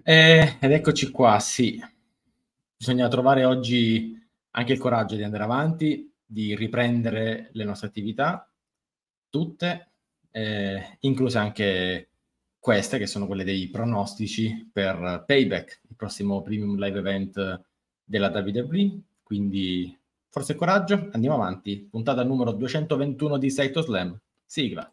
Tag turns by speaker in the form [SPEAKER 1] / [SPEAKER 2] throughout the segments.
[SPEAKER 1] Ed eccoci qua, sì. Bisogna trovare oggi anche il coraggio di andare avanti, di riprendere le nostre attività, tutte, incluse anche queste, che sono quelle dei pronostici per Payback, il prossimo premium live event della WWE. Quindi forza e coraggio, andiamo avanti. Puntata numero 221 di Saito Slam. Sigla.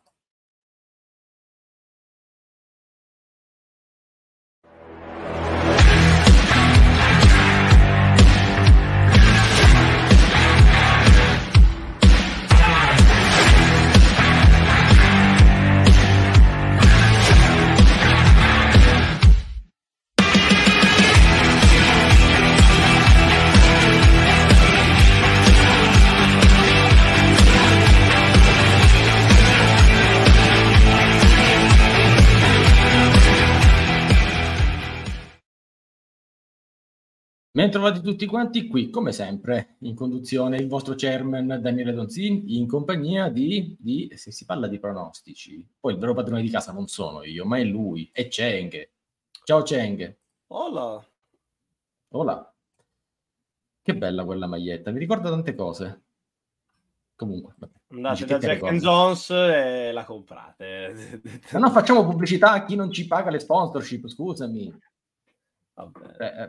[SPEAKER 1] Ben trovati tutti quanti qui, come sempre, in conduzione il vostro chairman Daniele Donzin, in compagnia se si parla di pronostici, poi il vero padrone di casa non sono io, ma è lui, è Cheng. Ciao Cheng.
[SPEAKER 2] Hola.
[SPEAKER 1] Hola. Che bella quella maglietta, mi ricorda tante cose. Comunque, vabbè,
[SPEAKER 2] Andate
[SPEAKER 1] che
[SPEAKER 2] da
[SPEAKER 1] ti
[SPEAKER 2] Jack and
[SPEAKER 1] ricorda?
[SPEAKER 2] Jones e la comprate.
[SPEAKER 1] Ma non facciamo pubblicità a chi non ci paga le sponsorship, scusami.
[SPEAKER 2] Vabbè.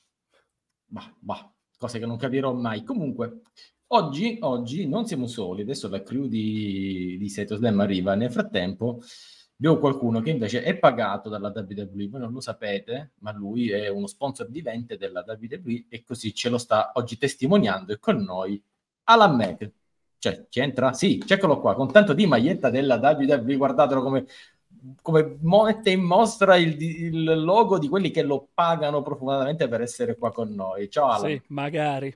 [SPEAKER 1] Cose che non capirò mai. Comunque, oggi non siamo soli, adesso la crew di Seto Slam arriva. Nel frattempo abbiamo qualcuno che invece è pagato dalla WWE, voi non lo sapete, ma lui è uno sponsor vivente della WWE e così ce lo sta oggi testimoniando, e con noi Alan Mac. Cioè, c'entra? Sì, eccolo qua, con tanto di maglietta della WWE, guardatelo come mette in mostra il logo di quelli che lo pagano profondamente per essere qua con noi. Ciao Alan.
[SPEAKER 3] Sì, magari.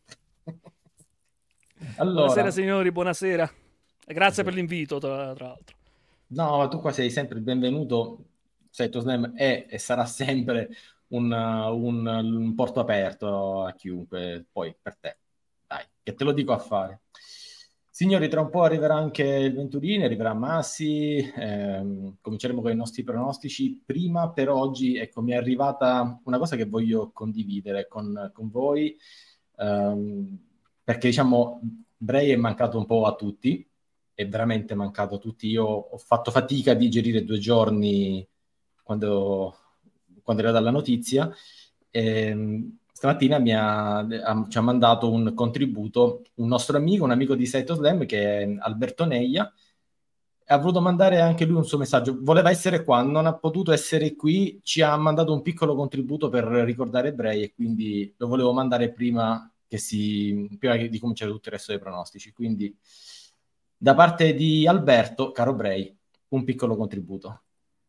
[SPEAKER 3] Buonasera
[SPEAKER 1] Allora,
[SPEAKER 3] signori, buonasera. E grazie
[SPEAKER 1] sì.
[SPEAKER 3] per l'invito, tra l'altro.
[SPEAKER 1] No, tu qua sei sempre il benvenuto. Saito Slam è e sarà sempre un porto aperto a chiunque, poi per te. Dai, che te lo dico a fare. Signori, tra un po' arriverà anche il Venturini, arriverà Massi, cominceremo con i nostri pronostici. Prima, per oggi, ecco, mi è arrivata una cosa che voglio condividere con voi, perché diciamo, Bray è mancato un po' a tutti, è veramente mancato a tutti. Io ho fatto fatica a digerire 2 giorni quando era dalla notizia. Stamattina ci ha mandato un contributo un nostro amico, un amico di Saito Slam, che è Alberto Neia. Ha voluto mandare anche lui un suo messaggio. Voleva essere qua, non ha potuto essere qui. Ci ha mandato un piccolo contributo per ricordare Bray, e quindi lo volevo mandare prima di cominciare tutto il resto dei pronostici. Quindi, da parte di Alberto, caro Bray, un piccolo contributo.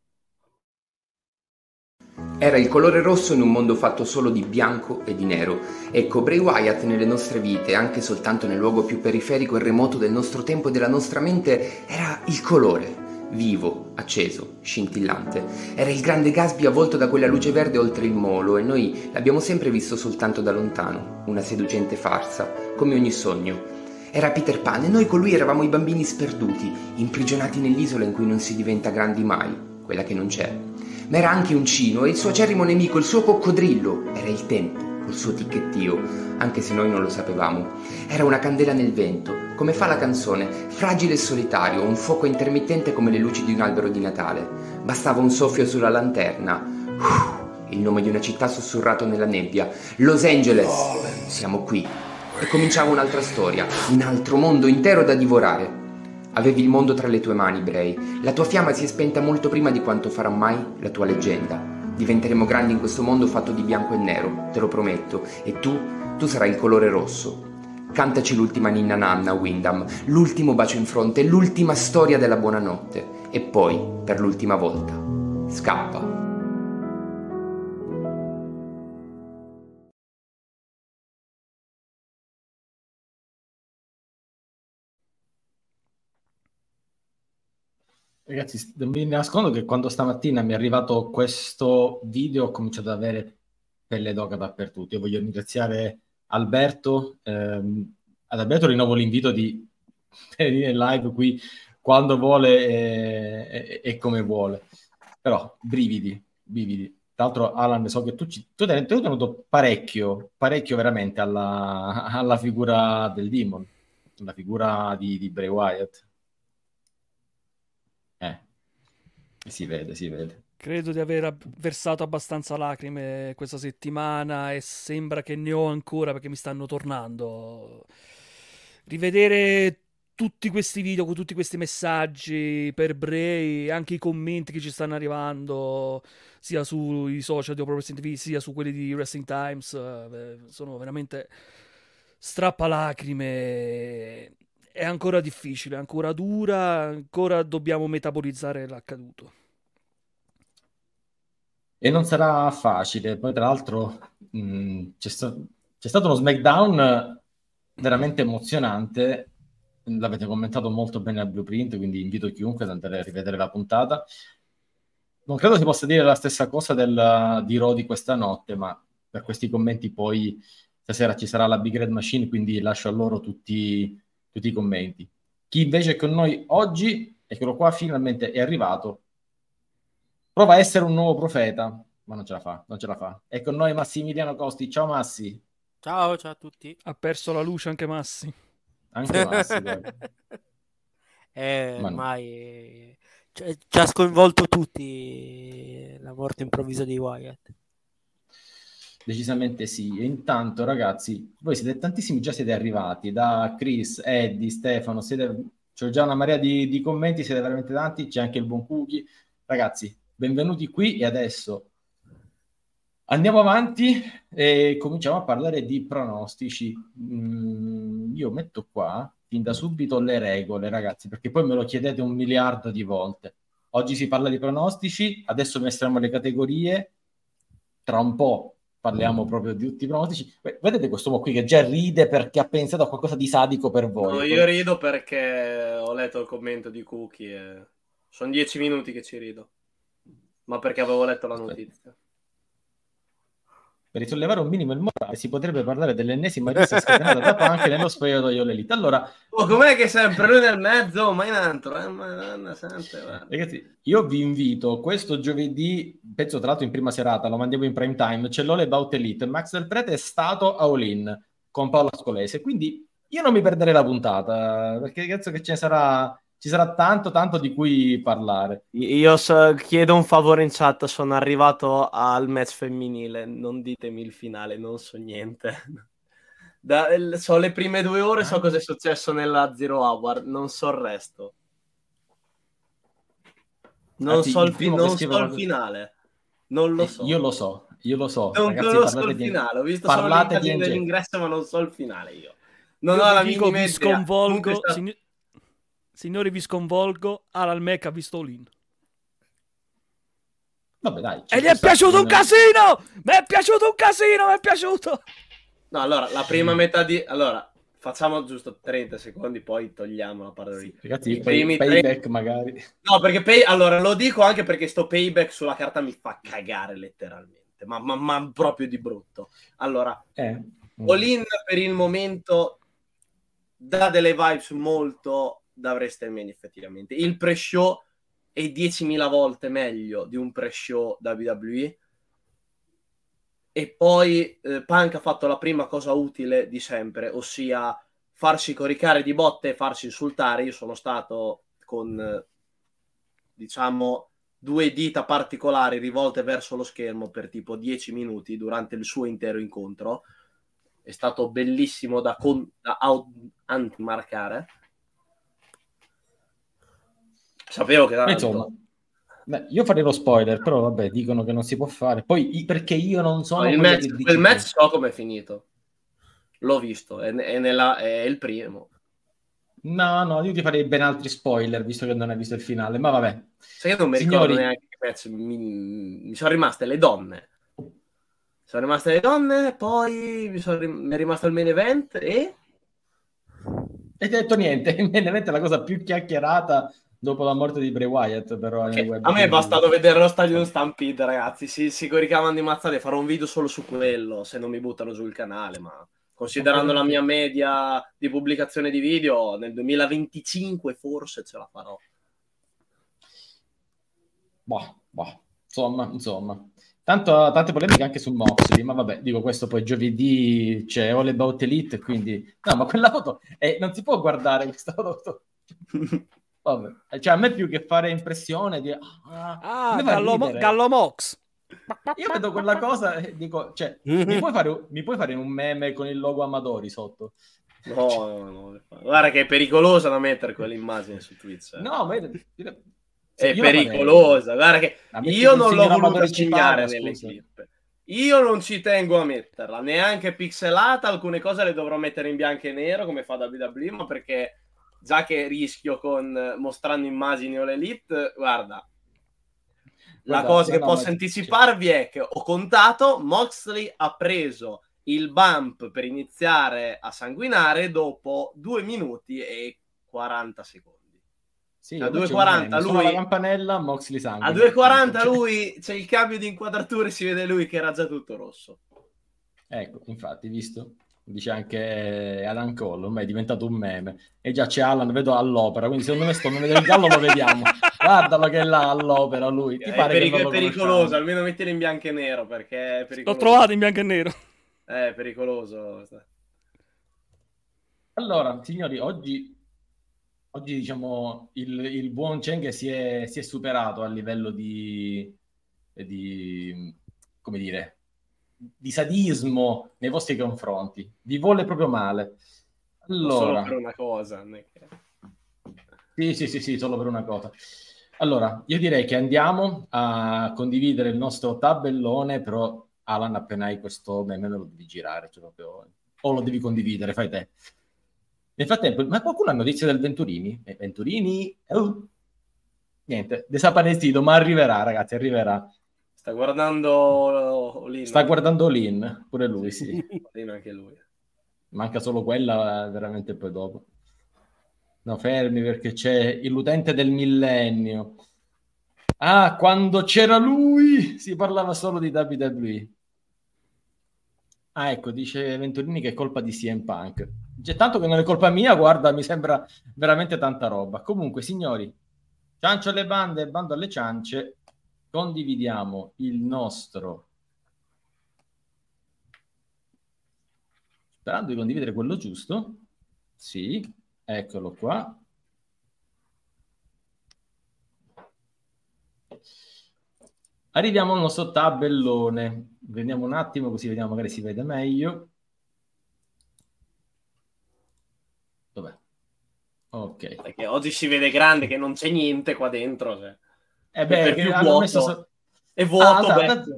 [SPEAKER 4] Era il colore rosso in un mondo fatto solo di bianco e di nero. Ecco, Bray Wyatt nelle nostre vite, anche soltanto nel luogo più periferico e remoto del nostro tempo e della nostra mente, era il colore. Vivo, acceso, scintillante. Era il grande Gatsby avvolto da quella luce verde oltre il molo, e noi l'abbiamo sempre visto soltanto da lontano, una seducente farsa, come ogni sogno. Era Peter Pan e noi con lui eravamo i bambini sperduti, imprigionati nell'isola in cui non si diventa grandi mai, quella che non c'è. Ma era anche un cino e il suo acerrimo nemico, il suo coccodrillo, era il tempo, col suo ticchettio, anche se noi non lo sapevamo. Era una candela nel vento, come fa la canzone, fragile e solitario, un fuoco intermittente come le luci di un albero di Natale. Bastava un soffio sulla lanterna. Il nome di una città sussurrato nella nebbia. Los Angeles! Siamo qui. E cominciava un'altra storia, un altro mondo intero da divorare. Avevi il mondo tra le tue mani, Bray. La tua fiamma si è spenta molto prima di quanto farà mai la tua leggenda. Diventeremo grandi in questo mondo fatto di bianco e nero, te lo prometto. E tu sarai il colore rosso. Cantaci l'ultima ninna nanna, Windham, l'ultimo bacio in fronte, l'ultima storia della buonanotte. E poi, per l'ultima volta, scappa.
[SPEAKER 1] Ragazzi, non vi nascondo che quando stamattina mi è arrivato questo video ho cominciato ad avere pelle d'oca dappertutto. Io voglio ringraziare Alberto. Ad Alberto rinnovo l'invito di venire in live qui quando vuole e come vuole. Però, brividi, brividi. Tra l'altro, Alan, so che tu tu ti hai tenuto parecchio veramente alla figura del Demon, la figura di Bray Wyatt. Si vede, si vede.
[SPEAKER 3] Credo di aver versato abbastanza lacrime questa settimana e sembra che ne ho ancora perché mi stanno tornando. Rivedere tutti questi video con tutti questi messaggi per Bray, anche i commenti che ci stanno arrivando sia sui social di Pro Wrestling TV sia su quelli di Wrestling Times, sono veramente strappalacrime. È ancora difficile, è ancora dura, ancora dobbiamo metabolizzare l'accaduto.
[SPEAKER 1] E non sarà facile. Poi, tra l'altro, c'è stato uno SmackDown veramente emozionante. L'avete commentato molto bene al Blueprint, quindi invito chiunque ad andare a rivedere la puntata. Non credo si possa dire la stessa cosa di Raw di questa notte, ma per questi commenti poi stasera ci sarà la Big Red Machine, quindi lascio a loro tutti i commenti. Chi invece è con noi oggi, eccolo qua, finalmente è arrivato. Prova a essere un nuovo profeta, ma non ce la fa, non ce la fa. È con noi Massimiliano Costi. Ciao Massi.
[SPEAKER 5] Ciao a tutti.
[SPEAKER 3] Ha perso la luce anche Massi.
[SPEAKER 1] Anche Massi, guarda. Ma no.
[SPEAKER 5] Ormai ci ha sconvolto tutti la morte improvvisa di Wyatt.
[SPEAKER 1] Decisamente sì. E intanto, ragazzi, voi siete tantissimi, già siete arrivati, da Chris, Eddie, Stefano, c'ho già una marea di commenti, siete veramente tanti, c'è anche il buon Cookie. Ragazzi, benvenuti qui e adesso andiamo avanti e cominciamo a parlare di pronostici. Io metto qua fin da subito le regole, ragazzi, perché poi me lo chiedete 1 miliardo di volte. Oggi si parla di pronostici, adesso mestriamo le categorie, tra un po' parliamo proprio di tutti i pronostici. Vedete quest'uomo qui che già ride perché ha pensato a qualcosa di sadico per voi.
[SPEAKER 2] No, io rido perché ho letto il commento di Cookie e sono 10 minuti che ci rido, ma perché avevo letto la notizia.
[SPEAKER 1] Per risollevare un minimo il morale si potrebbe parlare dell'ennesima rissa scatenata da Punk nello spogliatoio l'Elite. Allora,
[SPEAKER 2] com'è che sempre lui nel mezzo, ma in altro,
[SPEAKER 1] ragazzi, io vi invito questo giovedì, penso tra l'altro in prima serata, lo mandiamo in prime time, c'è l'All About Elite, Max Del Prete è stato a All-In con Paolo Ascolese, quindi io non mi perderei la puntata, perché penso che ci sarà tanto di cui parlare.
[SPEAKER 2] Io chiedo un favore in chat, sono arrivato al match femminile, non ditemi il finale, non so niente. So le prime 2 ore, so cosa è successo nella Zero Hour, non so il resto. Non so il finale, non lo so.
[SPEAKER 1] Io lo so.
[SPEAKER 2] Non
[SPEAKER 1] ragazzi,
[SPEAKER 2] conosco il finale, ho visto solo l'immagine dell'ingresso, ma non so il finale io. Non ho la minima idea.
[SPEAKER 3] Sconvolgo, signori, vi sconvolgo. Alan Mac ha visto All-In.
[SPEAKER 1] Vabbè, dai.
[SPEAKER 3] E gli è piaciuto un casino! Mi è piaciuto un casino, mi è piaciuto!
[SPEAKER 2] No, allora, la prima metà di... Allora, facciamo giusto 30 secondi, poi togliamo la parola lì.
[SPEAKER 1] Ragazzi, payback magari.
[SPEAKER 2] No, perché allora, lo dico anche perché sto payback sulla carta mi fa cagare letteralmente, ma proprio di brutto. Allora, All-In per il momento dà delle vibes molto da WrestleMania effettivamente. Il pre-show è 10.000 volte meglio di un pre-show WWE. E poi Punk ha fatto la prima cosa utile di sempre, ossia farsi coricare di botte e farsi insultare. Io sono stato con, diciamo, 2 dita particolari rivolte verso lo schermo per tipo 10 minuti durante il suo intero incontro. È stato bellissimo da marcare. Sapevo che era
[SPEAKER 1] insomma, io farei lo spoiler, però vabbè, dicono che non si può fare. Poi perché io non sono
[SPEAKER 2] il match so come è finito. L'ho visto, è il primo.
[SPEAKER 1] No, io ti farei ben altri spoiler, visto che non hai visto il finale, ma vabbè.
[SPEAKER 2] Sai che non mi ricordo neanche che match, mi sono rimaste le donne. Poi mi è rimasto il main event e
[SPEAKER 1] hai detto niente. Il main event è la cosa più chiacchierata dopo la morte di Bray Wyatt, però
[SPEAKER 2] a me è bastato vedere lo Stadium Stampede, ragazzi. Si coricavano di mazzate, farò un video solo su quello se non mi buttano giù il canale, ma considerando la mia media di pubblicazione di video nel 2025 forse ce la farò.
[SPEAKER 1] Insomma. Tante polemiche anche su Moxley, ma vabbè, dico questo poi giovedì c'è All About Elite, quindi... No, ma quella foto non si può guardare questa foto. Vabbè. Cioè, a me più che fare impressione di...
[SPEAKER 3] Gallo Mox!
[SPEAKER 1] Io vedo quella cosa e dico, cioè, mi puoi fare un meme con il logo Amadori sotto?
[SPEAKER 2] No. Guarda che è pericolosa da mettere quell'immagine su Twitch.
[SPEAKER 1] No, ma...
[SPEAKER 2] È pericolosa, guarda che io non l'ho voluta segnare nelle clip. Io non ci tengo a metterla, neanche pixelata, alcune cose le dovrò mettere in bianco e nero come fa WWE, ma perché già che rischio mostrando immagini o l'Elite, guarda, la cosa che posso anticiparvi è che ho contato, Moxley ha preso il bump per iniziare a sanguinare dopo 2 minuti e 40 secondi.
[SPEAKER 1] Sì,
[SPEAKER 2] a 2.40 lui
[SPEAKER 1] la campanella, Moxley sangue.
[SPEAKER 2] A 2.40 lui c'è il cambio di inquadrature, si vede lui che era già tutto rosso.
[SPEAKER 1] Ecco, infatti, visto? Dice anche Alan Cole, ormai è diventato un meme. E già c'è Alan, vedo all'opera, quindi secondo me sto nome del gallo lo vediamo. Guardalo che è là all'opera lui. Ti pare che
[SPEAKER 2] è pericoloso, almeno mettere in bianco e nero, perché è pericoloso.
[SPEAKER 3] L'ho trovato in bianco e nero.
[SPEAKER 2] È pericoloso.
[SPEAKER 1] Allora, signori, oggi diciamo il buon Cheng si è superato a livello di come dire, di sadismo nei vostri confronti, vi vuole proprio male. Allora,
[SPEAKER 2] solo per una cosa.
[SPEAKER 1] Sì, solo per una cosa. Allora, io direi che andiamo a condividere il nostro tabellone, però Alan, appena hai questo meme lo devi girare, cioè proprio, o lo devi condividere, fai te. Nel frattempo, ma qualcuno ha notizia del Venturini? Venturini? Niente, desaparecido, ma arriverà, ragazzi, arriverà.
[SPEAKER 2] Sta guardando Olin.
[SPEAKER 1] Sta guardando Olin, pure lui, sì.
[SPEAKER 2] Olin anche lui.
[SPEAKER 1] Manca solo quella, veramente poi dopo. No, fermi, perché c'è l'utente del millennio. Ah, quando c'era lui si parlava solo di WWE. Ah, ecco, dice Venturini che è colpa di CM Punk. C'è tanto che non è colpa mia, guarda, mi sembra veramente tanta roba. Comunque, signori, ciancio alle bande, bando alle ciance, condividiamo il nostro... Sperando di condividere quello giusto. Sì, eccolo qua. Arriviamo al nostro tabellone. Vediamo un attimo, così vediamo, magari si vede meglio. Dov'è? Ok.
[SPEAKER 2] Perché oggi si vede grande che non c'è niente qua dentro. Cioè.
[SPEAKER 1] Beh, che hanno messo...
[SPEAKER 2] È vuoto,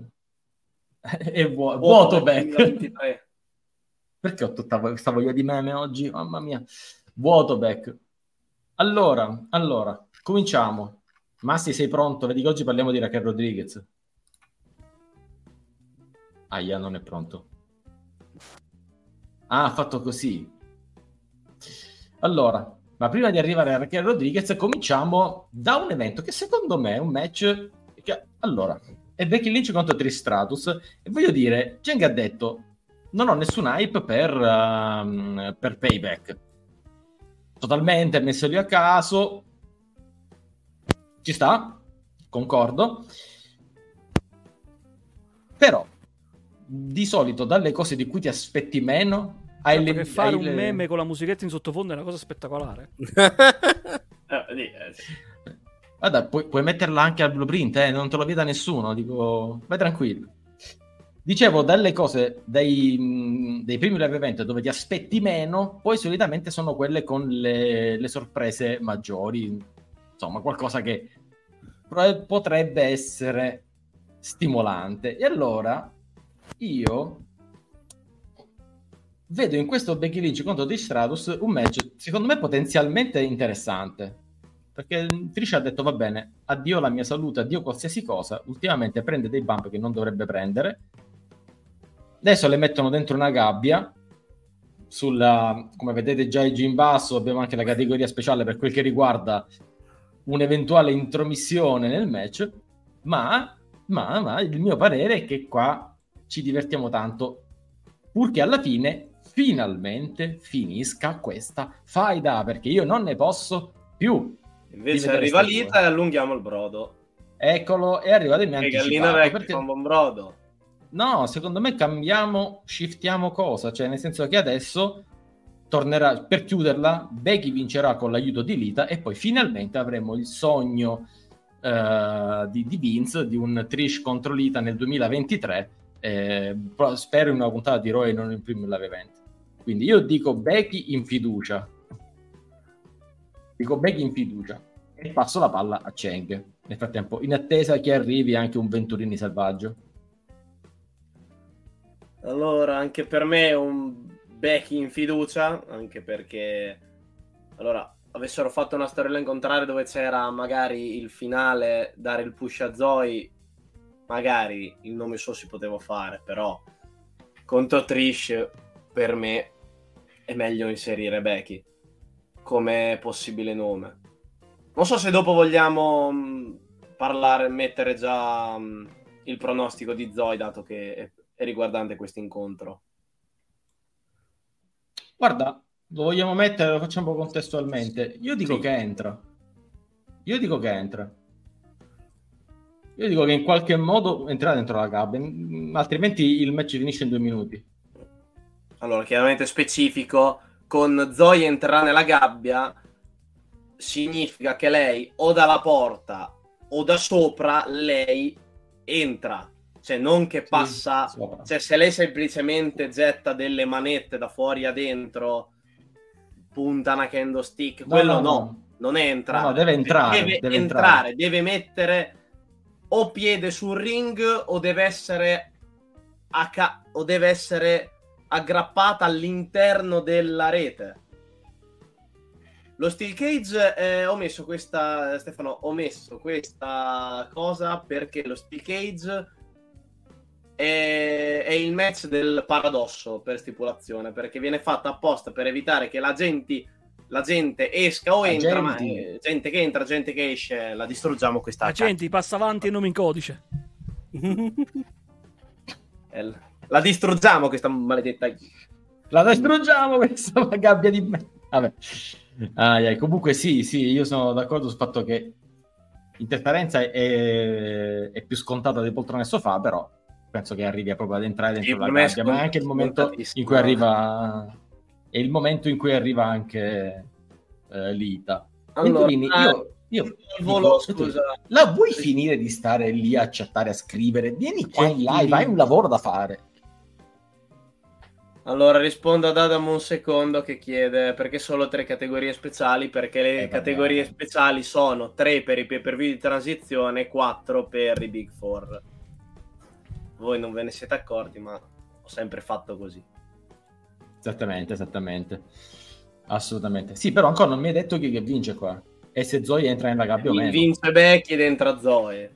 [SPEAKER 1] è vuoto back. Perché ho tutta questa voglia di meme oggi? Mamma mia. Vuoto back. Allora, cominciamo. Massi, sei pronto? Vedi che oggi parliamo di Raquel Rodriguez. Aia, non è pronto. Ah, ha fatto così. Allora, ma prima di arrivare a Raquel Rodriguez, cominciamo da un evento che secondo me è un match che, allora, è Becky Lynch contro Trish Stratus, e voglio dire, Cheng ha detto non ho nessun hype per Payback. Totalmente messo lì a caso. Ci sta, concordo. Però di solito dalle cose di cui ti aspetti meno
[SPEAKER 3] che fare un meme con la musichetta in sottofondo è una cosa spettacolare.
[SPEAKER 1] Guarda, puoi metterla anche al blueprint, non te lo vieta nessuno, dico, vai tranquillo. Dicevo, dalle cose dei primi live event dove ti aspetti meno, poi solitamente sono quelle con le sorprese maggiori, insomma qualcosa che potrebbe essere stimolante. E allora io vedo in questo Becky Lynch contro Trish Stratus un match secondo me potenzialmente interessante, perché Trish ha detto va bene, addio la mia salute, addio qualsiasi cosa, ultimamente prende dei bump che non dovrebbe prendere, adesso le mettono dentro una gabbia, come vedete già in basso abbiamo anche la categoria speciale per quel che riguarda un'eventuale intromissione nel match, ma il mio parere è che qua ci divertiamo tanto, purché alla fine finalmente finisca questa faida, perché io non ne posso più.
[SPEAKER 2] Invece arriva Lita e allunghiamo il brodo.
[SPEAKER 1] Eccolo, è arrivato e mi ha anticipato.
[SPEAKER 2] Perché... un buon brodo.
[SPEAKER 1] No, secondo me shiftiamo cosa? Cioè, nel senso che adesso tornerà, per chiuderla, Becky vincerà con l'aiuto di Lita e poi finalmente avremo il sogno di Vince di un Trish contro Lita nel 2023. Spero in una puntata di Raw e non in primo live event. Quindi io dico Becky in fiducia. E passo la palla a Cheng. Nel frattempo, in attesa che arrivi anche un Venturini selvaggio.
[SPEAKER 2] Allora, anche per me un Becky in fiducia, anche perché allora avessero fatto una storyline contraria dove c'era magari il finale, dare il push a Zoe, magari il nome suo si poteva fare, però contro Trish per me è meglio inserire Becky come possibile nome. Non so se dopo vogliamo mettere già il pronostico di Zoe, dato che è riguardante questo incontro.
[SPEAKER 1] Guarda, lo vogliamo mettere, lo facciamo contestualmente. Io dico che entra. Io dico che in qualche modo entrerà dentro la gabbia, altrimenti il match finisce in 2 minuti.
[SPEAKER 2] Allora, chiaramente specifico, con Zoe entrerà nella gabbia significa che lei o dalla porta o da sopra lei entra, cioè non che passa, cioè se lei semplicemente getta delle manette da fuori a dentro, punta una kendo stick, quello no, non è entrare.
[SPEAKER 1] No, deve entrare,
[SPEAKER 2] deve mettere o piede sul ring o deve essere aggrappata all'interno della rete. Lo steel cage ho messo questa cosa perché lo steel cage è il match del paradosso per stipulazione, perché viene fatto apposta per evitare che la gente esca o entra, ma gente che entra, gente che esce, la distruggiamo questa
[SPEAKER 3] gente passa avanti e nome in codice.
[SPEAKER 2] La distruggiamo questa maledetta,
[SPEAKER 1] questa gabbia di me. Vabbè. Comunque sì, io sono d'accordo sul fatto che interferenza è più scontata dei poltrone e sofà, però penso che arrivi proprio ad entrare dentro la gabbia, ma è anche il momento in cui arriva, è il momento in cui arriva anche Lita.
[SPEAKER 2] Allora,
[SPEAKER 1] io scusa, la vuoi finire di stare lì a chattare, a scrivere? Vieni qua in live, hai un lavoro da fare.
[SPEAKER 2] Allora rispondo ad Adam un secondo che chiede perché solo 3 categorie speciali, perché le categorie speciali sono 3 per i pay-per-view di transizione e 4 per i Big Four. Voi non ve ne siete accorti, ma ho sempre fatto così.
[SPEAKER 1] Esattamente, assolutamente. Sì, però ancora non mi hai detto chi che vince qua e se Zoe entra nella gabbia o meno.
[SPEAKER 2] Vince Becky ed entra Zoe,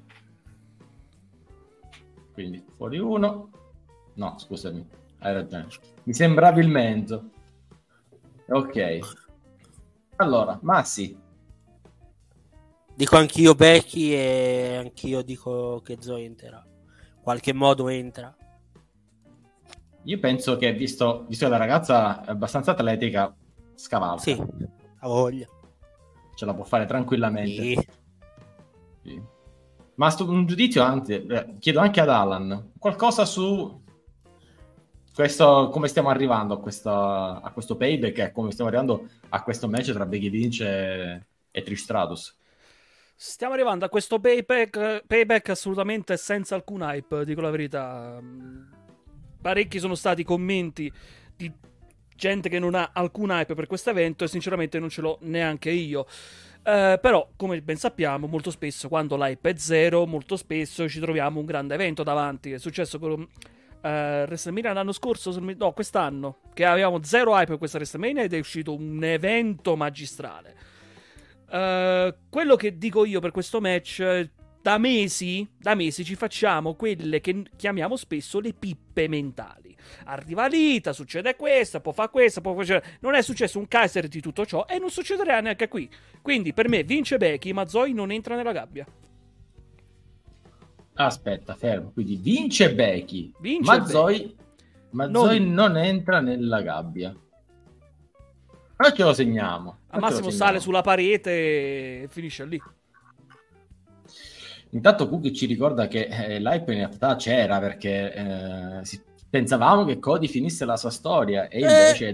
[SPEAKER 1] quindi fuori uno. No, scusami, hai ragione, mi sembravi il mezzo. Ok, allora Massi,
[SPEAKER 5] dico anch'io Becky e anch'io dico che Zoe entrerà, qualche modo entra.
[SPEAKER 1] Io penso che visto che la ragazza è abbastanza atletica, scavalca.
[SPEAKER 5] Sì, ha voglia,
[SPEAKER 1] ce la può fare tranquillamente. Sì. Ma un giudizio anzi, chiedo anche ad Alan qualcosa su questo, come stiamo arrivando a questo payback e come stiamo arrivando a questo match tra Becky Lynch e Trish Stratus.
[SPEAKER 3] Stiamo arrivando a questo payback assolutamente senza alcun hype, dico la verità. Parecchi sono stati commenti di gente che non ha alcun hype per questo evento e sinceramente non ce l'ho neanche io. Però, come ben sappiamo, molto spesso quando l'hype è zero, molto spesso ci troviamo un grande evento davanti. È successo con WrestleMania l'anno scorso, no, quest'anno, che avevamo zero hype per questa WrestleMania ed è uscito un evento magistrale. Quello che dico io per questo match, da mesi ci facciamo quelle che chiamiamo spesso le pippe mentali. Arriva Lita, succede questa, può fare questa, non è successo un Kaiser di tutto ciò e non succederà neanche qui. Quindi per me vince Becky, ma Zoe non entra nella gabbia.
[SPEAKER 1] Aspetta, fermo. Quindi vince Becky, ma Zoe non entra nella gabbia. Ma ce lo segniamo.
[SPEAKER 3] Al massimo sale sulla parete e finisce lì.
[SPEAKER 1] Intanto Cookie ci ricorda che l'hype in realtà c'era, perché pensavamo che Cody finisse la sua storia e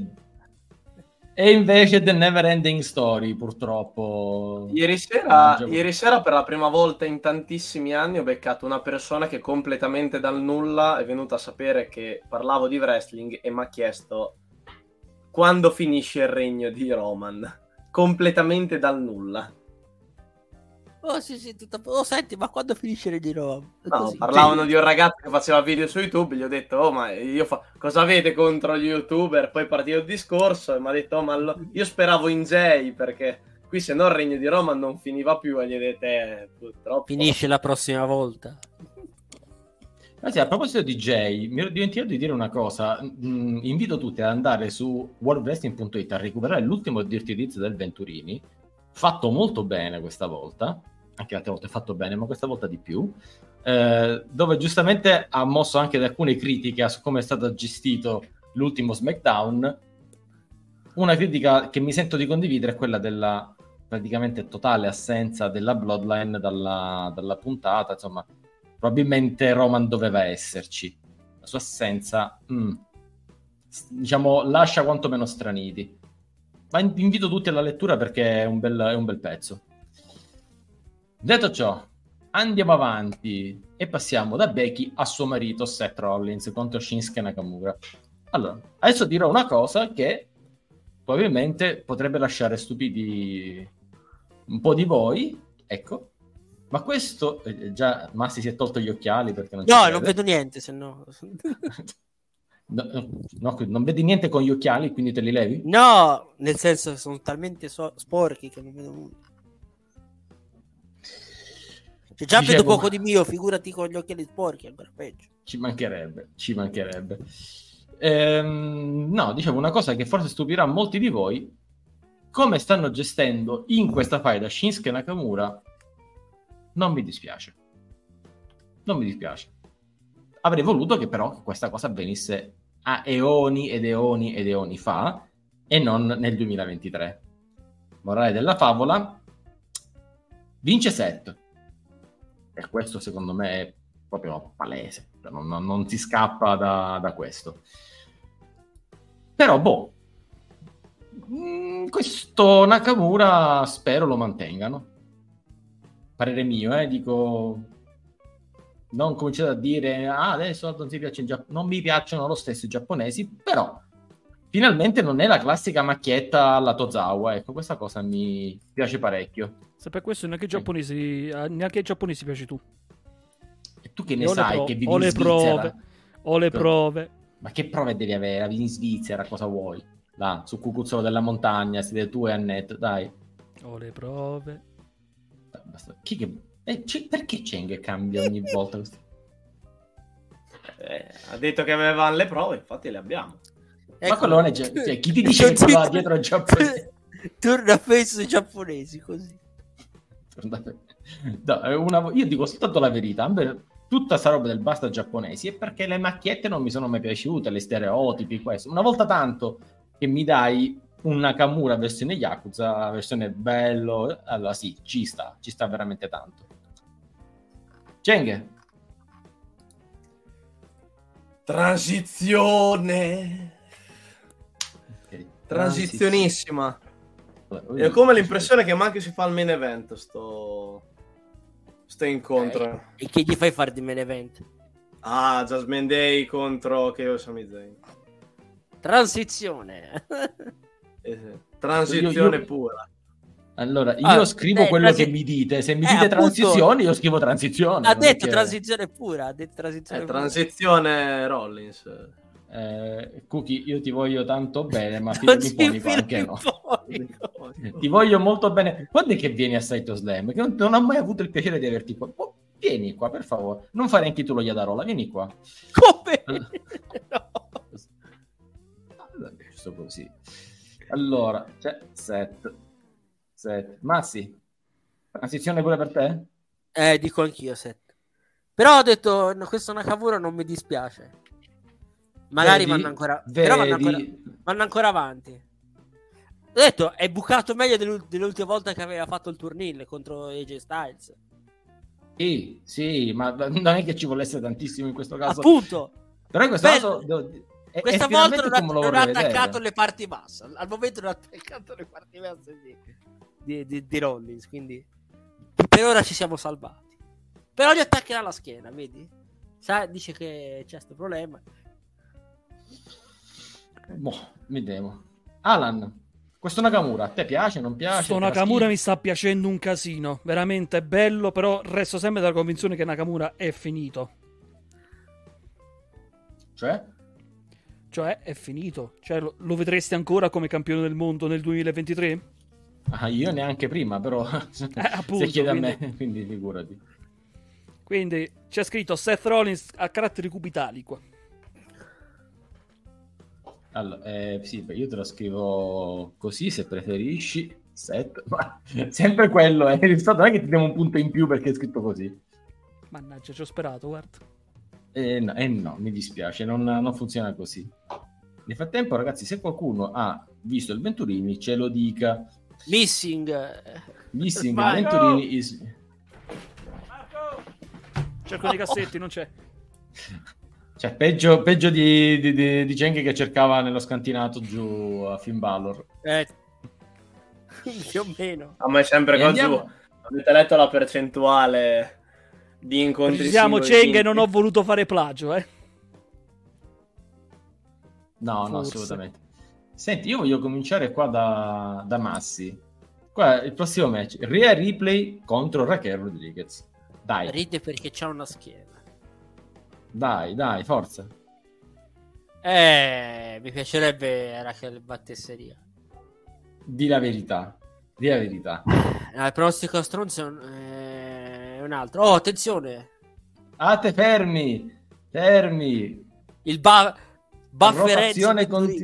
[SPEAKER 1] invece The Never Ending Story, purtroppo.
[SPEAKER 2] Ieri sera per la prima volta in tantissimi anni ho beccato una persona che completamente dal nulla è venuta a sapere che parlavo di wrestling e mi ha chiesto quando finisce il regno di Roman, completamente dal nulla.
[SPEAKER 5] Oh sì, senti, ma quando finisce il regno di Roman?
[SPEAKER 2] No, parlavano di un ragazzo che faceva video su YouTube, gli ho detto, oh ma cosa avete contro gli YouTuber? Poi partito il discorso e mi ha detto, oh ma io speravo in Jay, perché qui se no il regno di Roman non finiva più, e gli ho detto, purtroppo.
[SPEAKER 5] Finisce la prossima volta.
[SPEAKER 1] Sì, a proposito di Jay, mi ero dimenticato di dire una cosa. Invito tutti ad andare su worldwrestling.it a recuperare l'ultimo Dirty Deeds del Venturini, fatto molto bene questa volta, anche l'altra volta è fatto bene, ma questa volta di più, dove giustamente ha mosso anche alcune critiche su come è stato gestito l'ultimo SmackDown. Una critica che mi sento di condividere è quella della praticamente totale assenza della Bloodline dalla puntata. Insomma, probabilmente Roman doveva esserci, la sua assenza diciamo lascia quantomeno straniti, ma invito tutti alla lettura perché è un bel pezzo. Detto ciò, andiamo avanti e passiamo da Becky a suo marito Seth Rollins contro Shinsuke Nakamura. Allora, adesso dirò una cosa che probabilmente potrebbe lasciare stupidi un po' di voi, ecco. Ma questo già Massi si è tolto gli occhiali perché non
[SPEAKER 5] non vedo niente, se no.
[SPEAKER 1] No, non vedi niente con gli occhiali, quindi te li levi?
[SPEAKER 5] No, nel senso che sono talmente sporchi che non vedo nulla. Cioè, già vedo poco di mio, figurati con gli occhiali sporchi, ancora peggio.
[SPEAKER 1] Ci mancherebbe. No, dicevo una cosa che forse stupirà molti di voi: come stanno gestendo in questa faida Shinsuke Nakamura. Non mi dispiace. Avrei voluto che però questa cosa avvenisse a eoni ed eoni ed eoni fa e non nel 2023. Morale della favola: vince Seth. E questo secondo me è proprio palese. Non si scappa da questo. Però questo Nakamura spero lo mantengano. Parere mio, dico, non cominciate a dire adesso non mi piacciono lo stesso i giapponesi, però finalmente non è la classica macchietta alla Tozawa, ecco, questa cosa mi piace parecchio.
[SPEAKER 3] Se per questo neanche ai giapponesi piaci tu.
[SPEAKER 1] E tu che ne sai che vivi in
[SPEAKER 3] Svizzera? Ho le prove.
[SPEAKER 1] Ma che prove devi avere? Vivi in Svizzera, cosa vuoi? Là, su Cucuzzolo della Montagna, siete tu e Annette, dai.
[SPEAKER 3] Ho le prove.
[SPEAKER 1] Basta. Perché Cheng cambia ogni volta?
[SPEAKER 2] Ha detto che avevano le prove, infatti le abbiamo.
[SPEAKER 1] Ecco. Ma quello non è chi ti dice che quello là dietro è giapponese?
[SPEAKER 5] Torna penso ai giapponesi così.
[SPEAKER 1] No, io dico soltanto la verità. Tutta sta roba del basta giapponesi è perché le macchiette non mi sono mai piaciute, le stereotipi, questo. Una volta tanto che mi dai un Nakamura versione Yakuza, versione bello, allora sì, ci sta veramente tanto. Cheng.
[SPEAKER 2] Transizione. Okay. Transizionissima. E ho come l'impressione che manchi si fa il main event sto incontro.
[SPEAKER 5] E che gli fai fare di main event?
[SPEAKER 2] Jasmine Day contro Keo Sami Zayn.
[SPEAKER 5] Transizione.
[SPEAKER 2] Transizione pura.
[SPEAKER 1] Allora, io scrivo quello che mi dite. Se mi dite transizione, io scrivo transizione.
[SPEAKER 5] Ha detto transizione pura. Ha detto transizione pura.
[SPEAKER 2] Transizione Rollins.
[SPEAKER 1] Cookie, io ti voglio tanto bene, ma filo anche no. Ti voglio molto bene. Quando è che vieni a Saito Slam? Che non ho mai avuto il piacere di averti qua. Vieni qua, per favore. Non fare anche tu lo Yadarola, vieni qua.
[SPEAKER 5] Come? No.
[SPEAKER 1] Giusto così. Allora, c'è Seth. Massi, transizione pure per te?
[SPEAKER 5] Dico anch'io Seth. Però ho detto, questo Nakamura non mi dispiace. Magari vanno ancora avanti. Ho detto, è bucato meglio dell'ultima volta che aveva fatto il turnil contro AJ Styles.
[SPEAKER 1] Sì, ma non è che ci volesse tantissimo in questo caso.
[SPEAKER 5] Appunto.
[SPEAKER 1] Però in questo caso...
[SPEAKER 5] Questa volta non ha attaccato le parti basse. Al momento non ha attaccato le parti basse di Rollins, quindi per ora ci siamo salvati. Però gli attaccherà la schiena, vedi? Dice che c'è questo problema.
[SPEAKER 1] Vediamo. Alan, questo Nakamura a te piace, non piace?
[SPEAKER 3] Questo Nakamura mi sta piacendo un casino, veramente bello, però resto sempre della convinzione che Nakamura è finito. Cioè è finito. Cioè lo vedresti ancora come campione del mondo nel 2023?
[SPEAKER 1] Io neanche prima, però
[SPEAKER 3] appunto,
[SPEAKER 1] se chiede a me, quindi figurati.
[SPEAKER 3] Quindi c'è scritto Seth Rollins a caratteri cubitali qua.
[SPEAKER 1] Allora, sì, io te lo scrivo così se preferisci. Seth, ma sempre quello, il risultato non è che ti diamo un punto in più perché è scritto così.
[SPEAKER 3] Mannaggia, ci ho sperato, guarda.
[SPEAKER 1] No, mi dispiace, non funziona così. Nel frattempo, ragazzi, se qualcuno ha visto il Venturini, ce lo dica.
[SPEAKER 5] Missing
[SPEAKER 1] Venturini is...
[SPEAKER 3] Cerco nei cassetti, non c'è.
[SPEAKER 1] Cioè, peggio di Cenk che cercava nello scantinato giù a Finn Balor.
[SPEAKER 5] Più o meno.
[SPEAKER 2] Ma è sempre così. Avete letto la percentuale di incontri?
[SPEAKER 3] Diciamo Cenk, non ho voluto fare plagio,
[SPEAKER 1] No, assolutamente. Senti, io voglio cominciare qua da Massi. Qua il prossimo match, Rhea Ripley contro Raquel Rodriguez. Dai.
[SPEAKER 5] Ride perché c'ha una schiena.
[SPEAKER 1] Dai, forza.
[SPEAKER 5] Mi piacerebbe Raquel battesseria.
[SPEAKER 1] Di la verità.
[SPEAKER 5] Il pronostico stronzo è un altro. Oh, attenzione.
[SPEAKER 1] Te fermi.
[SPEAKER 5] Il Buffer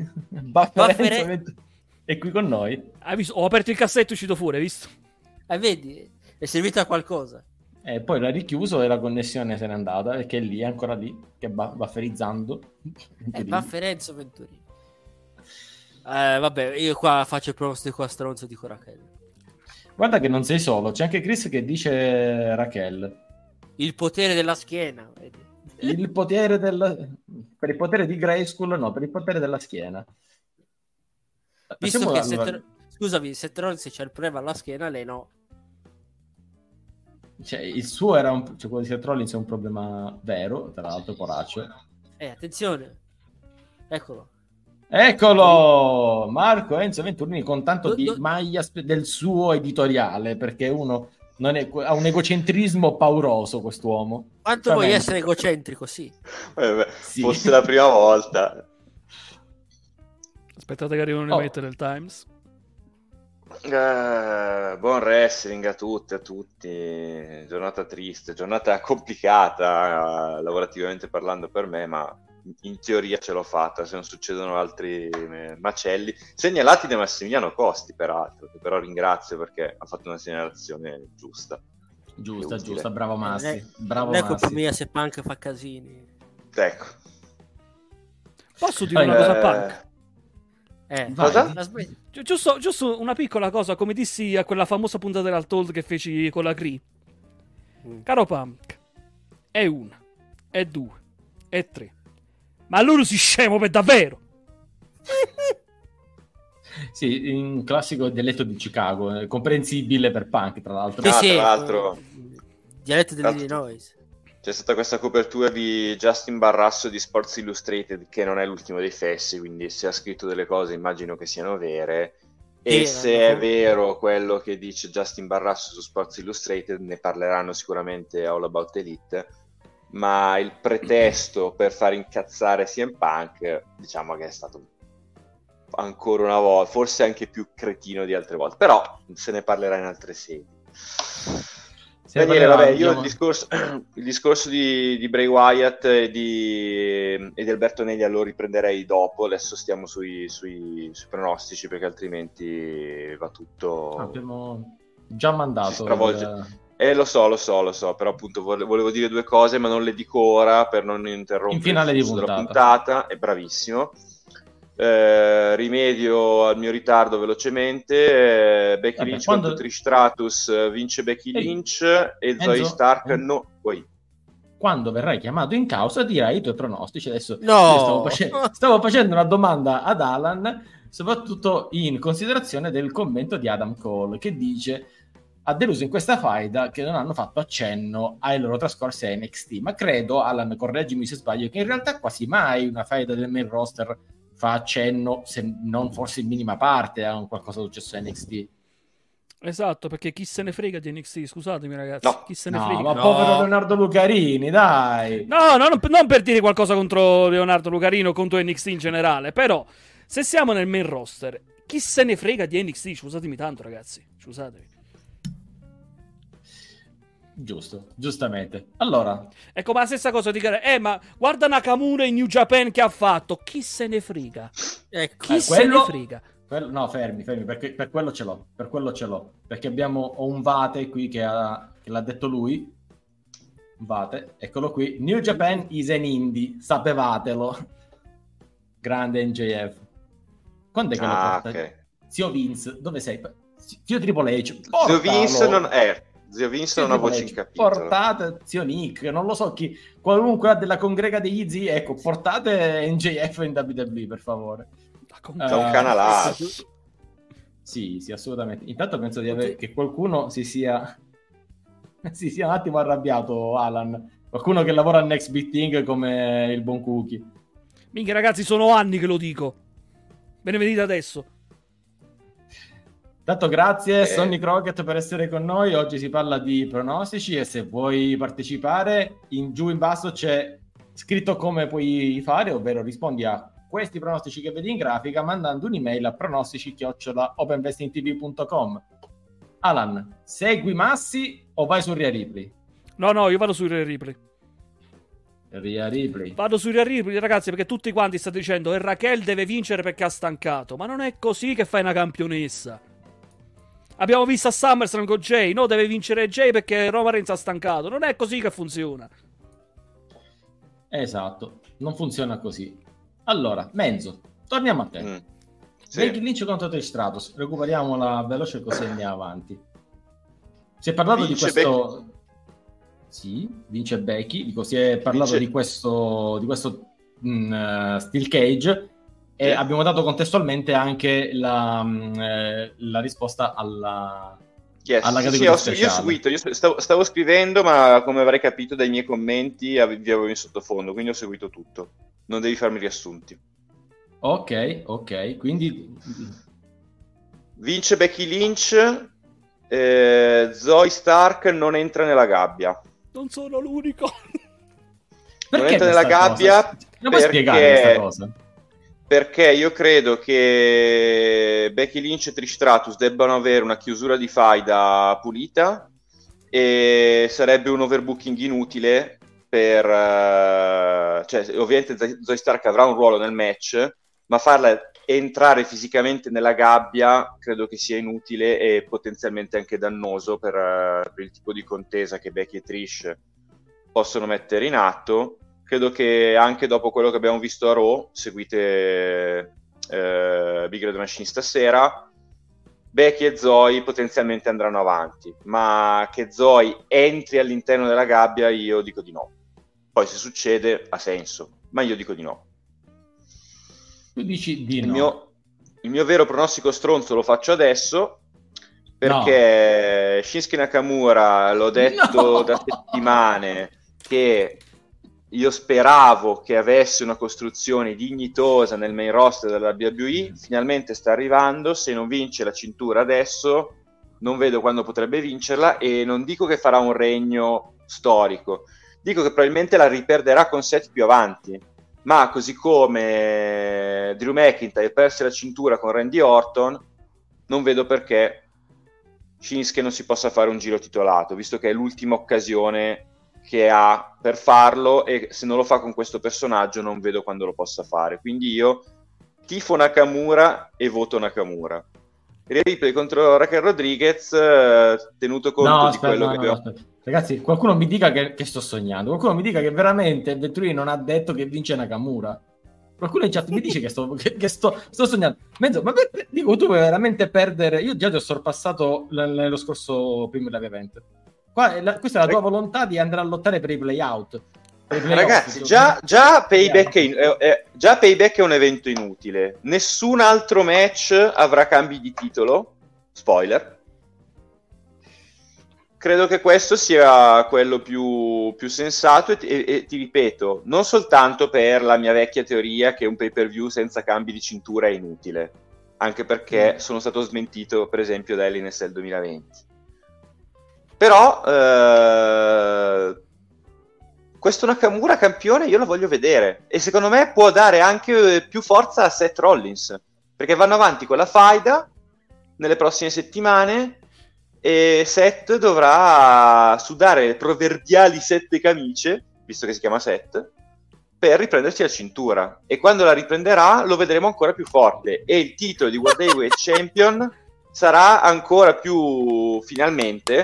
[SPEAKER 1] è qui con noi.
[SPEAKER 3] Hai visto? Ho aperto il cassetto e uscito fuori, hai visto?
[SPEAKER 5] Vedi? È servito a qualcosa.
[SPEAKER 1] Poi l'ha richiuso e la connessione se n'è andata perché è lì, è ancora lì, che bufferizzando.
[SPEAKER 5] Bufferenzo Venturini. Vabbè, io qua faccio il pronostico a stronzo di Raquel.
[SPEAKER 1] Guarda che non sei solo, c'è anche Chris che dice Raquel.
[SPEAKER 5] Il potere della schiena, vedi?
[SPEAKER 1] Il potere per il potere di Grayskull, no, per il potere della schiena.
[SPEAKER 5] Visto che Seth Rollins c'è il problema alla schiena, lei no.
[SPEAKER 1] Cioè, il suo era quello di Seth Rollins è un problema vero, tra l'altro, poraccio.
[SPEAKER 5] Attenzione.
[SPEAKER 1] Eccolo! Marco Enzo Venturini con tanto di maglia del suo editoriale, perché uno ha un egocentrismo pauroso quest'uomo.
[SPEAKER 5] Quanto vuoi essere egocentrico, sì.
[SPEAKER 6] Sì. Fosse la prima volta.
[SPEAKER 3] Aspettate che arrivano le mette del Times.
[SPEAKER 6] Buon wrestling a tutti. Giornata triste, giornata complicata lavorativamente parlando per me, ma in teoria ce l'ho fatta se non succedono altri macelli segnalati da Massimiliano Costi, peraltro, che però ringrazio perché ha fatto una segnalazione giusta,
[SPEAKER 1] bravo Massi,
[SPEAKER 5] non è colpa mia se Punk fa casini.
[SPEAKER 6] Ecco,
[SPEAKER 3] posso dire una cosa a Punk?
[SPEAKER 6] Cosa?
[SPEAKER 3] Giusto una piccola cosa, come dissi a quella famosa puntata della Told che feci con la Cree. Caro Punk, è una, è due, è tre, ma loro si scemo per davvero.
[SPEAKER 1] Sì, un classico dialetto di Chicago, comprensibile per Punk, tra l'altro.
[SPEAKER 5] Sì,
[SPEAKER 6] tra l'altro
[SPEAKER 5] dialetto dell'Illinois.
[SPEAKER 6] C'è stata questa copertura di Justin Barrasso di Sports Illustrated, che non è l'ultimo dei fessi, quindi se ha scritto delle cose immagino che siano vere, e se è vero quello che dice Justin Barrasso su Sports Illustrated ne parleranno sicuramente a All About Elite, ma il pretesto per far incazzare CM Punk diciamo che è stato ancora una volta, forse anche più cretino di altre volte, però se ne parlerà in altre sedi. Daniele, vabbè, io il discorso di Bray Wyatt e di Alberto Neglia lo riprenderei dopo. Adesso stiamo sui pronostici, perché altrimenti va tutto.
[SPEAKER 1] Abbiamo già mandato.
[SPEAKER 6] Lo so, però appunto volevo dire due cose, ma non le dico ora per non interrompere
[SPEAKER 1] in finale di
[SPEAKER 6] puntata. È bravissimo. rimedio al mio ritardo velocemente. Becky Lynch contro Trish Stratus, vince Becky Lynch e Zoe Stark poi.
[SPEAKER 1] Quando verrai chiamato in causa dirai i tuoi pronostici. Adesso io stavo facendo una domanda ad Alan, soprattutto in considerazione del commento di Adam Cole, che dice: ha deluso in questa faida che non hanno fatto accenno ai loro trascorsi a NXT. Ma credo, Alan, correggimi se sbaglio, che in realtà quasi mai una faida del main roster fa accenno, se non forse in minima parte, a un qualcosa successo a NXT.
[SPEAKER 3] Esatto, perché chi se ne frega di NXT, scusatemi ragazzi, chi se ne frega?
[SPEAKER 1] Ma povero Leonardo Lucarini, dai!
[SPEAKER 3] No, non per dire qualcosa contro Leonardo Lucarino, contro NXT in generale, però se siamo nel main roster, chi se ne frega di NXT? Scusatemi tanto ragazzi, scusatemi.
[SPEAKER 1] Giusto, giustamente. Allora,
[SPEAKER 3] ecco, ma la stessa cosa di dire, ma guarda Nakamura in New Japan che ha fatto, chi se ne frega? Chi se ne frega?
[SPEAKER 1] No, fermi, perché per quello ce l'ho, perché abbiamo un Vate qui che l'ha detto lui. Vate, eccolo qui. New Japan is an indie, sapevatelo. Grande NJF. Quando è che lo porta?
[SPEAKER 6] Okay.
[SPEAKER 1] Zio Vince, dove sei? Zio Triple H.
[SPEAKER 6] Zio Vince non è. Zio Vince non ha voce in capitolo.
[SPEAKER 1] Portate Zio Nick, non lo so chi, qualunque della congrega degli zii, ecco, portate NJF in WWE per favore.
[SPEAKER 6] C'è un canalato.
[SPEAKER 1] Sì, assolutamente. Intanto penso che qualcuno si sia un attimo arrabbiato, Alan. Qualcuno che lavora al Next Big Thing come il buon Cookie.
[SPEAKER 3] Minchia ragazzi, sono anni che lo dico. Ve ne venite adesso.
[SPEAKER 1] Tanto grazie Sonny Crockett per essere con noi. Oggi si parla di pronostici e se vuoi partecipare, giù in basso c'è scritto come puoi fare, ovvero rispondi a questi pronostici che vedi in grafica mandando un'email a pronostici@openvestingtv.com. Alan, segui Massi o vai su Rhea Ripley?
[SPEAKER 3] No, io vado su Rhea Ripley. Vado su Rhea Ripley, ragazzi, perché tutti quanti state dicendo Raquel deve vincere perché ha stancato, ma non è così che fai una campionessa. Abbiamo visto a SummerSlam con Jay, no, deve vincere Jay perché Roman Reigns ha stancato. Non è così che funziona.
[SPEAKER 1] Esatto, non funziona così. Allora, Menzo, torniamo a te.
[SPEAKER 6] Sì.
[SPEAKER 1] Becky Lynch contro Trish Stratus, recuperiamola veloce così andiamo avanti. Si è parlato di questo... Sì, vince Becky, dico, si è parlato di questo Steel Cage e abbiamo dato contestualmente anche la risposta alla categoria speciale.
[SPEAKER 6] Io ho seguito, io stavo scrivendo, ma come avrei capito dai miei commenti vi avevo in sottofondo, quindi ho seguito tutto. Non devi farmi riassunti.
[SPEAKER 1] Ok, quindi
[SPEAKER 6] vince Becky Lynch, Zoe Stark non entra nella gabbia.
[SPEAKER 3] Non sono l'unico.
[SPEAKER 6] Non entra nella gabbia
[SPEAKER 1] puoi spiegare questa cosa?
[SPEAKER 6] Perché io credo che Becky Lynch e Trish Stratus debbano avere una chiusura di faida pulita e sarebbe un overbooking inutile cioè ovviamente Zoe Stark avrà un ruolo nel match, ma farla entrare fisicamente nella gabbia credo che sia inutile e potenzialmente anche dannoso per il tipo di contesa che Becky e Trish possono mettere in atto. Credo che anche dopo quello che abbiamo visto a Raw, seguite Big Red Machine stasera, Becky e Zoe potenzialmente andranno avanti, ma che Zoe entri all'interno della gabbia io dico di no. Poi se succede ha senso, ma io dico di no.
[SPEAKER 1] Tu dici di no.
[SPEAKER 6] Il mio vero pronostico stronzo lo faccio adesso, perché Shinsuke Nakamura, l'ho detto da settimane, che io speravo che avesse una costruzione dignitosa nel main roster della WWE, finalmente sta arrivando. Se non vince la cintura adesso, non vedo quando potrebbe vincerla, e non dico che farà un regno storico, dico che probabilmente la riperderà con Seth più avanti, ma così come Drew McIntyre perse la cintura con Randy Orton, non vedo perché Shinsuke non si possa fare un giro titolato, visto che è l'ultima occasione che ha per farlo, e se non lo fa con questo personaggio non vedo quando lo possa fare. Quindi io tifo Nakamura e voto Nakamura. Ripley contro Raquel Rodriguez, tenuto conto di quello che abbiamo...
[SPEAKER 1] Ragazzi, qualcuno mi dica che sto sognando, qualcuno mi dica che veramente Vettori non ha detto che vince Nakamura. Qualcuno in chat mi dice che sto sognando. Mezzo, ma dico, tu vuoi veramente perdere? Io già ti ho sorpassato nello scorso Premier League Event. Questa è la tua volontà di andare a lottare per i play-out.
[SPEAKER 6] Ragazzi, già Payback è un evento inutile. Nessun altro match avrà cambi di titolo. Spoiler. Credo che questo sia quello più sensato e ti ripeto, non soltanto per la mia vecchia teoria che un pay-per-view senza cambi di cintura è inutile, anche perché sono stato smentito per esempio da LNSL 2020. Però questo Nakamura campione io lo voglio vedere e secondo me può dare anche più forza a Seth Rollins, perché vanno avanti con la faida nelle prossime settimane e Seth dovrà sudare le proverbiali 7 camicie, visto che si chiama Seth, per riprendersi la cintura, e quando la riprenderà lo vedremo ancora più forte e il titolo di World Heavyweight Champion sarà ancora più, finalmente,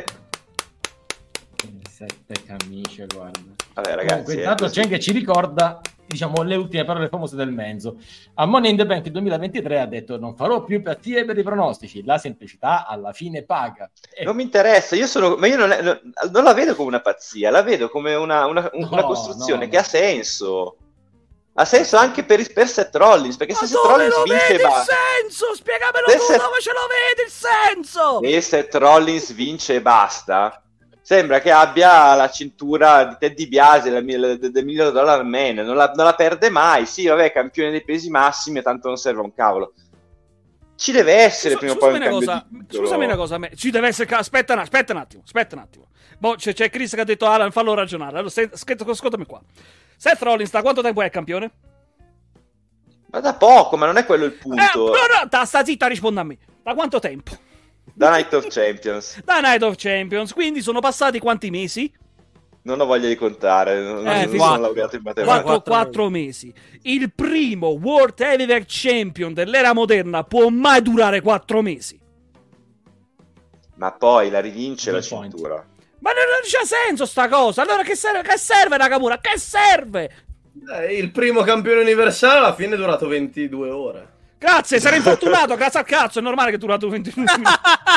[SPEAKER 1] 7 camicie, guarda.
[SPEAKER 6] Vabbè, ragazzi,
[SPEAKER 1] intanto c'è che ci ricorda, diciamo, le ultime parole famose del Menzo. A Money in the Bank 2023 ha detto: non farò più impazzire per i pronostici, la semplicità alla fine paga.
[SPEAKER 6] Non mi interessa, io non la vedo come una pazzia, la vedo come una costruzione che ha senso. Ha senso anche per Seth Rollins, perché se Seth Rollins vince
[SPEAKER 3] il senso? Spiegamelo tu, dove ce lo vedi il senso?
[SPEAKER 6] Se Seth Rollins vince e basta, sembra che abbia la cintura di Ted DiBiase del $1 million man, non la perde mai. Sì, vabbè, campione dei pesi massimi, tanto non serve un cavolo. Ci deve essere prima o poi un cambio di titolo.
[SPEAKER 3] Scusami una cosa, ci deve essere... Aspetta un attimo. Boh, c'è Chris che ha detto: Alan, fallo ragionare. Allora, ascoltami qua. Seth Rollins da quanto tempo è campione?
[SPEAKER 6] Ma da poco, ma non è quello il punto.
[SPEAKER 3] No, sta zitta, rispondi a me. Da quanto tempo?
[SPEAKER 6] Da Night of Champions.
[SPEAKER 3] Da Night of Champions, quindi sono passati quanti mesi?
[SPEAKER 6] Non ho voglia di contare, non sono laureato in matematica.
[SPEAKER 3] 4 mesi. Il primo World Heavyweight Champion dell'era moderna può mai durare 4 mesi?
[SPEAKER 6] Ma poi la rivince la cintura.
[SPEAKER 3] Ma non c'ha senso sta cosa. Allora che serve Nakamura? Che serve?
[SPEAKER 2] Il primo campione universale alla fine è durato 22 ore.
[SPEAKER 3] Grazie, sarei infortunato, grazie al cazzo, è normale che è durato 22 minuti.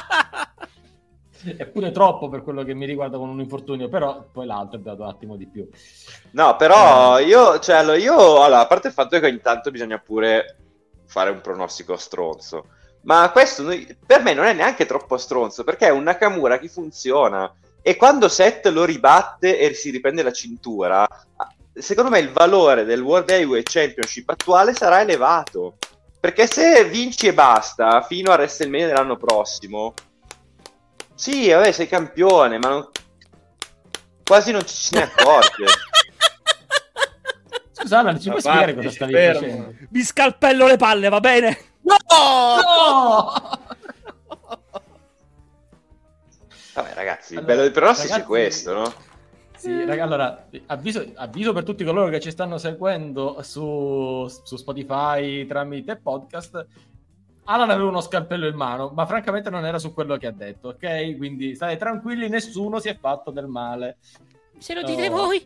[SPEAKER 1] È pure troppo per quello che mi riguarda con un infortunio, però poi l'altro è dato un attimo di più.
[SPEAKER 6] No, però allora, a parte il fatto che intanto bisogna pure fare un pronostico stronzo, ma questo per me non è neanche troppo stronzo, perché è un Nakamura che funziona, e quando Seth lo ribatte e si riprende la cintura, secondo me il valore del World Heavyweight Championship attuale sarà elevato, perché se vinci e basta fino a WrestleMania dell'anno prossimo, sì, vabbè, sei campione, ma quasi non ci se ne accorge.
[SPEAKER 1] Scusa, Alan, ci puoi spiegare cosa stavi facendo?
[SPEAKER 3] Mi scalpello le palle, va bene?
[SPEAKER 6] No! Vabbè, ragazzi, il bello del pronostico è questo, no?
[SPEAKER 1] Sì, raga, allora, avviso per tutti coloro che ci stanno seguendo su Spotify tramite podcast. Alan aveva uno scalpello in mano, ma francamente non era su quello che ha detto, ok? Quindi state tranquilli, nessuno si è fatto del male.
[SPEAKER 5] Se lo dite voi.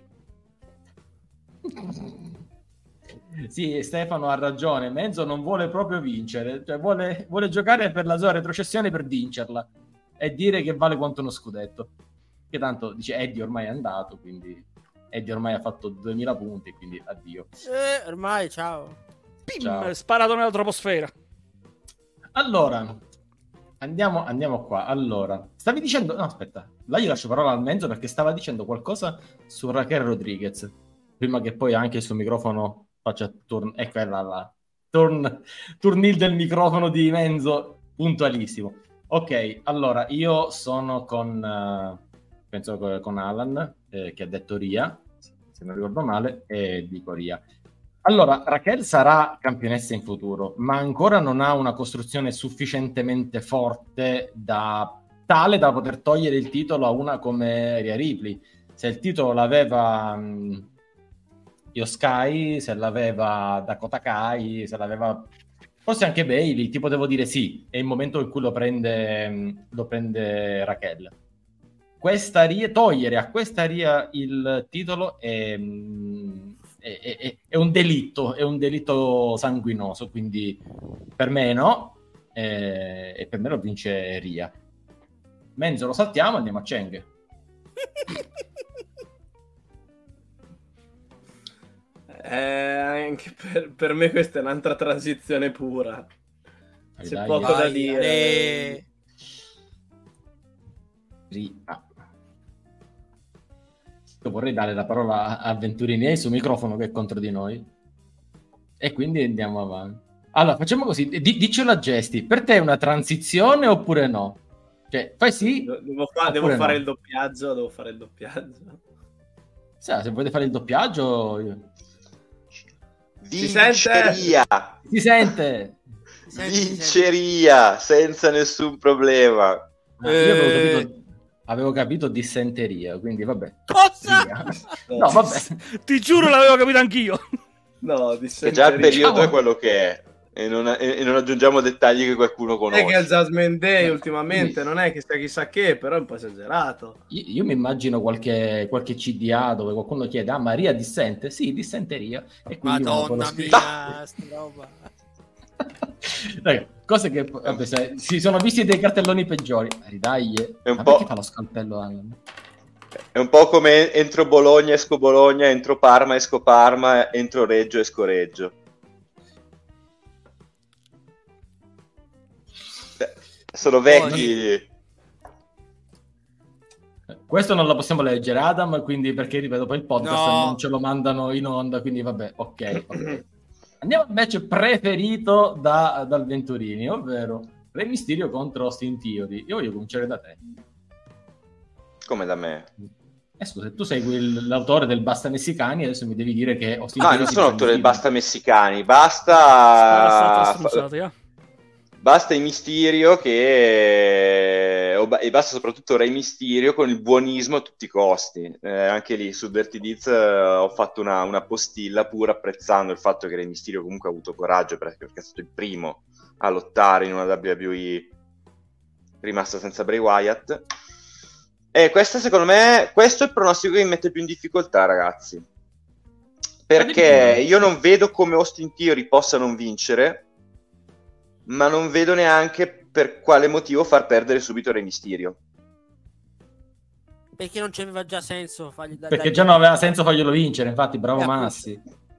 [SPEAKER 1] Sì, Stefano ha ragione, Menzo non vuole proprio vincere, cioè vuole giocare per la sua retrocessione per vincerla e dire che vale quanto uno scudetto. Che tanto dice Eddie ormai è andato, quindi Eddie ormai ha fatto 2000 punti, quindi addio.
[SPEAKER 5] Ormai, ciao.
[SPEAKER 3] Pim, sparato nella troposfera.
[SPEAKER 1] Allora, andiamo qua. Allora, stavi dicendo... No, aspetta, là gli lascio parola al Menzo perché stava dicendo qualcosa su Raquel Rodriguez, prima che poi anche il suo microfono faccia turn... Ecco, è là. Turnil del microfono di Menzo, puntualissimo. Ok, allora, io sono penso con Alan, che ha detto Ria, se non ricordo male, e dico Ria. Allora, Raquel sarà campionessa in futuro, ma ancora non ha una costruzione sufficientemente forte tale da poter togliere il titolo a una come Rhea Ripley. Se il titolo l'aveva Io Sky, se l'aveva Dakota Kai, se l'aveva forse anche Bayley, ti potevo dire sì, è il momento in cui lo prende Raquel. Togliere a questa Rhea il titolo è è un delitto sanguinoso, quindi per me no, e per me lo vince Ria. Menzo lo saltiamo, andiamo a Cheng.
[SPEAKER 2] Anche per me questa è un'altra transizione pura. C'è poco da dire.
[SPEAKER 1] Ria. Io vorrei dare la parola a Venturini e il suo microfono che è contro di noi. E quindi andiamo avanti. Allora, facciamo così. Diccelo a gesti. Per te è una transizione oppure no? Cioè, fai sì.
[SPEAKER 2] Devo fare il doppiaggio. Se
[SPEAKER 1] volete fare il doppiaggio...
[SPEAKER 6] Vinceria!
[SPEAKER 1] Si sente!
[SPEAKER 6] Vinceria! Senza nessun problema.
[SPEAKER 1] Io avevo capito dissenteria, quindi vabbè.
[SPEAKER 5] Cosa?
[SPEAKER 1] No, vabbè.
[SPEAKER 3] Ti giuro l'avevo capito anch'io.
[SPEAKER 2] No,
[SPEAKER 6] che già il periodo è quello che è. E non aggiungiamo dettagli che qualcuno conosce.
[SPEAKER 2] È che il Judgment Day ultimamente non è che sia chissà che, però è un po' esagerato.
[SPEAKER 1] Io mi immagino qualche CDA dove qualcuno chiede: Maria dissente? Sì, dissenteria. E quindi
[SPEAKER 5] Madonna mia, sta roba.
[SPEAKER 1] Dai, cose che vabbè, si sono visti dei cartelloni peggiori. Dai,
[SPEAKER 6] è un po'...
[SPEAKER 1] perché fa lo scalpello Alan?
[SPEAKER 6] È un po' come entro Bologna esco Bologna, entro Parma esco Parma, entro Reggio esco Reggio. Sono vecchi.
[SPEAKER 1] Questo non lo possiamo leggere, Adam, quindi perché ripeto poi il podcast non ce lo mandano in onda, quindi vabbè, ok. Andiamo al match preferito dal Venturini, ovvero Re Mysterio contro Austin Theory. Io voglio cominciare da te.
[SPEAKER 6] Come da me?
[SPEAKER 1] Scusa, tu sei l'autore del Basta Messicani, adesso mi devi dire che Austin
[SPEAKER 6] Theory... non sono l'autore del Basta Messicani, basta i Mysterio e basta soprattutto Re Mysterio con il buonismo a tutti i costi. Anche lì su Dirty Deeds ho fatto una postilla pur apprezzando il fatto che Re Mysterio comunque ha avuto coraggio perché è stato il primo a lottare in una WWE rimasta senza Bray Wyatt. E questo secondo me, questo è il pronostico che mi mette più in difficoltà, ragazzi, perché io non vedo come Austin Theory possa non vincere, ma non vedo neanche per quale motivo far perdere subito Re Mysterio.
[SPEAKER 5] Perché non c'aveva già senso fargli
[SPEAKER 1] perché già non aveva senso farglielo vincere, infatti bravo Massi.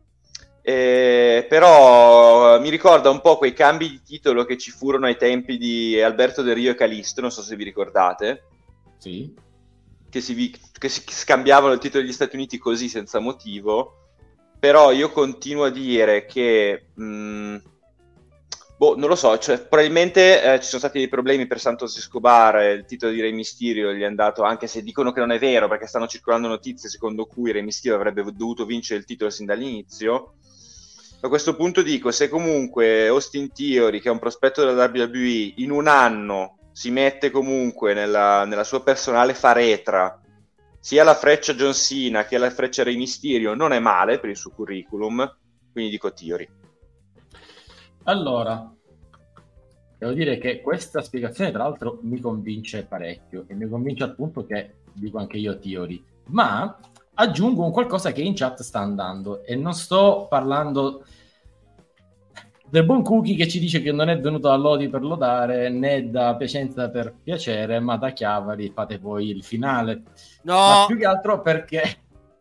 [SPEAKER 6] Però mi ricorda un po' quei cambi di titolo che ci furono ai tempi di Alberto Del Rio e Calisto, non so se vi ricordate.
[SPEAKER 1] Sì.
[SPEAKER 6] Che si scambiavano il titolo degli Stati Uniti così senza motivo. Però io continuo a dire che non lo so, cioè probabilmente ci sono stati dei problemi per Santos Escobar, il titolo di Re Mysterio gli è andato, anche se dicono che non è vero perché stanno circolando notizie secondo cui Re Mysterio avrebbe dovuto vincere il titolo sin dall'inizio. A questo punto dico, se comunque Austin Theory, che è un prospetto della WWE, in un anno si mette comunque nella sua personale faretra sia la freccia John Cena che la freccia Re Mysterio, non è male per il suo curriculum, quindi dico Theory.
[SPEAKER 1] Allora, devo dire che questa spiegazione tra l'altro mi convince parecchio e mi convince al punto che dico anche io Theory, ma aggiungo un qualcosa che in chat sta andando e non sto parlando del buon Cookie che ci dice che non è venuto da Lodi per lodare né da Piacenza per piacere, ma da Chiavari fate voi il finale.
[SPEAKER 5] No,
[SPEAKER 1] ma più che altro perché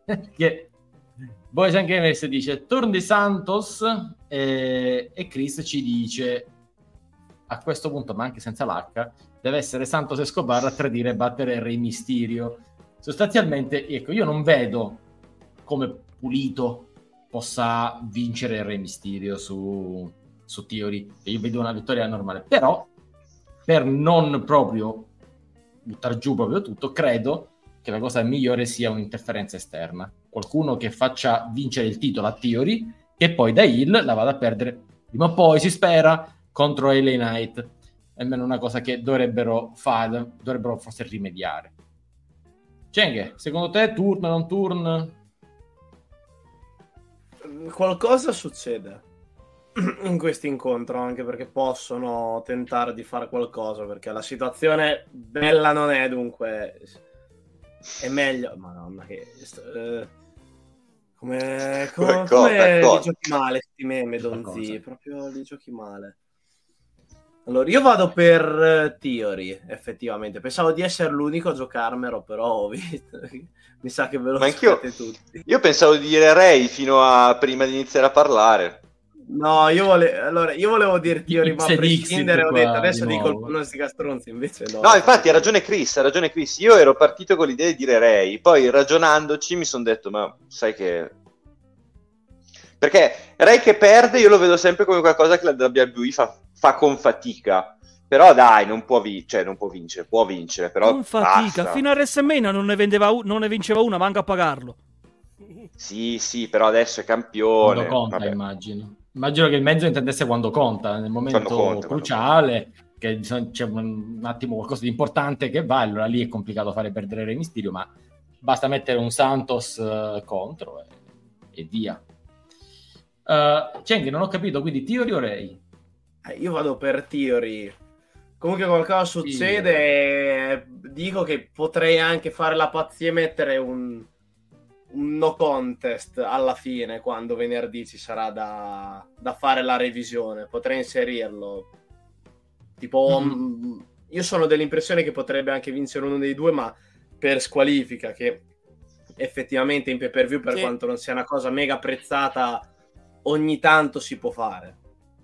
[SPEAKER 1] Boys and Gamers dice turn di Santos e Chris ci dice a questo punto, ma anche senza l'H, deve essere Santos Escobar a tradire e battere Re Mysterio. Sostanzialmente, ecco, io non vedo come Pulito possa vincere Re Mysterio su Theory. Io vedo una vittoria normale, però per non proprio buttare giù proprio tutto, credo che la cosa migliore sia un'interferenza esterna, qualcuno che faccia vincere il titolo a Theory e poi da heel la vada a perdere prima o poi, si spera, contro LA Knight. È almeno una cosa che dovrebbero forse rimediare. Cenghe, secondo te turn non turn?
[SPEAKER 2] Qualcosa succede in questo incontro, anche perché possono tentare di fare qualcosa, perché la situazione bella non è, dunque è meglio. Madonna, che Come li giochi male sti meme, Donzi? Proprio li giochi male. Allora, io vado per Theory, effettivamente. Pensavo di essere l'unico a giocarmelo, però mi sa che ve lo sapete tutti.
[SPEAKER 6] Io pensavo di dire Ray fino a prima di iniziare a parlare.
[SPEAKER 2] No, io volevo dire Theory, ma a prescindere ho detto, adesso dico non si castronzi, invece no.
[SPEAKER 6] No, infatti ha ragione Chris. Io ero partito con l'idea di dire Ray, poi ragionandoci mi sono detto, ma sai che... Perché Ray che perde io lo vedo sempre come qualcosa che la WWE fa con fatica. Però dai, non può vincere, può vincere, però
[SPEAKER 3] con fatica,
[SPEAKER 6] basta.
[SPEAKER 3] fino a WrestleMania non ne vinceva una, manca a pagarlo.
[SPEAKER 6] Sì, però adesso è campione.
[SPEAKER 1] Quando conta, immagino che il mezzo intendesse quando conta, nel momento cruciale, che c'è un attimo qualcosa di importante che va, allora lì è complicato fare perdere Re Mysterio, ma basta mettere un Santos contro e via. Cheng, non ho capito, quindi Theory o Ray?
[SPEAKER 2] Io vado per Theory. Comunque qualcosa succede e dico che potrei anche fare la pazzia e mettere un no contest alla fine, quando venerdì ci sarà da fare la revisione. Potrei inserirlo. Tipo, io sono dell'impressione che potrebbe anche vincere uno dei due, ma per squalifica, che effettivamente in pay-per-view, per quanto non sia una cosa mega apprezzata, ogni tanto si può fare.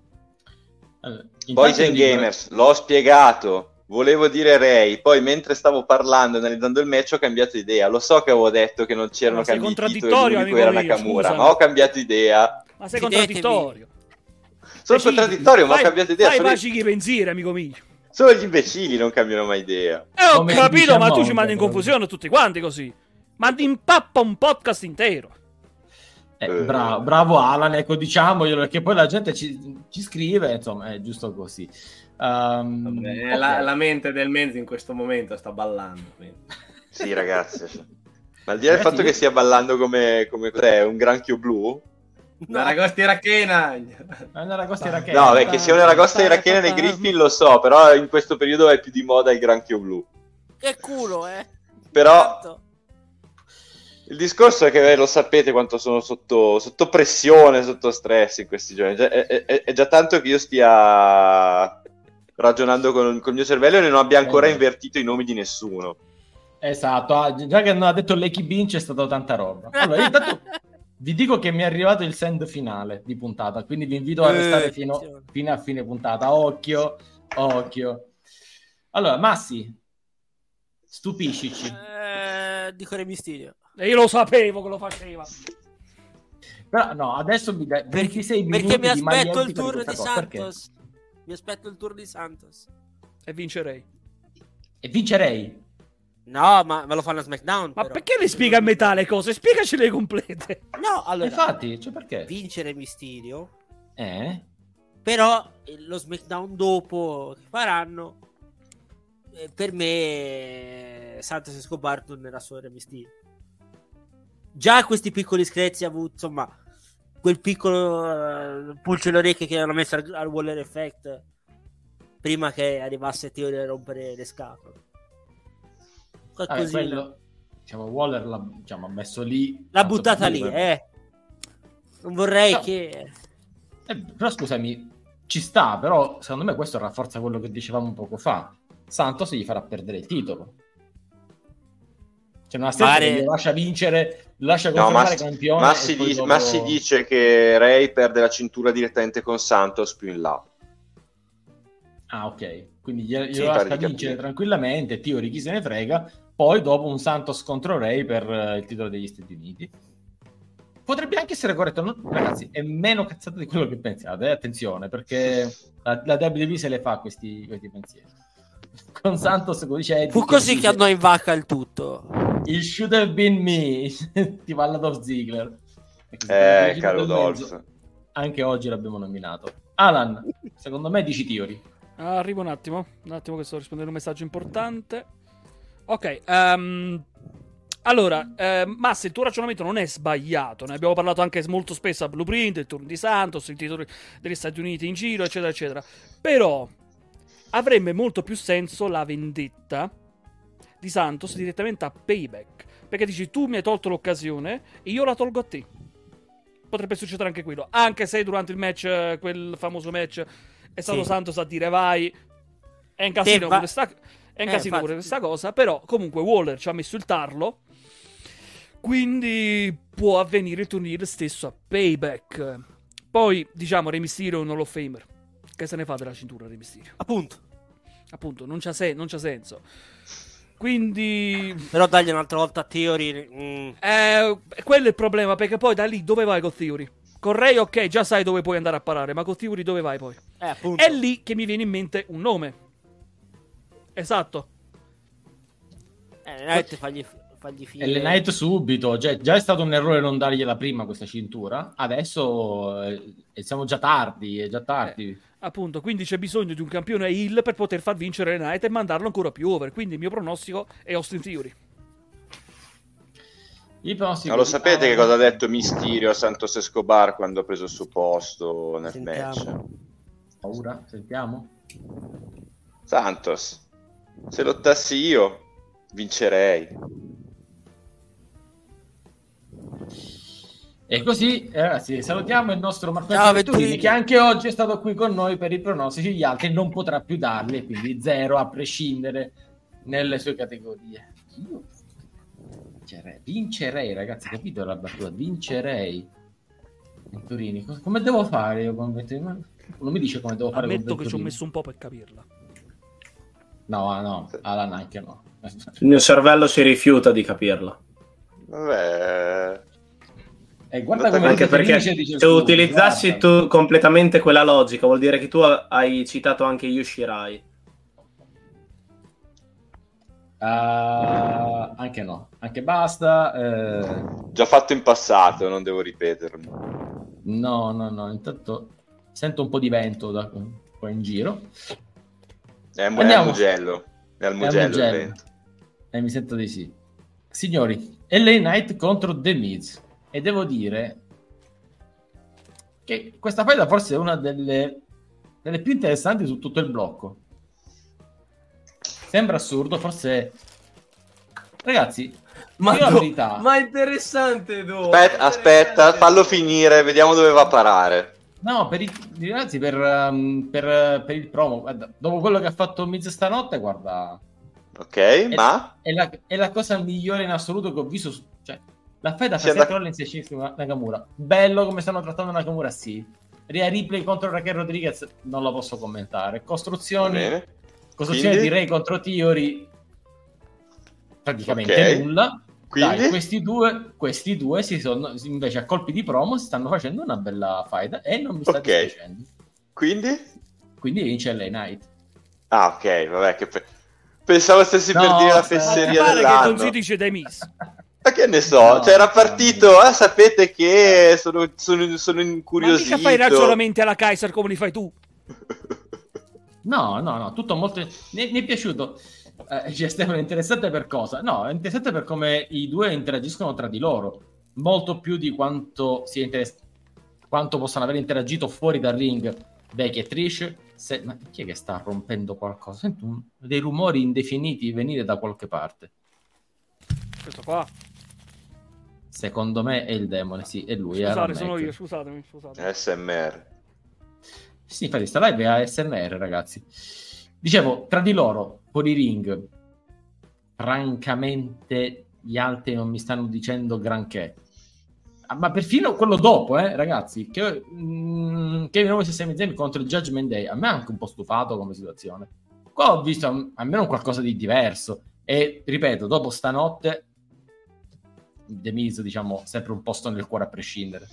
[SPEAKER 6] Boys and Gamers, l'ho spiegato. Volevo dire Ray, poi mentre stavo parlando, analizzando il match, ho cambiato idea. Lo so che avevo detto che non c'erano cambi di titolo, l'unico era Nakamura, ma ho cambiato idea.
[SPEAKER 3] Ma sei contraddittorio.
[SPEAKER 6] Sono contraddittorio, ma ho cambiato idea.
[SPEAKER 3] Fai magici pensieri, amico mio.
[SPEAKER 6] Solo gli imbecilli non cambiano mai idea.
[SPEAKER 3] Ho capito, ma tu ci mandi in confusione tutti quanti così. Mandi in pappa un podcast intero.
[SPEAKER 1] Bravo Alan, ecco, diciamoglielo, perché poi la gente ci scrive, insomma, è giusto così.
[SPEAKER 2] Okay. La mente del mezzo in questo momento sta ballando. Quindi.
[SPEAKER 6] Sì, ragazzi. Ma al di là del fatto che stia ballando come cos'è, un granchio blu?
[SPEAKER 2] Una ragosta irachena.
[SPEAKER 6] No, che sia una ragosta irachena nei Griffin lo so, però in questo periodo è più di moda il granchio blu.
[SPEAKER 5] Che culo,
[SPEAKER 6] Però il discorso è che lo sapete quanto sono sotto pressione, sotto stress in questi giorni. È già tanto che io stia ragionando con il mio cervello e non abbia ancora invertito i nomi di nessuno.
[SPEAKER 1] Esatto, già che non ha detto Lecky Bean c'è stata tanta roba. Allora, intanto vi dico che mi è arrivato il send finale di puntata, quindi vi invito a restare fino a fine puntata. Occhio. Allora, Massi, stupiscici.
[SPEAKER 5] Dico Re Mysterio.
[SPEAKER 3] E io lo sapevo che lo faceva.
[SPEAKER 1] Però no, adesso mi dai 26 minuti
[SPEAKER 5] perché mi aspetto il turno di
[SPEAKER 1] cosa.
[SPEAKER 5] Santos. Perché? Mi aspetto il turno di Santos.
[SPEAKER 3] E vincerei.
[SPEAKER 5] No, ma me lo fanno a SmackDown.
[SPEAKER 3] Ma
[SPEAKER 5] però.
[SPEAKER 3] perché le spiega a metà le cose? Spiegacele complete.
[SPEAKER 5] No, allora.
[SPEAKER 1] Infatti, cioè perché?
[SPEAKER 5] Vincere Mysterio.
[SPEAKER 2] Però
[SPEAKER 5] lo SmackDown dopo che faranno, per me Santos Escobar tornerà solo Re Mysterio. Già questi piccoli screzi ha avuto, insomma, quel piccolo pulce alle orecchie che hanno messo al Waller Effect prima che arrivasse Theory a rompere le scatole.
[SPEAKER 1] Quello, diciamo, Waller l'ha messo lì,
[SPEAKER 5] l'ha buttata lì, non vorrei che
[SPEAKER 1] però scusami, ci sta, però secondo me questo rafforza quello che dicevamo poco fa. Santos gli farà perdere il titolo. Cioè non ha senso che lo lascia vincere, lo lascia confermare campione.
[SPEAKER 6] Massi dice che Ray perde la cintura direttamente con Santos più in là.
[SPEAKER 1] Ah, ok. Quindi glielo lascia vincere tranquillamente, Theory chi se ne frega, poi dopo un Santos contro Ray per il titolo degli Stati Uniti. Potrebbe anche essere corretto, no? Ragazzi, è meno cazzato di quello che pensiate, attenzione, perché la WWE se le fa questi pensieri. Con Santos, come dice Eddie,
[SPEAKER 5] fu così che andò in vacca il tutto.
[SPEAKER 1] It should have been me. Ti parla Dolph Ziggler.
[SPEAKER 6] Caro Dolph.
[SPEAKER 1] Anche oggi l'abbiamo nominato. Alan, secondo me dici Theory.
[SPEAKER 3] Arrivo un attimo che sto rispondendo a un messaggio importante. Ok, allora, Massa, il tuo ragionamento non è sbagliato. Ne abbiamo parlato anche molto spesso a Blueprint, il turno di Santos, il titolo degli Stati Uniti in giro, eccetera, eccetera. Però avrebbe molto più senso la vendetta di Santos direttamente a Payback, perché dici tu mi hai tolto l'occasione e io la tolgo a te. potrebbe succedere anche quello, anche se durante il match, quel famoso match, è stato Santos a dire vai, è un casino pure questa cosa, però comunque Waller ci ha messo il tarlo, quindi può avvenire il turniere stesso a Payback. Poi, diciamo, Rey Mysterio è un Hall of Famer. Che se ne fa della cintura Rey Mysterio? Appunto, non c'ha senso. Quindi...
[SPEAKER 5] Però dagli un'altra volta a Theory...
[SPEAKER 3] quello è il problema, perché poi da lì dove vai con Theory? Con Rey, ok, già sai dove puoi andare a parare, ma con Theory dove vai poi?
[SPEAKER 5] Appunto.
[SPEAKER 3] È lì che mi viene in mente un nome. Esatto.
[SPEAKER 5] Fagli
[SPEAKER 1] finire. E le Knight subito, già è stato un errore non dargliela prima questa cintura, adesso siamo già tardi, è già tardi.
[SPEAKER 3] Appunto, quindi c'è bisogno di un campione heel per poter far vincere le Knight e mandarlo ancora più over, quindi il mio pronostico è Austin Theory.
[SPEAKER 6] Lo sapete che cosa ha detto Mysterio a Santos Escobar quando ha preso il suo posto nel match?
[SPEAKER 1] Paura? Sentiamo.
[SPEAKER 6] Santos, se lottassi io vincerei.
[SPEAKER 1] E così, ragazzi, salutiamo il nostro Marco Venturini, che anche oggi è stato qui con noi per i pronostici. Gli altri non potrà più darli, quindi 0 a prescindere nelle sue categorie. Io vincerei, ragazzi, capito la battuta? Vincerei. Venturini, come devo fare io con Venturini? Non mi dice come devo fare.
[SPEAKER 3] Ammetto che ci ho messo un po' per capirla.
[SPEAKER 1] No, alla Nike no.
[SPEAKER 2] Il mio cervello si rifiuta di capirla.
[SPEAKER 6] Vabbè.
[SPEAKER 1] Guarda come
[SPEAKER 2] anche perché se utilizzassi tu completamente quella logica, vuol dire che tu hai citato anche Yoshirai.
[SPEAKER 1] Anche no, anche basta.
[SPEAKER 6] Già fatto in passato, non devo ripeterlo.
[SPEAKER 1] No, intanto sento un po' di vento qua in giro.
[SPEAKER 6] È al Mugello. È al Mugello il vento.
[SPEAKER 1] Mi sento di sì. Signori, LA Knight contro The Miz. E devo dire che questa faida forse è una delle più interessanti su tutto il blocco. Sembra assurdo, forse... Ragazzi,
[SPEAKER 2] ma
[SPEAKER 1] la verità...
[SPEAKER 2] Ma è interessante,
[SPEAKER 6] Aspetta, fallo finire, vediamo dove va a parare.
[SPEAKER 1] No, per il promo, guarda, dopo quello che ha fatto Miz stanotte, guarda...
[SPEAKER 6] Ok, ma...
[SPEAKER 1] È la cosa migliore in assoluto che ho visto, cioè... La fede fa Seth Rollins e Shinsuke Nakamura. Bello come stanno trattando Nakamura, sì. Rhea Ripley contro Raquel Rodriguez non lo posso commentare. Costruzione di Rey contro Theory praticamente nulla. Dai, questi due si sono invece a colpi di promo si stanno facendo una bella fight e non mi sta dispiacendo.
[SPEAKER 6] Quindi
[SPEAKER 1] vince LA Knight.
[SPEAKER 6] Ah, ok, vabbè, che pensavo stessi per dire la fesseria dell'anno.
[SPEAKER 3] Che non si dice dai Miz.
[SPEAKER 6] Ma che ne so, era partito, sapete che sono incuriosito.
[SPEAKER 3] Ma mica fai ragionamenti alla Kaiser come li fai tu?
[SPEAKER 1] No, tutto molto... Mi è piaciuto. Stefano, è interessante per cosa? No, è interessante per come i due interagiscono tra di loro, molto più di quanto quanto possano aver interagito fuori dal ring Becky e Trish. Ma chi è che sta rompendo qualcosa? Sento dei rumori indefiniti venire da qualche parte.
[SPEAKER 3] Questo qua?
[SPEAKER 1] Secondo me è il demone, sì, è lui.
[SPEAKER 3] Sono io, scusatemi.
[SPEAKER 6] ASMR.
[SPEAKER 1] Sì, infatti sta live è ASMR, ragazzi. Dicevo, tra di loro, fuori ring, francamente gli altri non mi stanno dicendo granché. Ma perfino quello dopo, ragazzi, Kevin Owens e Sami Zayn contro il Judgment Day, a me ha anche un po' stufato come situazione. Qua ho visto almeno qualcosa di diverso e, ripeto, dopo stanotte The Miz, diciamo, sempre un posto nel cuore a prescindere.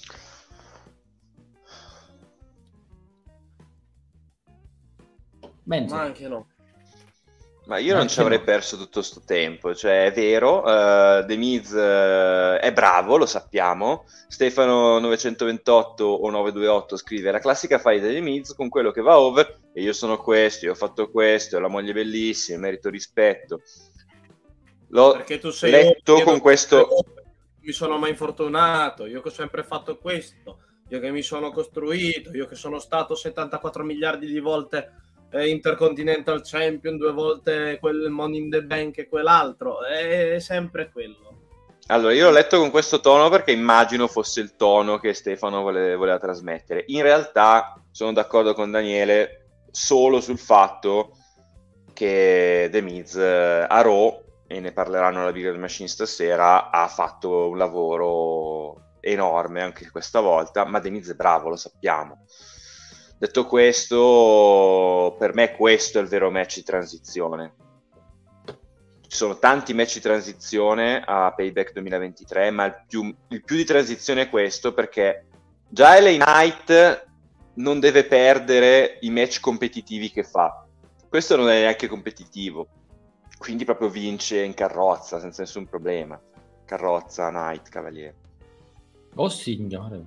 [SPEAKER 2] Ma anche no.
[SPEAKER 6] Ma io non ci avrei perso tutto sto tempo, cioè è vero, The Miz è bravo, lo sappiamo. Stefano 928 o 928 scrive la classica fight di The Miz con quello che va over e io sono questo, io ho fatto questo, ho la moglie bellissima, merito rispetto.
[SPEAKER 2] Perché tu sei
[SPEAKER 6] letto con questo.
[SPEAKER 2] Mi sono mai infortunato, io che ho sempre fatto questo, io che mi sono costruito, io che sono stato 74 miliardi di volte Intercontinental Champion, 2 volte quel Money in the Bank e quell'altro, è sempre quello.
[SPEAKER 6] Allora, io l'ho letto con questo tono perché immagino fosse il tono che Stefano voleva trasmettere. In realtà sono d'accordo con Daniele solo sul fatto che The Miz a Raw, e ne parleranno alla Big Red Machine stasera, ha fatto un lavoro enorme anche questa volta, ma The Miz è bravo, lo sappiamo. Detto questo, per me questo è il vero match di transizione. Ci sono tanti match di transizione a Payback 2023, ma il più di transizione è questo, perché già LA Knight non deve perdere i match competitivi che fa. Questo non è neanche competitivo, quindi proprio vince in carrozza senza nessun problema. Carrozza, Knight, cavaliere.
[SPEAKER 1] Oh signore.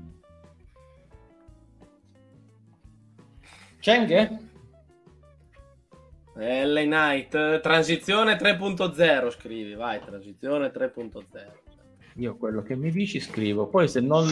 [SPEAKER 1] Cheng?
[SPEAKER 2] LA Knight, transizione 3.0 scrivi, vai, transizione 3.0.
[SPEAKER 1] Io quello che mi dici scrivo, poi se non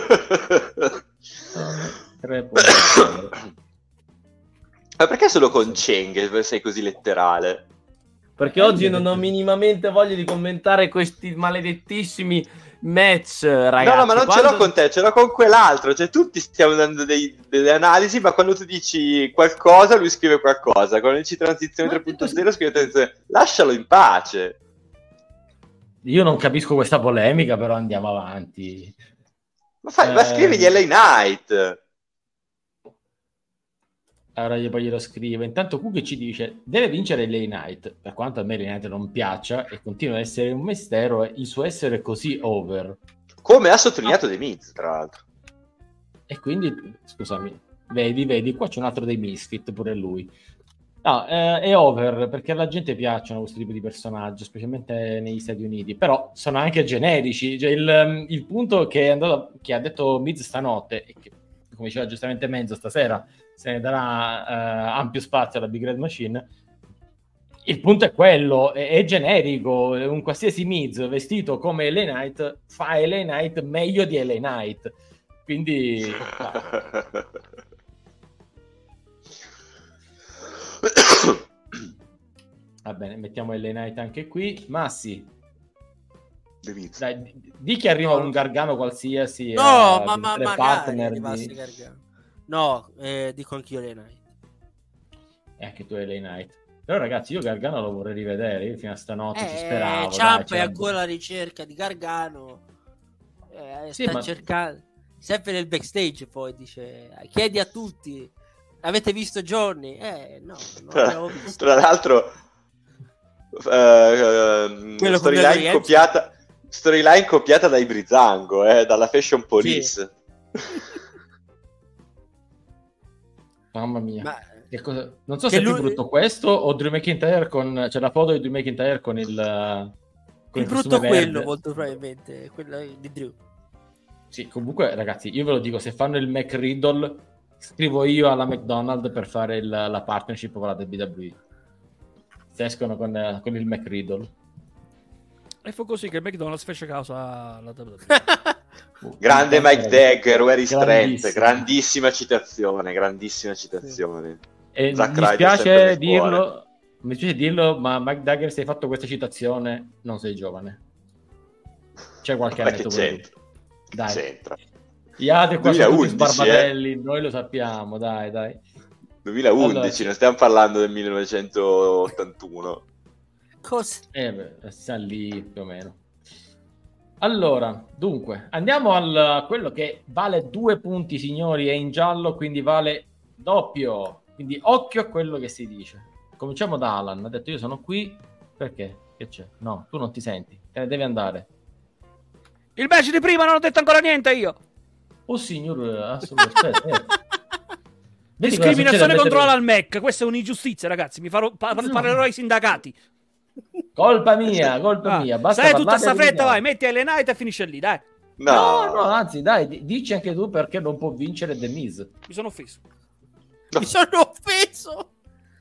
[SPEAKER 1] 3.0.
[SPEAKER 6] Ma perché solo con Cheng sei così letterale?
[SPEAKER 2] Perché oggi non ho minimamente voglia di commentare questi maledettissimi match, ragazzi.
[SPEAKER 6] No, ma non ce l'ho con te, ce l'ho con quell'altro. Cioè, tutti stiamo dando delle analisi, ma quando tu dici qualcosa, lui scrive qualcosa. Quando dici transizione 3.0, scrive transizione. Lascialo in pace.
[SPEAKER 1] Io non capisco questa polemica, però andiamo avanti.
[SPEAKER 6] Ma scrivi di LA Knight.
[SPEAKER 1] Allora io poi glielo scrivo. Intanto Cook ci dice: deve vincere LA Knight. Per quanto a me LA Knight non piaccia e continua ad essere un mistero, il suo essere così over.
[SPEAKER 6] Come ha sottolineato The Miz, tra l'altro.
[SPEAKER 1] E quindi, scusami, vedi, qua c'è un altro dei Misfit, pure lui. No, è over perché alla gente piacciono questo tipo di personaggi, specialmente negli Stati Uniti, però sono anche generici. Cioè, il punto che ha detto Miz stanotte, e che, come diceva giustamente Menzo stasera, se ne darà ampio spazio alla Big Red Machine. Il punto è quello, è generico. Un qualsiasi Miz vestito come LA Knight fa LA Knight meglio di LA Knight, quindi va bene, mettiamo LA Knight anche qui. Massi, dai, di che arriva un Gargano qualsiasi,
[SPEAKER 5] no, ma
[SPEAKER 1] partner
[SPEAKER 5] no, dico anch'io LA Knight.
[SPEAKER 1] Anche tu LA Knight. Però ragazzi, io Gargano lo vorrei rivedere. Io fino a stanotte ci speravo.
[SPEAKER 5] Ciampa è ancora alla ricerca di Gargano.
[SPEAKER 1] Sì,
[SPEAKER 5] sta cercando. Sempre nel backstage poi dice: chiedi a tutti, avete visto Johnny? No, non l'abbiamo visto.
[SPEAKER 6] Tra l'altro storyline copiata dai Brizango, dalla Fashion Police.
[SPEAKER 5] Sì.
[SPEAKER 1] Mamma mia. Non so se è più brutto questo o Drew McIntyre c'è la foto di Drew McIntyre con il
[SPEAKER 5] brutto quello, molto probabilmente quello di Drew.
[SPEAKER 1] Sì, comunque ragazzi, io ve lo dico, se fanno il McRiddle scrivo io alla McDonald's per fare la partnership con la WWE. Se escono con il McRiddle.
[SPEAKER 3] E fu così che il McDonald's fece causa alla WWE.
[SPEAKER 6] Grande Mike Dagger, Where is Trent, grandissima citazione.
[SPEAKER 1] E mi spiace dirlo, ma Mike Dagger, se hai fatto questa citazione non sei giovane. C'è qualche annetto
[SPEAKER 6] c'entra?
[SPEAKER 1] Dai.
[SPEAKER 6] C'entra.
[SPEAKER 1] Gli altri qua
[SPEAKER 6] 2011,
[SPEAKER 1] sono tutti sbarbatelli, noi lo sappiamo, dai.
[SPEAKER 6] 2011,
[SPEAKER 1] allora,
[SPEAKER 6] non stiamo parlando del 1981.
[SPEAKER 5] Cosa?
[SPEAKER 1] Sta lì più o meno. Allora, dunque, andiamo a quello che vale 2 punti, signori, è in giallo, quindi vale doppio. Quindi occhio a quello che si dice. Cominciamo da Alan. Ha detto: io sono qui perché? Che c'è? No, tu non ti senti, te ne devi andare.
[SPEAKER 3] Il match di prima non ho detto ancora niente io.
[SPEAKER 1] Oh signor, assolutamente.
[SPEAKER 3] Discriminazione contro Alan Mac. Questa è un'ingiustizia, ragazzi. Mi parlerò ai sindacati.
[SPEAKER 1] Colpa mia. Basta.
[SPEAKER 3] Sai tutta sta fretta, vai, metti LA Knight e finisce lì, dai.
[SPEAKER 1] No, anzi, dai, dici anche tu perché non può vincere The Miz.
[SPEAKER 3] Mi sono offeso.
[SPEAKER 5] Mi sono offeso.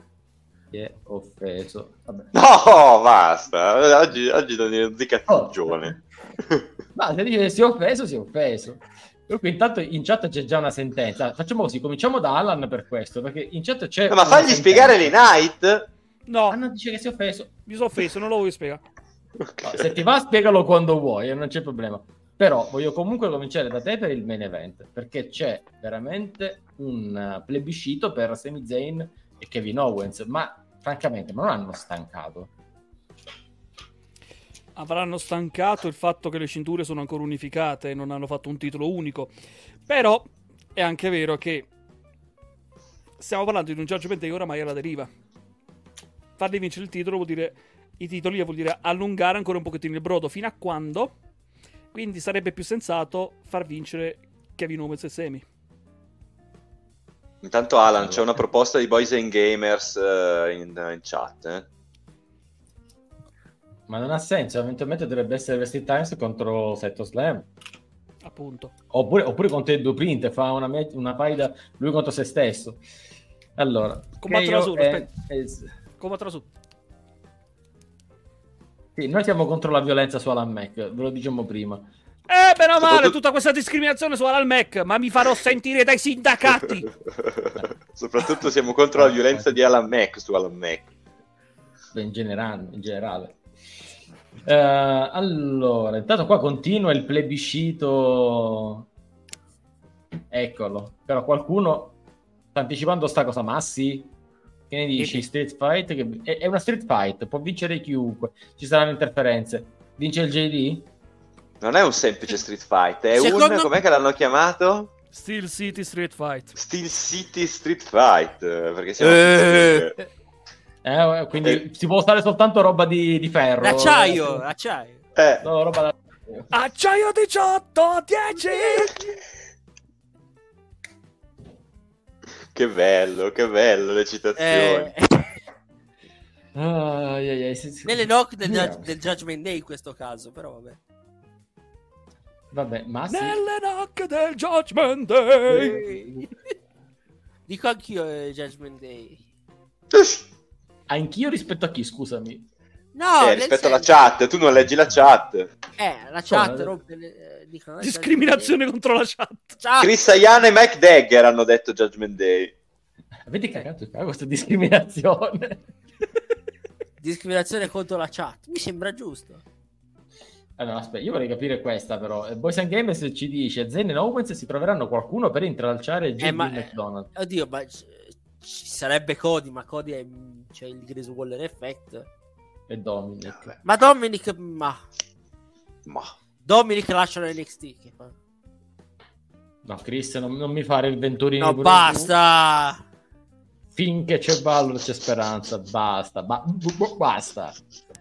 [SPEAKER 1] Offeso. Vabbè.
[SPEAKER 6] No, basta. Oggi non di cattigione.
[SPEAKER 1] Ma se dice si è offeso. Dunque, intanto in chat c'è già una sentenza. Facciamo così, cominciamo da Alan per questo, perché in chat c'è.
[SPEAKER 6] No, ma fagli spiegare le Knight.
[SPEAKER 3] No,
[SPEAKER 1] Anna dice che si è offeso.
[SPEAKER 3] Mi sono offeso, non lo voglio spiegare.
[SPEAKER 1] Okay. No, se ti va, spiegalo quando vuoi, non c'è problema. Però voglio comunque cominciare da te per il main event, perché c'è veramente un plebiscito per Sami Zayn e Kevin Owens, ma francamente non hanno stancato.
[SPEAKER 3] Avranno stancato il fatto che le cinture sono ancora unificate e non hanno fatto un titolo unico. Però è anche vero che stiamo parlando di un Judgment Day oramai alla deriva. Farli vincere il titolo vuol dire, i titoli vuol dire allungare ancora un pochettino il brodo, fino a quando? Quindi sarebbe più sensato far vincere Kevin Owens e Sami.
[SPEAKER 6] Intanto Alan, c'è una proposta di Boys and Gamers in chat.
[SPEAKER 1] Ma non ha senso, eventualmente dovrebbe essere Wrestling Times contro Seto Slam.
[SPEAKER 3] Appunto.
[SPEAKER 1] Oppure contro il Print, fa una faida lui contro se stesso. Allora,
[SPEAKER 3] combatterà su, combatterà su.
[SPEAKER 1] Sì, noi siamo contro la violenza su Alan Mac, ve lo diciamo prima.
[SPEAKER 3] Meno male tutta questa discriminazione su Alan Mac, ma mi farò sentire dai sindacati.
[SPEAKER 6] Soprattutto siamo contro la violenza di Alan Mac su Alan Mac.
[SPEAKER 1] In generale. Allora, intanto qua continua il plebiscito. Eccolo. Però qualcuno sta anticipando sta cosa. Massi? Che ne dici? Street Fight? È una Street Fight, può vincere chiunque. Ci saranno interferenze. Vince il JD?
[SPEAKER 6] Non è un semplice Street Fight, è com'è che l'hanno chiamato?
[SPEAKER 3] Steel City Street Fight.
[SPEAKER 6] Steel City Street Fight, perché siamo
[SPEAKER 1] quindi si può usare soltanto roba di ferro.
[SPEAKER 5] Acciaio.
[SPEAKER 1] No, roba da...
[SPEAKER 3] Acciaio 18 10.
[SPEAKER 6] Che bello le citazioni.
[SPEAKER 5] Nelle note del Judgment Day in questo caso, però
[SPEAKER 1] vabbè, ma sì.
[SPEAKER 3] Nelle note del Judgment Day.
[SPEAKER 5] Dico anch'io Judgment Day.
[SPEAKER 1] Anch'io rispetto a chi, scusami?
[SPEAKER 5] No,
[SPEAKER 6] rispetto alla chat, tu non leggi la chat.
[SPEAKER 5] La chat rompe
[SPEAKER 3] discriminazione contro la chat.
[SPEAKER 6] Chris Ayana e Mike Dagger hanno detto Judgment Day.
[SPEAKER 1] Avete cagato questa discriminazione?
[SPEAKER 5] Discriminazione contro la chat, mi sembra giusto.
[SPEAKER 1] Allora, aspetta, io vorrei capire questa però. Boys and Gamers ci dice Zayn e Owens si troveranno qualcuno per intralciare JD McDonald.
[SPEAKER 5] Oddio, ma ci sarebbe Cody, ma Cody c'è il Grace Waller effect.
[SPEAKER 1] E Dominic.
[SPEAKER 5] Ma Dominic, Dominic lasciano NXT.
[SPEAKER 1] No, Chris, non mi fare il Venturini.
[SPEAKER 5] No, basta.
[SPEAKER 1] Finché c'è Balor c'è speranza. Basta. Basta.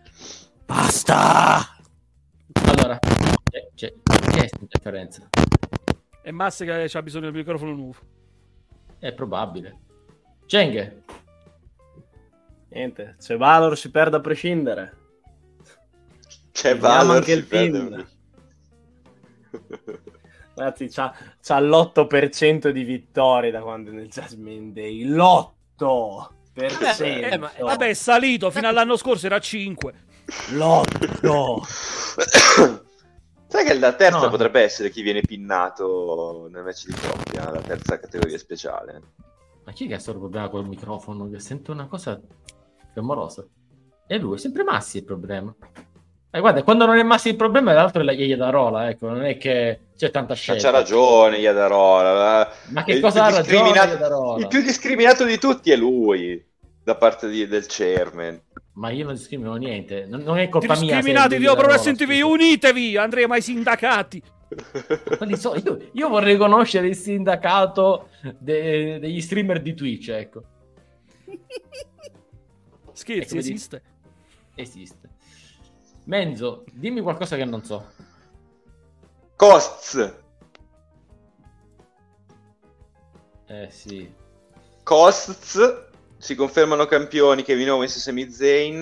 [SPEAKER 1] Allora, c'è questa differenza.
[SPEAKER 3] È Massa che c'ha bisogno del microfono nuovo.
[SPEAKER 1] È probabile. Cenghe.
[SPEAKER 2] Niente, c'è Valor, si perde a prescindere.
[SPEAKER 6] C'è Valor,
[SPEAKER 2] anche il pin. Ragazzi, c'ha l'8% di vittorie da quando è nel Judgment Day. L'8%.
[SPEAKER 3] Vabbè, è salito, fino all'anno scorso era 5.
[SPEAKER 2] L'8%.
[SPEAKER 6] Sai che la terza potrebbe essere chi viene pinnato nel match di coppia, la terza categoria speciale.
[SPEAKER 1] Ma chi è che ha solo problema col microfono? Che sento una cosa clamorosa. È lui, è sempre Massi il problema. Guarda, quando non è Massi il problema, l'altro è la Iadarola, ecco, non è che c'è tanta scelta.
[SPEAKER 6] C'ha ragione Iadarola.
[SPEAKER 1] Ma che cosa ha ragione Iadarola?
[SPEAKER 6] Il più discriminato di tutti è lui, da parte del chairman.
[SPEAKER 1] Ma io non discrimino niente, non è colpa mia.
[SPEAKER 3] Discriminati di Pro Wrestling TV, unitevi, andremo ai sindacati.
[SPEAKER 1] Io vorrei conoscere il sindacato degli streamer di Twitch, ecco.
[SPEAKER 3] Scherzi,
[SPEAKER 1] ecco, esiste. Menzo, dimmi qualcosa che non so.
[SPEAKER 6] Costs.
[SPEAKER 1] Sì.
[SPEAKER 6] Costs. Si confermano campioni Kevin Owens e Sami Zayn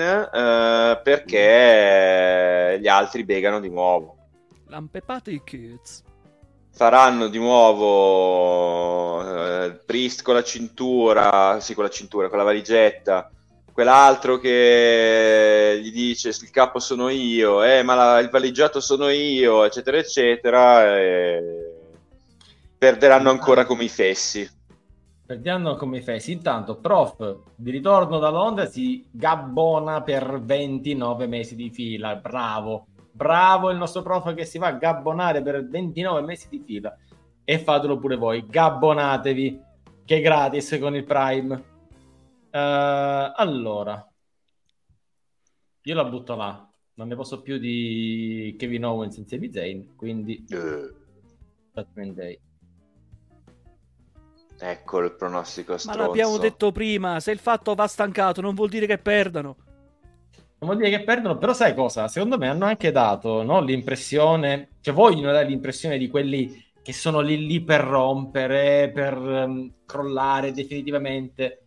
[SPEAKER 6] perché gli altri begano di nuovo.
[SPEAKER 3] Lampepate i kids.
[SPEAKER 6] Faranno di nuovo Priest con la cintura, con la valigetta. Quell'altro che gli dice il capo sono io, ma il valigiato sono io, eccetera, eccetera. Perderanno ancora come i fessi.
[SPEAKER 1] Perdiamo come Face. Intanto, Prof, di ritorno da Londra, si gabbona per 29 mesi di fila. Bravo. Bravo il nostro prof che si va a gabbonare per 29 mesi di fila. E fatelo pure voi. Gabbonatevi, che è gratis con il Prime. Allora, io la butto là. Non ne posso più di Kevin Owens e Sami Zayn, quindi Judgment Day.
[SPEAKER 6] Ecco il pronostico stronzo.
[SPEAKER 3] Ma l'abbiamo detto prima, se il fatto va stancato non vuol dire che perdano.
[SPEAKER 1] Non vuol dire che perdono, però sai cosa? Secondo me hanno anche dato, no, l'impressione, cioè vogliono dare l'impressione di quelli che sono lì per rompere, per crollare definitivamente.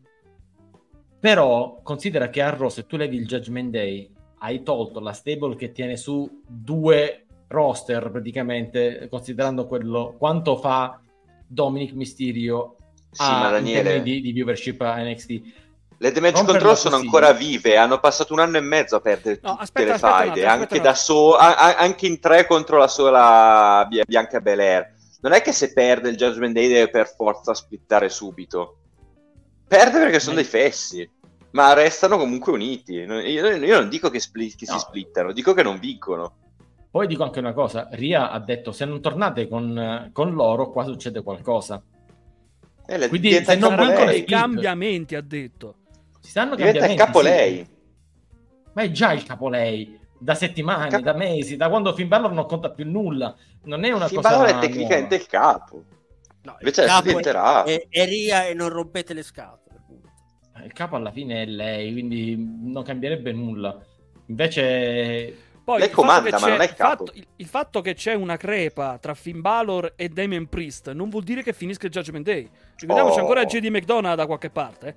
[SPEAKER 1] Però considera che a Raw, se tu levi il Judgment Day, hai tolto la stable che tiene su 2 roster praticamente, considerando quello quanto fa Dominic Mysterio in termini di viewership a NXT.
[SPEAKER 6] Le Damage Control sono ancora vive, hanno passato 1 anno e mezzo a perdere tutte le faide, anche in 3 contro la sola Bianca Belair. Non è che se perde il Judgment Day deve per forza splittare subito. Perde perché sono dei fessi, ma restano comunque uniti. Io non dico che si splittano, dico che non vincono.
[SPEAKER 1] Poi dico anche una cosa, Rhea ha detto se non tornate con loro qua succede qualcosa.
[SPEAKER 3] Quindi se non vincono i cambiamenti, ha detto.
[SPEAKER 1] Ci stanno
[SPEAKER 6] diventa il capo lei.
[SPEAKER 1] Ma è già il capo lei da settimane, da mesi, da quando Finn Balor non conta più nulla. Non è una
[SPEAKER 6] Finn
[SPEAKER 1] cosa
[SPEAKER 6] Balor è tecnicamente il capo.
[SPEAKER 5] No,
[SPEAKER 6] invece adesso diventerà
[SPEAKER 5] è Rhea e non rompete le scatole.
[SPEAKER 1] Il capo alla fine è lei, quindi non cambierebbe nulla. Invece
[SPEAKER 3] poi
[SPEAKER 6] lei comanda, ma non è il capo.
[SPEAKER 3] Il fatto che c'è una crepa tra Finn Balor e Damian Priest non vuol dire che finisca il Judgment Day. Ricordiamoci ancora JD McDonough da qualche parte.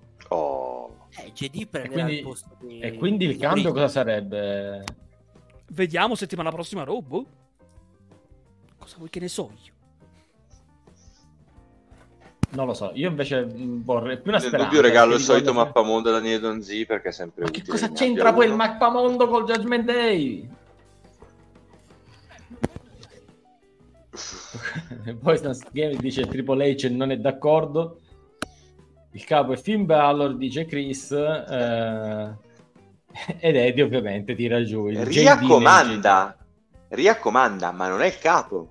[SPEAKER 5] JD prenderà il posto di...
[SPEAKER 1] E quindi il cambio cosa sarebbe?
[SPEAKER 3] Vediamo settimana prossima Robo. Cosa vuoi che ne so io?
[SPEAKER 1] Non lo so, io invece vorrei più una speranza.
[SPEAKER 6] Nel dubbio regalo il solito mappamondo da Daniele Donzi perché è sempre utile.
[SPEAKER 1] Che cosa c'entra poi il mappamondo col Judgment Day? Poi Game dice Triple H non è d'accordo. Il capo è Finn Balor, dice Chris, ed Eddie ovviamente tira giù.
[SPEAKER 6] Rhea comanda, ma non è il capo.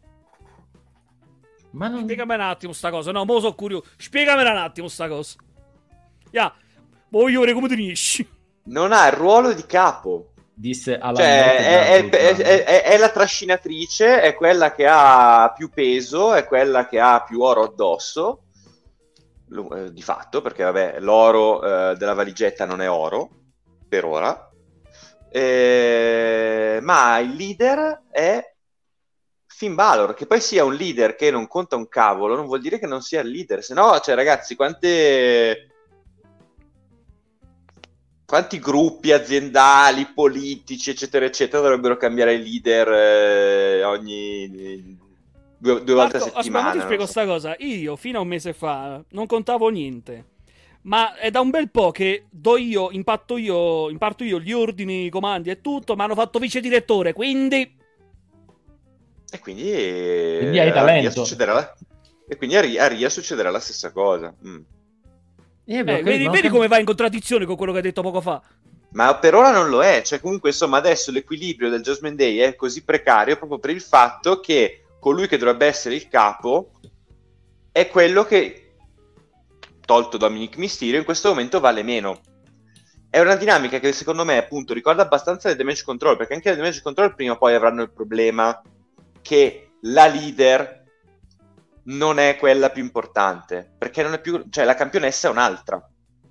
[SPEAKER 3] Ma non... Spiegami un attimo sta cosa, no, mo sono curioso. Spiegamela un attimo sta cosa. Voglio vedere come finisci.
[SPEAKER 6] Non ha il ruolo di capo.
[SPEAKER 1] Disse alla
[SPEAKER 6] è la trascinatrice, è quella che ha più peso, è quella che ha più oro addosso. Di fatto, perché vabbè, l'oro della valigetta non è oro per ora, ma il leader è Finn Balor. Che poi sia un leader che non conta un cavolo non vuol dire che non sia il leader, se no, cioè ragazzi, quanti gruppi aziendali, politici eccetera eccetera dovrebbero cambiare il leader ogni due volte a settimana.
[SPEAKER 3] Aspetta, ti spiego sta cosa. Io fino a un mese fa non contavo niente, ma è da un bel po' che imparto io gli ordini, i comandi e tutto, ma hanno fatto vice direttore, quindi
[SPEAKER 1] hai talento.
[SPEAKER 6] E quindi a Rhea succederà la stessa cosa.
[SPEAKER 3] Vedi come va in contraddizione con quello che hai detto poco fa.
[SPEAKER 6] Ma per ora non lo è, cioè comunque insomma adesso l'equilibrio del Judgment Day è così precario proprio per il fatto che colui che dovrebbe essere il capo è quello che, tolto Dominic Mysterio, in questo momento vale meno. È una dinamica che secondo me appunto ricorda abbastanza le Damage Control, perché anche le Damage Control prima o poi avranno il problema che la leader non è quella più importante, perché non è più, cioè la campionessa è un'altra.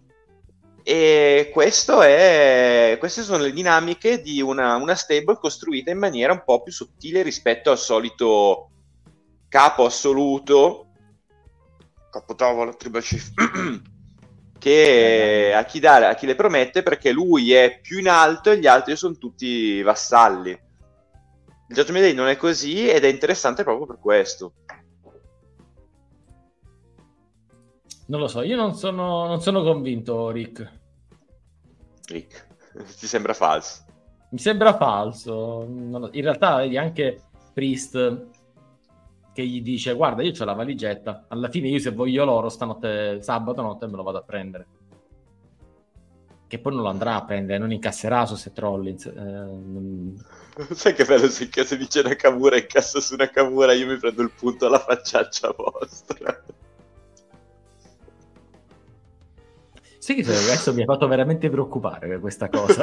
[SPEAKER 6] E queste sono le dinamiche di una stable costruita in maniera un po' più sottile rispetto al solito capo assoluto, capotavola, Tribal Chief, che a chi le promette, perché lui è più in alto e gli altri sono tutti vassalli. Il Judgment Day non è così ed è interessante proprio per questo.
[SPEAKER 1] Non lo so, io non sono convinto, Rick.
[SPEAKER 6] Ti sembra falso?
[SPEAKER 1] Mi sembra falso. In realtà, vedi, anche Priest che gli dice guarda io c'ho la valigetta, alla fine io se voglio l'oro stanotte, sabato notte me lo vado a prendere, che poi non lo andrà a prendere, non incasserà su Seth Rollins.
[SPEAKER 6] Sai che bello se dice Nakamura, incassa su Nakamura, io mi prendo il punto alla facciaccia vostra.
[SPEAKER 1] Sì, che adesso mi ha fatto veramente preoccupare per questa cosa.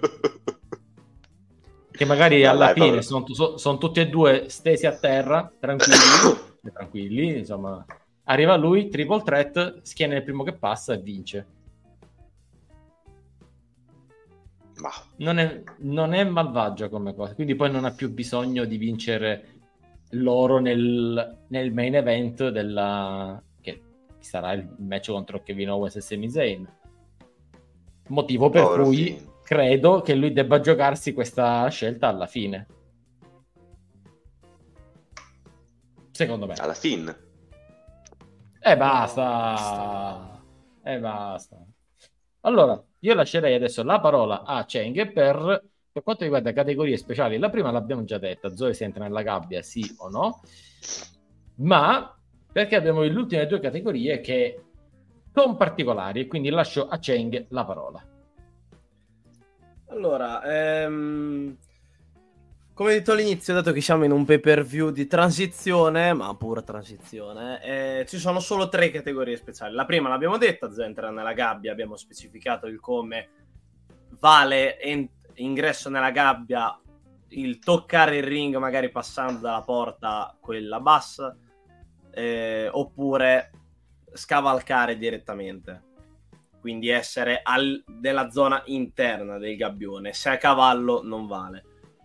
[SPEAKER 1] Che magari alla fine sono tutti e due stesi a terra, tranquilli, insomma. Arriva lui, triple threat, schiena il primo che passa e vince.
[SPEAKER 6] Ma
[SPEAKER 1] non è malvagia come cosa, quindi poi non ha più bisogno di vincere l'oro nel main event che sarà il match contro Kevin Owens e Sami Zayn, motivo per cui credo che lui debba giocarsi questa scelta alla fine, secondo me,
[SPEAKER 6] alla fine
[SPEAKER 1] basta. Allora io lascerei adesso la parola a Cheng per quanto riguarda categorie speciali. La prima l'abbiamo già detta, Zoe se entra nella gabbia, sì o no, ma perché abbiamo le ultime due categorie che sono particolari e quindi lascio a Cheng la parola.
[SPEAKER 2] Allora, come detto all'inizio, dato che siamo in un pay-per-view di transizione, ma pura transizione, ci sono solo 3 categorie speciali. La prima l'abbiamo detta, Zoe entra nella gabbia, abbiamo specificato il come vale ingresso nella gabbia, il toccare il ring magari passando dalla porta quella bassa, oppure scavalcare direttamente, quindi essere nella zona interna del gabbione. Se a cavallo non vale.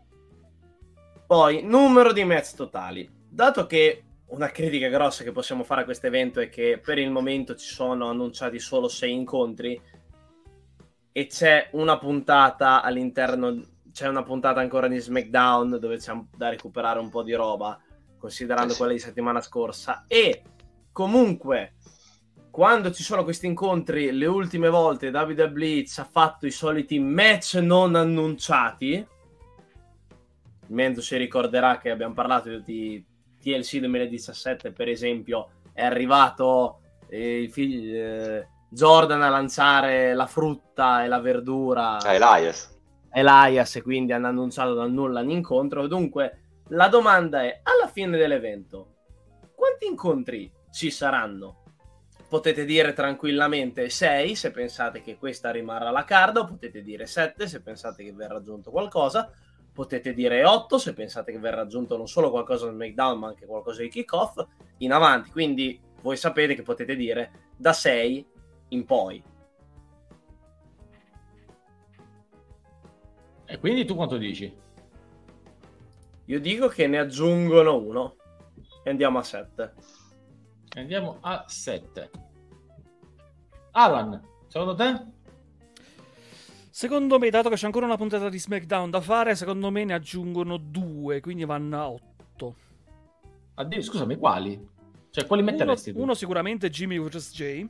[SPEAKER 2] Poi, numero di match totali. Dato che una critica grossa che possiamo fare a questo evento è che per il momento ci sono annunciati solo 6 incontri e c'è una puntata all'interno, c'è una puntata ancora di SmackDown dove c'è da recuperare un po' di roba, considerando quella di settimana scorsa, e comunque quando ci sono questi incontri le ultime volte WWE ci ha fatto i soliti match non annunciati. Mendo si ricorderà che abbiamo parlato di TLC 2017, per esempio, è arrivato Jordan a lanciare la frutta e la verdura
[SPEAKER 6] a Elias,
[SPEAKER 2] e quindi hanno annunciato dal nulla un incontro. Dunque la domanda è, alla fine dell'evento quanti incontri ci saranno? Potete dire tranquillamente 6 se pensate che questa rimarrà la card, o potete dire 7 se pensate che verrà aggiunto qualcosa. Potete dire 8 se pensate che verrà aggiunto non solo qualcosa del SmackDown ma anche qualcosa di kickoff in avanti, quindi voi sapete che potete dire da 6 in poi.
[SPEAKER 1] E quindi tu quanto dici?
[SPEAKER 2] Io dico che ne aggiungono 1 e andiamo a 7.
[SPEAKER 1] Andiamo a 7. Alan, secondo te?
[SPEAKER 3] Secondo me, dato che c'è ancora una puntata di SmackDown da fare, secondo me ne aggiungono 2, quindi vanno a 8.
[SPEAKER 1] Scusami, quali? Cioè, quali metteresti tu?
[SPEAKER 3] Uno sicuramente Jimmy vs. Jay.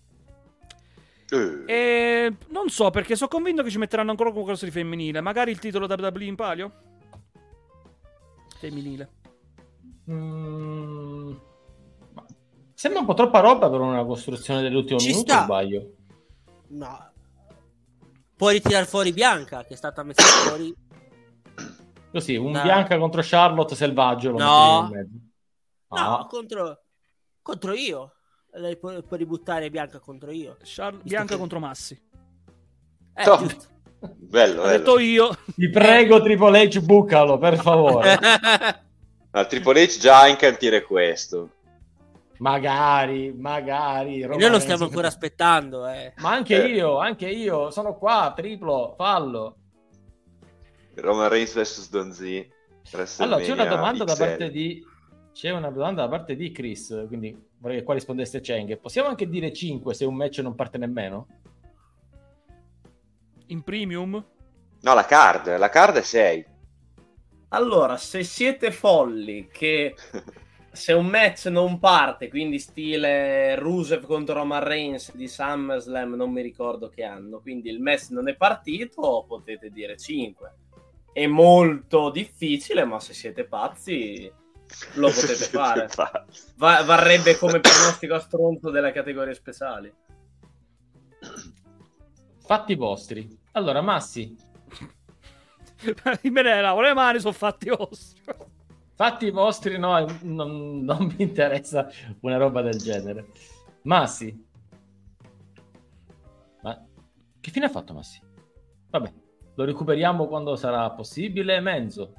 [SPEAKER 3] E non so, perché sono convinto che ci metteranno ancora qualcosa di femminile. Magari il titolo WWE in palio? Femminile.
[SPEAKER 1] Sembra un po' troppa roba per una costruzione dell'ultimo minuto, o sbaglio?
[SPEAKER 5] No. Puoi ritirare fuori Bianca, che è stata messa fuori.
[SPEAKER 1] Così, Bianca contro Charlotte selvaggio.
[SPEAKER 5] No, contro io. Lei può ributtare Bianca contro io.
[SPEAKER 3] Bianca contro Massi.
[SPEAKER 6] Bello.
[SPEAKER 3] Ho detto io.
[SPEAKER 1] Ti prego, Triple H, bucalo, per favore.
[SPEAKER 6] Triple H già in cantiere questo.
[SPEAKER 1] Magari.
[SPEAKER 5] E noi lo stiamo ancora aspettando.
[SPEAKER 1] Ma anche io, sono qua, triplo, fallo.
[SPEAKER 6] Roman Reigns vs Don Z.
[SPEAKER 1] Allora, c'è una domanda da parte di Chris, quindi vorrei che qua rispondesse Cheng. Possiamo anche dire 5 se un match non parte nemmeno?
[SPEAKER 3] In premium?
[SPEAKER 6] No, la card è 6.
[SPEAKER 2] Allora, se siete folli che se un match non parte, quindi stile Rusev contro Roman Reigns di SummerSlam, non mi ricordo che anno, quindi il match non è partito, potete dire 5. È molto difficile, ma se siete pazzi lo potete fare. Varrebbe come pronostico a stronzo delle categorie speciali.
[SPEAKER 1] Fatti vostri. Allora, Massi.
[SPEAKER 3] Le mani sono fatti vostri.
[SPEAKER 1] Fatti vostri, no, non mi interessa una roba del genere. Massi. Ma che fine ha fatto Massi? Vabbè, lo recuperiamo quando sarà possibile. Menzo.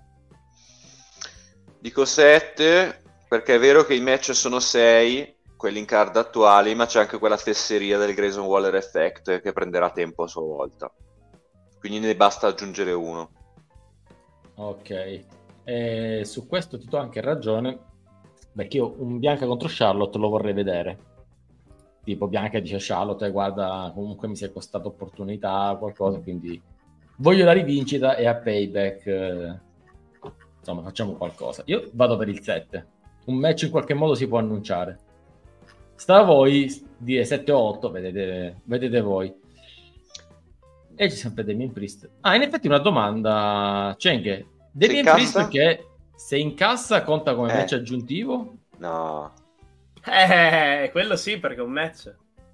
[SPEAKER 6] Dico 7, perché è vero che i match sono 6, quelli in card attuali, ma c'è anche quella fesseria del Grayson Waller Effect che prenderà tempo a sua volta. Quindi ne basta aggiungere uno.
[SPEAKER 1] Ok. Su questo ti do anche ragione, perché io un Bianca contro Charlotte lo vorrei vedere. Tipo Bianca dice Charlotte, guarda, comunque mi si è costato opportunità, qualcosa, quindi voglio la rivincita e a Payback insomma facciamo qualcosa. Io vado per il 7. Un match in qualche modo si può annunciare. Sta a voi dire 7 o 8, vedete voi. E c'è sempre Damien Priest. In effetti una domanda, Cenghe. Damien Priest che se incassa conta come match aggiuntivo?
[SPEAKER 6] No.
[SPEAKER 2] Quello sì, perché è un match.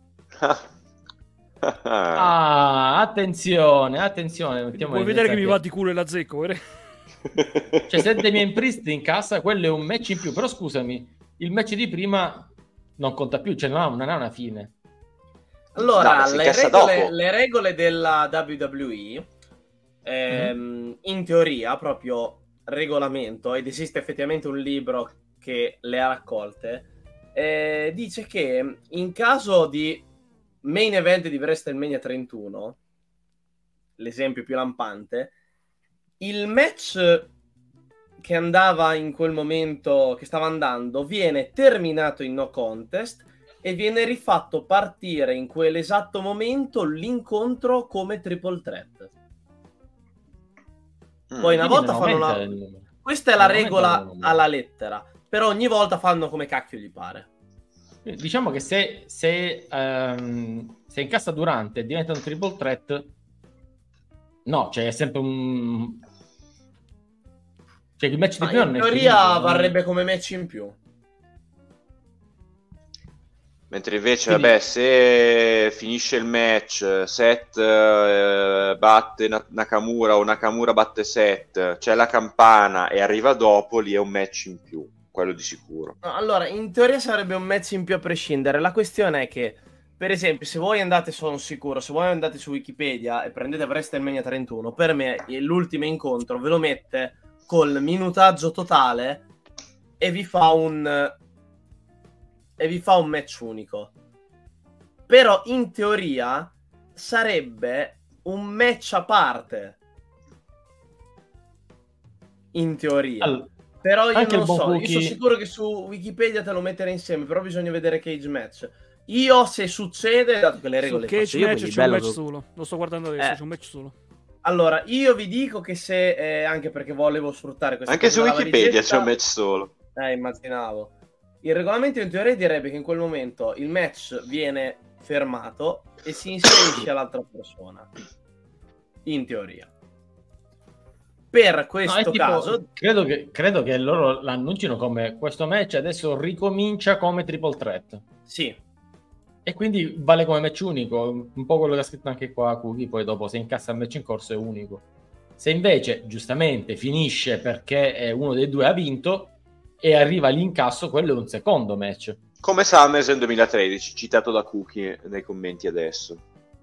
[SPEAKER 1] Attenzione.
[SPEAKER 3] Vuoi vedere che mi va di culo e la zecco?
[SPEAKER 1] Cioè se Damien Priest incassa, quello è un match in più. Però scusami, il match di prima non conta più, cioè non ha una fine.
[SPEAKER 2] Allora, le regole della WWE in teoria, proprio regolamento, ed esiste effettivamente un libro che le ha raccolte, dice che in caso di main event di WrestleMania 31, l'esempio più lampante, il match che andava in quel momento, che stava andando, viene terminato in no contest e viene rifatto partire in quell'esatto momento l'incontro come triple threat. Poi una volta fanno questa è la regola alla lettera, però ogni volta fanno come cacchio gli pare.
[SPEAKER 1] Diciamo che se incassa durante e diventa un triple threat, no, c'è sempre un... Cioè il match di prima
[SPEAKER 2] in teoria varrebbe come match in più.
[SPEAKER 6] Mentre invece, vabbè, se finisce il match, Seth batte Nakamura o Nakamura batte Seth, c'è la campana e arriva dopo, lì è un match in più, quello di sicuro.
[SPEAKER 2] Allora, in teoria sarebbe un match in più a prescindere. La questione è che, per esempio, se voi andate, sono sicuro, se voi andate su Wikipedia e prendete WrestleMania 31, per me l'ultimo incontro ve lo mette col minutaggio totale e vi fa un match unico. Però in teoria sarebbe un match a parte. In teoria. Però io non lo so. Io sono sicuro che su Wikipedia te lo metterei insieme, però bisogna vedere Cage Match. Io, se succede, dato che le regole
[SPEAKER 3] su Cage Match c'è un match solo. Lo sto guardando adesso, c'è un match solo.
[SPEAKER 2] Allora, io vi dico che se anche perché volevo sfruttare questa
[SPEAKER 6] anche su Wikipedia c'è un match solo.
[SPEAKER 2] Immaginavo. Il regolamento in teoria direbbe che in quel momento il match viene fermato e si inserisce all'altra persona. In teoria. Per questo caso...
[SPEAKER 1] Credo che loro l'annuncino come questo match adesso ricomincia come triple threat.
[SPEAKER 2] Sì.
[SPEAKER 1] E quindi vale come match unico. Un po' quello che ha scritto anche qua Cookie, poi dopo se incassa il match in corso è unico. Se invece, giustamente, finisce perché uno dei due ha vinto... e arriva l'incasso, quello è un secondo match.
[SPEAKER 6] Come SummerSlam 2013, citato da Cookie nei commenti adesso.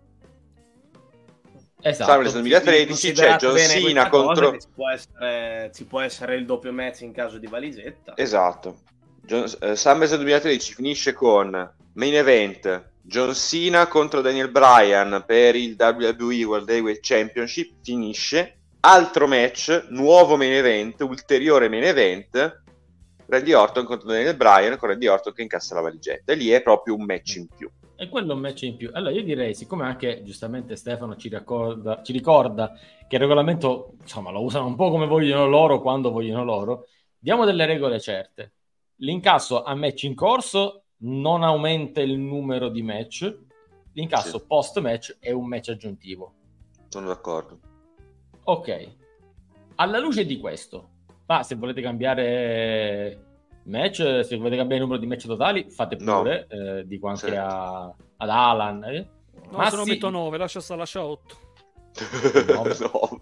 [SPEAKER 1] Esatto.
[SPEAKER 6] SummerSlam 2013 c'è John Cena contro...
[SPEAKER 2] Ci può essere il doppio match in caso di valigetta.
[SPEAKER 6] Esatto. SummerSlam 2013 finisce con main event John Cena contro Daniel Bryan per il WWE World Heavyweight Championship, finisce. Altro match, nuovo main event, ulteriore main event, Randy Orton contro Daniel Bryan, con Randy Orton che incassa la valigetta, e lì è proprio un match in più.
[SPEAKER 1] E quello è un match in più. Allora io direi, siccome anche giustamente Stefano ci ricorda che il regolamento, insomma, lo usano un po' come vogliono loro, quando vogliono loro, diamo delle regole certe. L'incasso a match in corso non aumenta il numero di match, l'incasso post match è un match aggiuntivo.
[SPEAKER 6] Sono d'accordo.
[SPEAKER 1] Ok. Alla luce di questo, Ma se volete cambiare match, se volete cambiare il numero di match totali, fate pure. No. Dico anche ad Alan.
[SPEAKER 3] No, ma se no metto 9, lascia 8.
[SPEAKER 6] 9.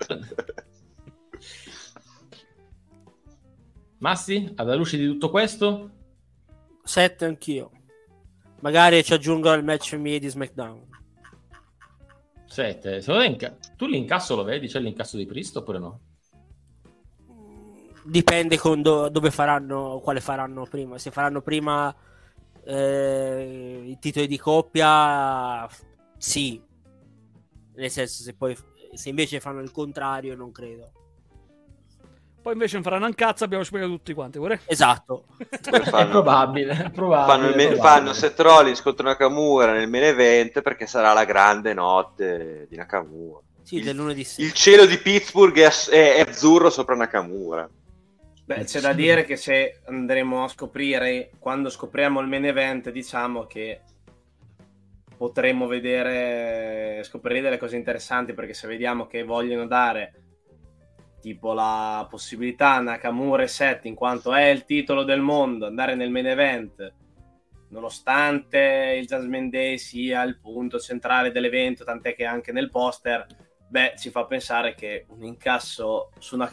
[SPEAKER 1] Massi, alla luce di tutto questo?
[SPEAKER 5] 7 anch'io. Magari ci aggiungo il match mie di SmackDown.
[SPEAKER 1] 7. Tu l'incasso lo vedi? C'è l'incasso di Priest oppure no?
[SPEAKER 5] Dipende con dove faranno, quale faranno prima. Se faranno prima i titoli di coppia, sì. Nel senso, se invece fanno il contrario, non credo.
[SPEAKER 3] Poi invece non faranno un cazzo, abbiamo spiegato tutti quanti, pure?
[SPEAKER 5] Esatto.
[SPEAKER 1] È probabile.
[SPEAKER 6] Fanno Seth Rollins contro Nakamura nel main event, perché sarà la grande notte di Nakamura.
[SPEAKER 5] Sì, del lunedì sera.
[SPEAKER 6] Il cielo di Pittsburgh è azzurro sopra Nakamura.
[SPEAKER 2] Beh, c'è da dire che se andremo a scoprire, quando scopriamo il main event, diciamo che potremo scoprire delle cose interessanti, perché se vediamo che vogliono dare tipo la possibilità a Nakamura e Seth, in quanto è il titolo del mondo, andare nel main event, nonostante il Judgment Day sia il punto centrale dell'evento, tant'è che anche nel poster, ci fa pensare che un incasso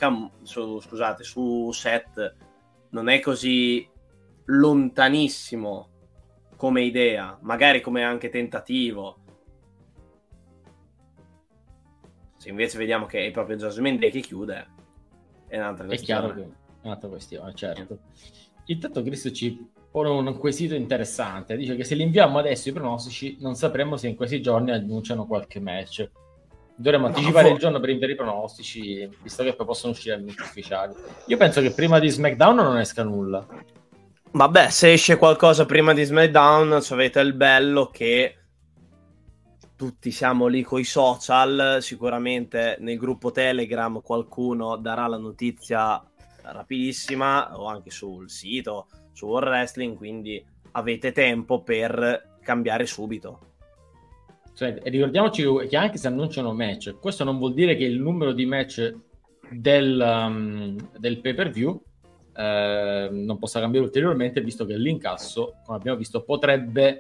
[SPEAKER 2] su Seth non è così lontanissimo come idea, magari come anche tentativo. Se invece vediamo che è proprio Judgment Day che chiude, è un'altra questione.
[SPEAKER 1] È chiaro che è un'altra questione, certo. Intanto Cristo ci pone un quesito interessante, dice che se li inviamo adesso i pronostici non sapremo se in questi giorni annunciano qualche match. Dovremmo anticipare il giorno per inviare i pronostici, visto che poi possono uscire annunci ufficiali. Io penso che prima di SmackDown non esca nulla.
[SPEAKER 2] Vabbè, se esce qualcosa prima di SmackDown, avete il bello che tutti siamo lì coi social, sicuramente nel gruppo Telegram qualcuno darà la notizia rapidissima, o anche sul sito, su World Wrestling, quindi avete tempo per cambiare subito.
[SPEAKER 1] Cioè, ricordiamoci che anche se annunciano match, questo non vuol dire che il numero di match del pay-per-view non possa cambiare ulteriormente, visto che l'incasso, come abbiamo visto, potrebbe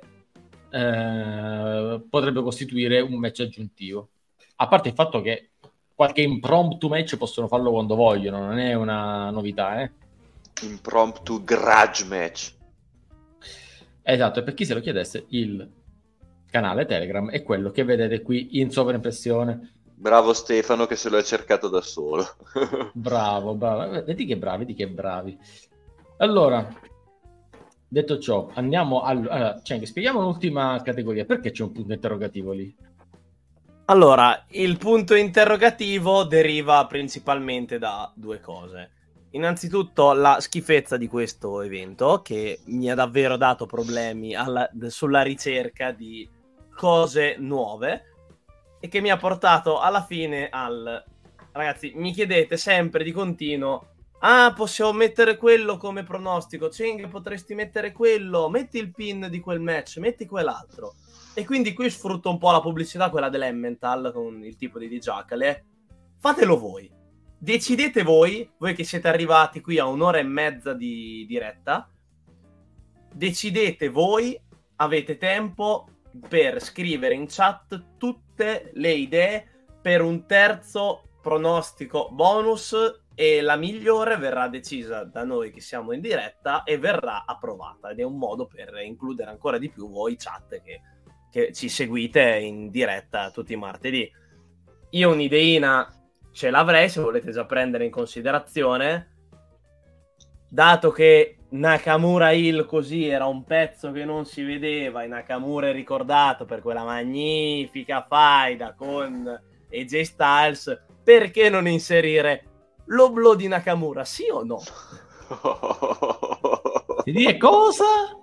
[SPEAKER 1] costituire un match aggiuntivo. A parte il fatto che qualche impromptu match possono farlo quando vogliono, non è una novità,
[SPEAKER 6] Impromptu grudge match.
[SPEAKER 1] Esatto, e per chi se lo chiedesse, il canale Telegram è quello che vedete qui in sovraimpressione.
[SPEAKER 6] Bravo Stefano che se lo è cercato da solo.
[SPEAKER 1] Bravo. Vedi che bravi. Allora, detto ciò, andiamo spieghiamo l'ultima categoria. Perché c'è un punto interrogativo lì?
[SPEAKER 2] Allora, il punto interrogativo deriva principalmente da due cose. Innanzitutto la schifezza di questo evento, che mi ha davvero dato problemi sulla ricerca di cose nuove, e che mi ha portato alla fine ragazzi, mi chiedete sempre di continuo: possiamo mettere quello come pronostico, Cheng, potresti mettere quello, metti il pin di quel match, metti quell'altro. E quindi qui sfrutto un po' la pubblicità, quella dell'Emmental con il tipo di Jackale. Fatelo voi, decidete voi che siete arrivati qui a 1 ora e mezza di diretta, decidete voi, avete tempo per scrivere in chat tutte le idee per un terzo pronostico bonus, e la migliore verrà decisa da noi che siamo in diretta e verrà approvata, ed è un modo per includere ancora di più voi chat che ci seguite in diretta tutti i martedì. Io un'ideina ce l'avrei, se volete già prendere in considerazione, dato che Nakamura Hill così era un pezzo che non si vedeva, e Nakamura è ricordato per quella magnifica faida con AJ Styles, perché non inserire l'oblo di Nakamura, sì o no?
[SPEAKER 1] Ti dire cosa?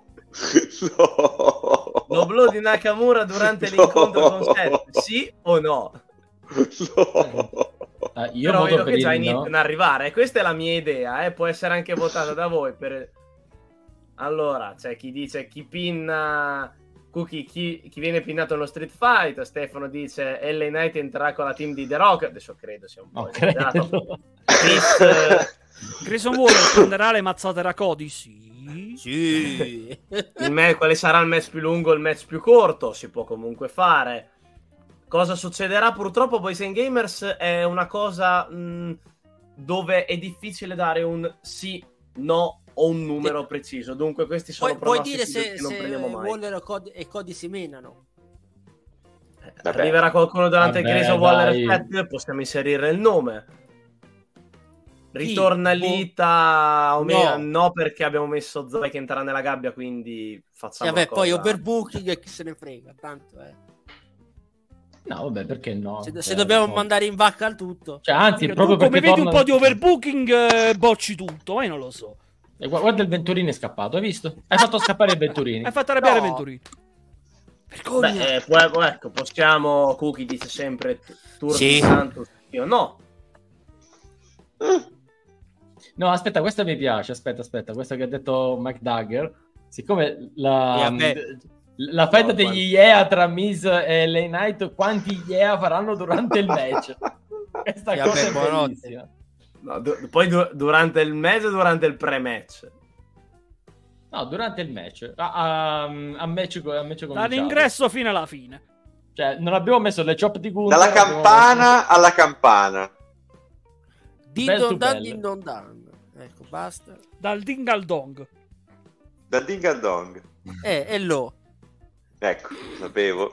[SPEAKER 6] No.
[SPEAKER 2] L'oblo di Nakamura durante l'incontro con Seth, sì o no?
[SPEAKER 6] No.
[SPEAKER 1] Io
[SPEAKER 2] però vedo che già
[SPEAKER 1] no.
[SPEAKER 2] iniziano ad arrivare, questa è la mia idea, può essere anche votata da voi. Allora c'è chi dice chi pinna Cookie, chi viene pinnato nello Street Fight? Stefano dice LA Knight entrerà con la team di The Rock. Adesso credo sia un po' esagerato.
[SPEAKER 3] Grayson Waller prenderà le mazzate da Cody?
[SPEAKER 5] Sì.
[SPEAKER 2] Quale sarà il match più lungo, il match più corto? Si può comunque fare. Cosa succederà? Purtroppo Boys and Gamers è una cosa dove è difficile dare un sì, no o un numero preciso. Dunque questi sono
[SPEAKER 5] puoi dire se
[SPEAKER 2] non prendiamo mai.
[SPEAKER 5] Waller e Cody si menano.
[SPEAKER 2] Arriverà qualcuno durante il Grayson Waller Effect, possiamo inserire il nome. Ritorna Lita Omega? No, perché abbiamo messo Zoe che entrerà nella gabbia, quindi facciamo
[SPEAKER 5] poi overbooking e chi se ne frega, tanto
[SPEAKER 1] No, vabbè, perché no?
[SPEAKER 5] Se dobbiamo mandare in vacca al tutto.
[SPEAKER 1] Cioè, anzi, proprio
[SPEAKER 3] come vedi un po' di overbooking, bocci tutto, ma io non lo so.
[SPEAKER 1] Guarda, il Venturini è scappato, hai visto? Hai fatto scappare il Venturini.
[SPEAKER 3] Hai fatto arrabbiare il Venturini.
[SPEAKER 2] Ecco, possiamo... Cookie dice sempre Tour di Santos. Io no.
[SPEAKER 1] No, aspetta, questa mi piace. Aspetta, questa che ha detto Mike Dagger. Siccome la fetta degli Yeah tra Miz e LA Knight, quanti Yeah faranno durante il match? Questa cosa è bellissima.
[SPEAKER 2] No, poi durante il match o durante il pre-match?
[SPEAKER 1] No, durante il match. A match cominciato.
[SPEAKER 3] Dall'ingresso fino alla fine.
[SPEAKER 1] Cioè, non abbiamo messo le chop di Gunther.
[SPEAKER 6] Dalla campana alla campana.
[SPEAKER 5] Din don dan. Ecco, basta.
[SPEAKER 3] Dal ding al dong.
[SPEAKER 6] Dal ding al dong.
[SPEAKER 5] E lo.
[SPEAKER 6] Ecco, sapevo.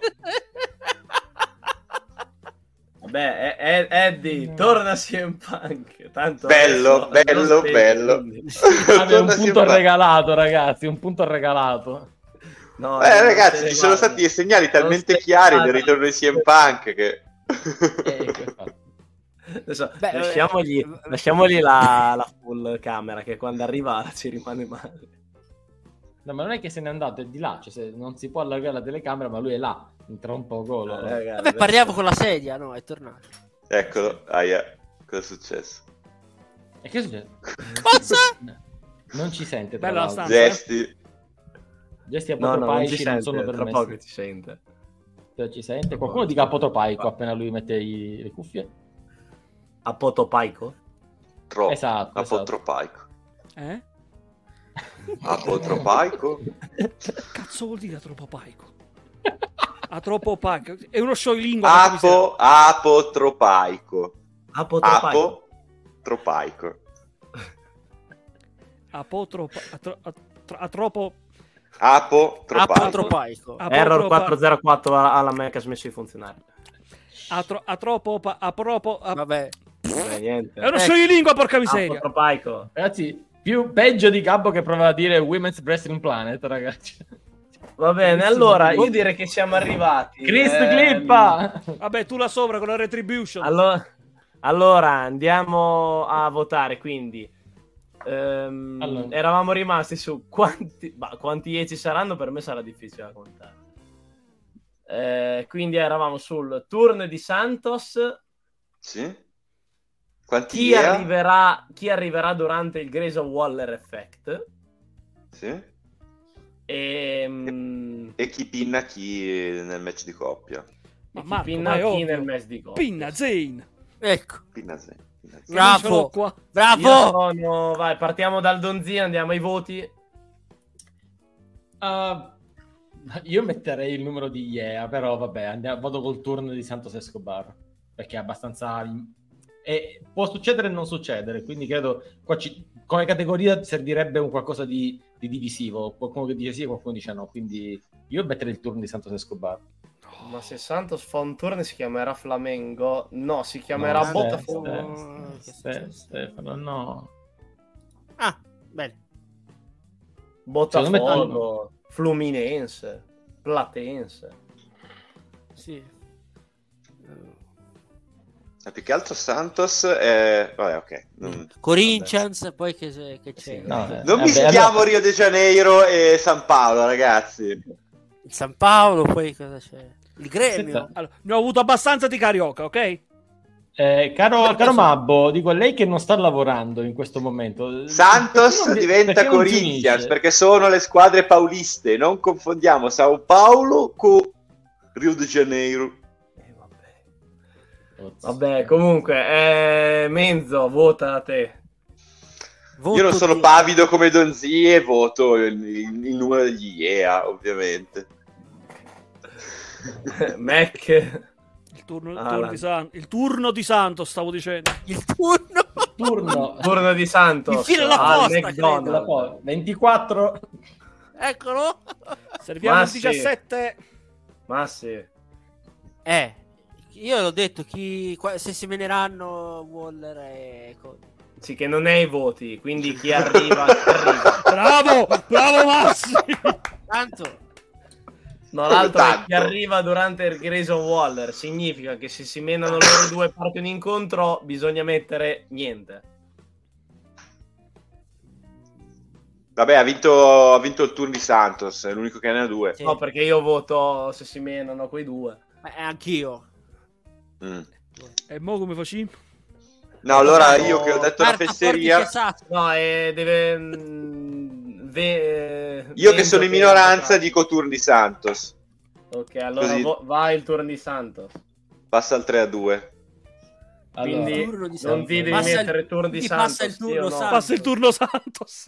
[SPEAKER 2] Vabbè, Eddie, torna CM Punk. Tanto
[SPEAKER 6] bello.
[SPEAKER 1] Un punto regalato, ragazzi, un punto regalato.
[SPEAKER 6] No, ragazzi, ci sono stati dei segnali talmente chiari del ritorno di CM Punk che...
[SPEAKER 2] Adesso, lasciamogli la full camera, che quando arriva ci rimane male.
[SPEAKER 1] No, ma non è che se n'è andato, è di là, cioè se non si può allargare la telecamera, ma lui è là, entra un po' golo.
[SPEAKER 5] Vabbè, parliamo con la sedia, no? È tornato.
[SPEAKER 6] Eccolo, cosa è successo?
[SPEAKER 1] E che è successo?
[SPEAKER 5] Cosa?
[SPEAKER 1] Non ci sente, tra
[SPEAKER 3] bella
[SPEAKER 1] l'altro.
[SPEAKER 6] Gesti
[SPEAKER 1] apotropaici non sono permessi.
[SPEAKER 2] Tra poco ci sente.
[SPEAKER 1] Ci sente? Qualcuno dica apotropaico appena lui mette le cuffie?
[SPEAKER 2] Apotopaico?
[SPEAKER 1] Esatto.
[SPEAKER 6] Apotropaico.
[SPEAKER 3] Apotropaico? Cazzo vuol dire atropopaico? Atropopaico è uno scioglilingua.
[SPEAKER 6] Apotropaico.
[SPEAKER 2] Apotropaico.
[SPEAKER 5] Apotropaico.
[SPEAKER 2] Error 404 alla Mac ha smesso di funzionare.
[SPEAKER 5] Vabbè.
[SPEAKER 2] Niente.
[SPEAKER 3] È uno scioglilingua, porca miseria.
[SPEAKER 2] Apotropaico.
[SPEAKER 1] Ragazzi, peggio di Gabbo che provava a dire Women's Wrestling Planet, ragazzi.
[SPEAKER 2] Va bene, allora io direi che siamo arrivati.
[SPEAKER 1] Cristo Clippa!
[SPEAKER 3] Vabbè, tu là sopra con la Retribution.
[SPEAKER 2] Allora andiamo a votare, quindi eravamo rimasti su quanti E ci saranno, per me sarà difficile da contare. Quindi eravamo sul turn di Santos.
[SPEAKER 6] Sì.
[SPEAKER 2] Chi arriverà durante il Grayson Waller Effect.
[SPEAKER 6] Sì.
[SPEAKER 2] E
[SPEAKER 6] chi pinna chi nel match di coppia.
[SPEAKER 3] Ma
[SPEAKER 2] chi pinna chi nel match di coppia.
[SPEAKER 3] Pinna Zane.
[SPEAKER 5] Ecco.
[SPEAKER 6] Pinna Zane.
[SPEAKER 5] Bravo.
[SPEAKER 2] Vai, partiamo dal Donzi, andiamo ai voti.
[SPEAKER 1] Io metterei il numero di Yeah, però vabbè, vado col turno di Santos Escobar, perché è abbastanza... E può succedere e non succedere, quindi credo qua come categoria servirebbe un qualcosa di divisivo, qualcuno che dice sì e qualcuno dice no, quindi io metterei il turno di Santos Escobar.
[SPEAKER 2] Ma se Santos fa un turno si chiamerà Flamengo? No, si chiamerà
[SPEAKER 1] Botafogo. Stefano, no.
[SPEAKER 5] Bene.
[SPEAKER 2] Botafogo, Fluminense, Platense.
[SPEAKER 5] Sì.
[SPEAKER 6] Più che altro Santos è... Vabbè, ok.
[SPEAKER 5] Corinthians, poi che c'è?
[SPEAKER 1] Sì,
[SPEAKER 6] non mischiamo Rio de Janeiro e San Paolo, ragazzi.
[SPEAKER 5] Il San Paolo, poi cosa c'è? Il Gremio.
[SPEAKER 3] Allora, ne ho avuto abbastanza di Carioca, ok?
[SPEAKER 1] Caro Mabbo, dico a lei che non sta lavorando in questo momento.
[SPEAKER 6] Santos diventa Corinthians perché sono le squadre pauliste. Non confondiamo Sao Paulo con Rio de Janeiro.
[SPEAKER 2] Vabbè, comunque, Menzo, vota a te.
[SPEAKER 6] Io non sono pavido come Donzi e voto il numero degli IEA, ovviamente.
[SPEAKER 2] Mac.
[SPEAKER 3] Il turno di Santos, stavo dicendo.
[SPEAKER 5] Il turno
[SPEAKER 2] di Santos.
[SPEAKER 5] Infine la posta,
[SPEAKER 1] 24.
[SPEAKER 5] Eccolo.
[SPEAKER 3] Serviamo il 17.
[SPEAKER 2] Ma sì.
[SPEAKER 5] Io l'ho detto, se si meneranno Waller e...
[SPEAKER 2] Sì, che non è i voti, quindi chi arriva.
[SPEAKER 3] Bravo Massi.
[SPEAKER 5] Tanto.
[SPEAKER 2] No, l'altro è chi arriva durante il Grayson Waller. Significa che se si menano loro due e parte un incontro, bisogna mettere niente.
[SPEAKER 6] Vabbè, ha vinto il turno di Santos, è l'unico che ne ha 2.
[SPEAKER 2] Sì. No, perché io voto se si menano quei due.
[SPEAKER 5] Anch'io.
[SPEAKER 2] E
[SPEAKER 3] mo come faci?
[SPEAKER 6] No, allora io che ho detto una fesseria.
[SPEAKER 2] No, deve.
[SPEAKER 6] Io che sono in minoranza dico turno di Santos.
[SPEAKER 2] Ok, allora va il turno di Santos.
[SPEAKER 6] Passa al 3-2.
[SPEAKER 2] Quindi non ti devi mettere il turno di Santos.
[SPEAKER 3] Passa il turno Santos.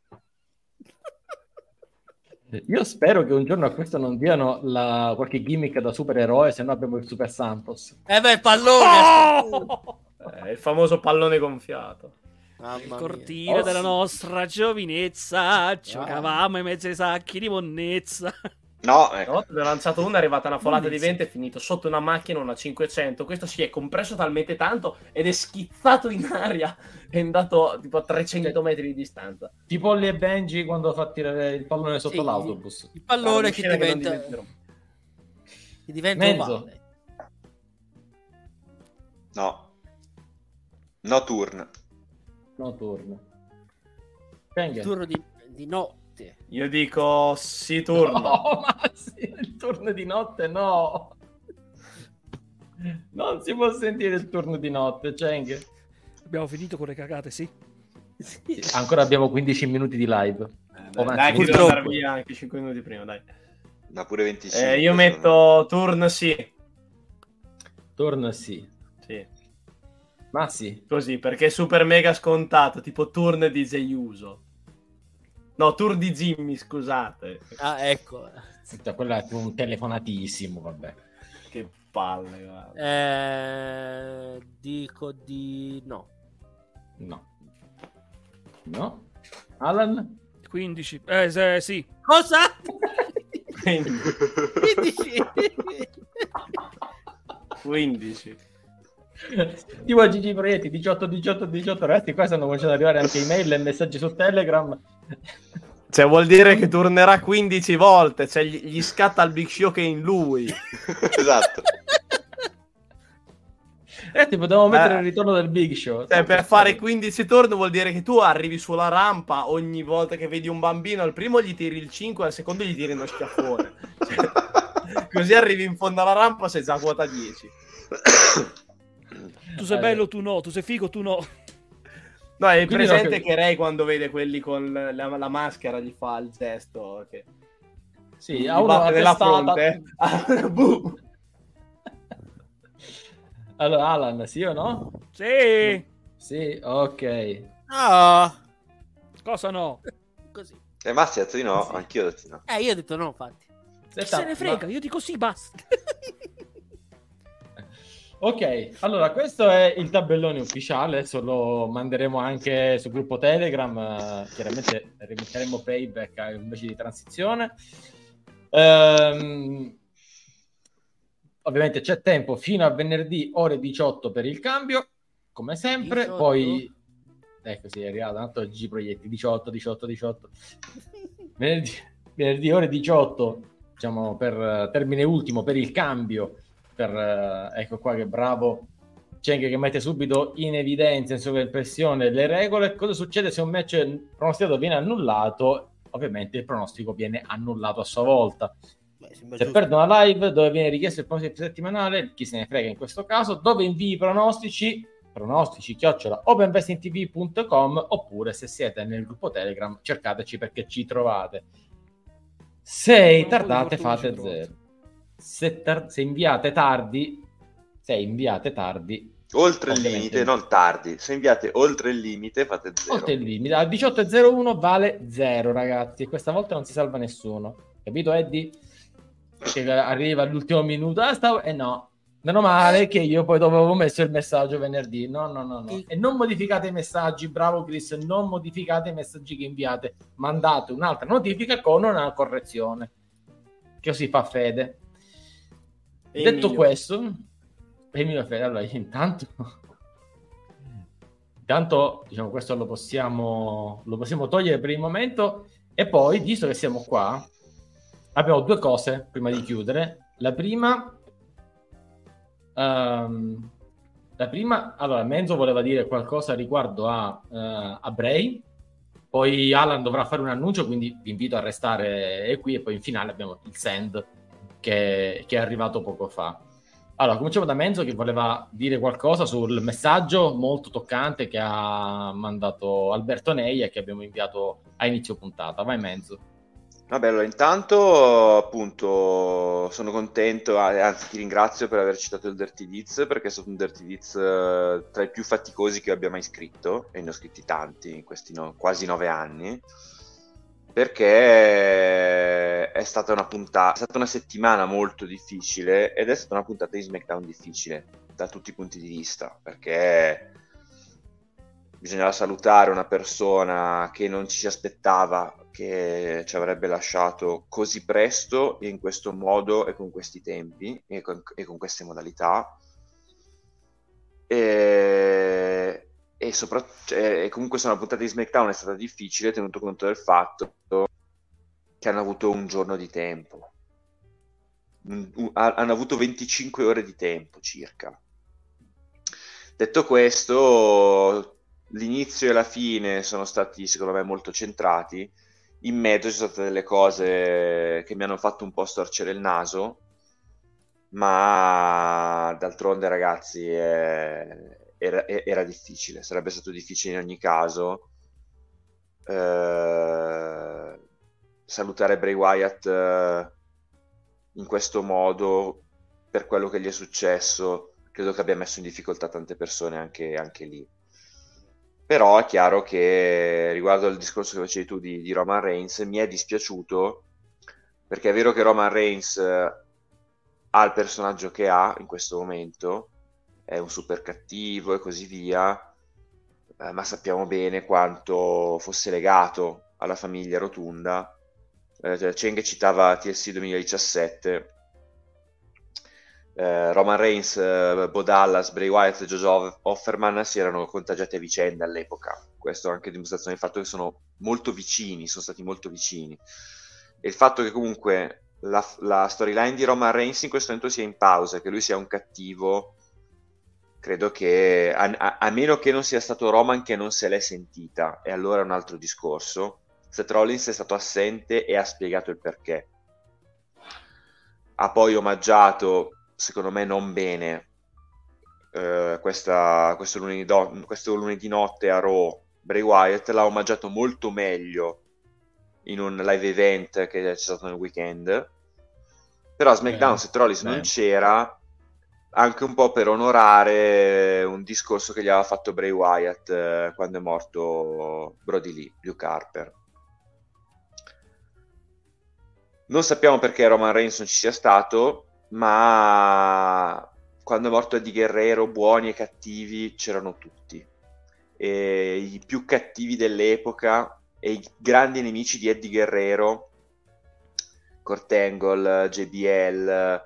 [SPEAKER 1] Io spero che un giorno a questo non diano qualche gimmick da supereroe, se no abbiamo il Super Santos.
[SPEAKER 5] Il pallone!
[SPEAKER 2] Il famoso pallone gonfiato.
[SPEAKER 3] Il cortile della nostra giovinezza, giocavamo in mezzo ai sacchi di monnezza.
[SPEAKER 6] No,
[SPEAKER 2] ne ho lanciato una, è arrivata una folata di vento, è finito sotto una macchina, una 500. Questo si è compresso talmente tanto ed è schizzato in aria, è andato tipo a 300 metri di distanza.
[SPEAKER 1] Tipo Ollie e Benji quando fa tirare il pallone sotto l'autobus.
[SPEAKER 5] Il pallone che diventa
[SPEAKER 1] mezzo.
[SPEAKER 6] No turn.
[SPEAKER 1] No turno.
[SPEAKER 5] Il turno di notte.
[SPEAKER 2] Io dico sì turno.
[SPEAKER 1] No, ma sì, il turno di notte no. Non si può sentire il turno di notte, Cheng.
[SPEAKER 3] Abbiamo finito con le cagate, sì.
[SPEAKER 1] Ancora abbiamo 15 minuti di live.
[SPEAKER 2] Dai, che devo andare via anche 5 minuti prima, dai.
[SPEAKER 6] Ma pure 25.
[SPEAKER 2] Io metto turn sì.
[SPEAKER 1] Turn sì.
[SPEAKER 2] Sì.
[SPEAKER 1] Ma sì.
[SPEAKER 2] Così, perché è super mega scontato, tipo turn di Zeiuso. No, turn di Jimmy, scusate.
[SPEAKER 5] Ecco.
[SPEAKER 1] Quello è un telefonatissimo, vabbè.
[SPEAKER 2] Che palle, guarda.
[SPEAKER 5] Dico di no.
[SPEAKER 1] No. Alan?
[SPEAKER 3] 15. Sì.
[SPEAKER 5] Cosa?
[SPEAKER 2] 15.
[SPEAKER 1] Tipo Gigi Proietti 18 ragazzi, qua stanno cominciando ad arrivare anche email e messaggi su Telegram.
[SPEAKER 2] Cioè vuol dire che tornerà 15 volte, cioè gli scatta il Big Show che è in lui.
[SPEAKER 6] Esatto.
[SPEAKER 1] Tipo dobbiamo mettere il ritorno del Big Show.
[SPEAKER 2] Cioè, per fare 15 turn vuol dire che tu arrivi sulla rampa ogni volta che vedi un bambino, al primo gli tiri il 5, al secondo gli tiri uno schiaffone. Cioè, così arrivi in fondo alla rampa, sei già a quota 10.
[SPEAKER 3] Tu sei bello, tu no. Tu sei figo, tu no.
[SPEAKER 2] No, è presente che Ray quando vede quelli con la maschera gli fa il gesto che...
[SPEAKER 1] Sì, ha uno
[SPEAKER 2] della fronte. Boom.
[SPEAKER 1] Allora, Alan, sì o no?
[SPEAKER 3] Sì.
[SPEAKER 1] Sì, ok.
[SPEAKER 5] No.
[SPEAKER 3] Cosa no?
[SPEAKER 5] Così.
[SPEAKER 6] Massi ha detto di no,
[SPEAKER 5] sì.
[SPEAKER 6] Anch'io ho detto di no.
[SPEAKER 5] Io ho detto no, infatti.
[SPEAKER 3] Se ne frega, io dico sì, basta.
[SPEAKER 1] Ok, allora questo è il tabellone ufficiale, adesso lo manderemo anche sul gruppo Telegram, chiaramente rimetteremo playback invece di transizione. Ovviamente c'è tempo fino a venerdì ore 18 per il cambio, come sempre, 18. Poi ecco sì, è arrivato un altro G Proietti 18. Venerdì ore 18, diciamo per termine ultimo per il cambio. Ecco qua che bravo Cheng che mette subito in evidenza in sovraimpressione le regole. Cosa succede se un match pronosticato viene annullato? Ovviamente il pronostico viene annullato a sua volta. Se perdono la live dove viene richiesto il pronostic settimanale, chi se ne frega in questo caso, dove invii pronostici @openbestingtv.com, oppure se siete nel gruppo Telegram cercateci perché ci trovate. Se tardate fate 0. Se inviate tardi
[SPEAKER 6] oltre il limite, non tardi. Se inviate oltre il limite fate 0.
[SPEAKER 1] Oltre il limite, al 18.01 vale 0, ragazzi. Questa volta non si salva nessuno. Capito, Eddie? Che arriva all'ultimo minuto. No. Meno male che io poi dopo avevo messo il messaggio venerdì. No. E non modificate i messaggi, bravo Chris, non modificate i messaggi che inviate. Mandate un'altra notifica con una correzione. Così fa fede. Detto questo... Emilio Fede, allora intanto diciamo questo lo possiamo togliere per il momento, e poi visto che siamo qua abbiamo due cose prima di chiudere. La prima allora Menzo voleva dire qualcosa riguardo a Bray, poi Alan dovrà fare un annuncio, quindi vi invito a restare qui, e poi in finale abbiamo il send che è arrivato poco fa. Allora, cominciamo da Menzo che voleva dire qualcosa sul messaggio molto toccante che ha mandato Alberto Neia e che abbiamo inviato a inizio puntata. Vai Menzo.
[SPEAKER 6] Vabbè, allora intanto appunto sono contento, anzi ti ringrazio per aver citato il Dirty Deeds, perché è stato un Dirty Deeds tra i più faticosi che abbia mai scritto, e ne ho scritti tanti in questi quasi 9 anni, perché è stata una settimana molto difficile, ed è stata una puntata di SmackDown difficile da tutti i punti di vista, perché bisognava salutare una persona che non ci si aspettava che ci avrebbe lasciato così presto e in questo modo e con questi tempi e con queste modalità, e comunque una puntata di SmackDown è stata difficile tenuto conto del fatto che hanno avuto un giorno di tempo, hanno avuto 25 ore di tempo circa. Detto questo, l'inizio e la fine sono stati secondo me molto centrati. In mezzo ci sono state delle cose che mi hanno fatto un po' storcere il naso, ma d'altronde ragazzi era difficile, sarebbe stato difficile in ogni caso. Salutare Bray Wyatt in questo modo per quello che gli è successo credo che abbia messo in difficoltà tante persone anche lì. Però è chiaro che riguardo al discorso che facevi tu di Roman Reigns, mi è dispiaciuto, perché è vero che Roman Reigns ha il personaggio che ha in questo momento, è un super cattivo e così via, ma sappiamo bene quanto fosse legato alla famiglia rotonda. Cheng citava TLC 2017, Roman Reigns, Bo Dallas, Bray Wyatt e Joe Offerman si erano contagiati a vicenda all'epoca. Questo è anche dimostrazione del fatto che sono stati molto vicini, e il fatto che comunque la storyline di Roman Reigns in questo momento sia in pausa, che lui sia un cattivo, credo che a meno che non sia stato Roman che non se l'è sentita, e allora è un altro discorso. Seth Rollins è stato assente e ha spiegato il perché. Ha poi omaggiato, secondo me non bene, questo lunedì notte a Raw. Bray Wyatt l'ha omaggiato molto meglio in un live event che c'è stato nel weekend, però a SmackDown Seth Rollins non c'era, anche un po' per onorare un discorso che gli aveva fatto Bray Wyatt quando è morto Brody Lee, Luke Harper. Non sappiamo perché Roman Reigns non ci sia stato, ma quando è morto Eddie Guerrero, buoni e cattivi c'erano tutti, e i più cattivi dell'epoca e i grandi nemici di Eddie Guerrero, Kurt Angle, JBL,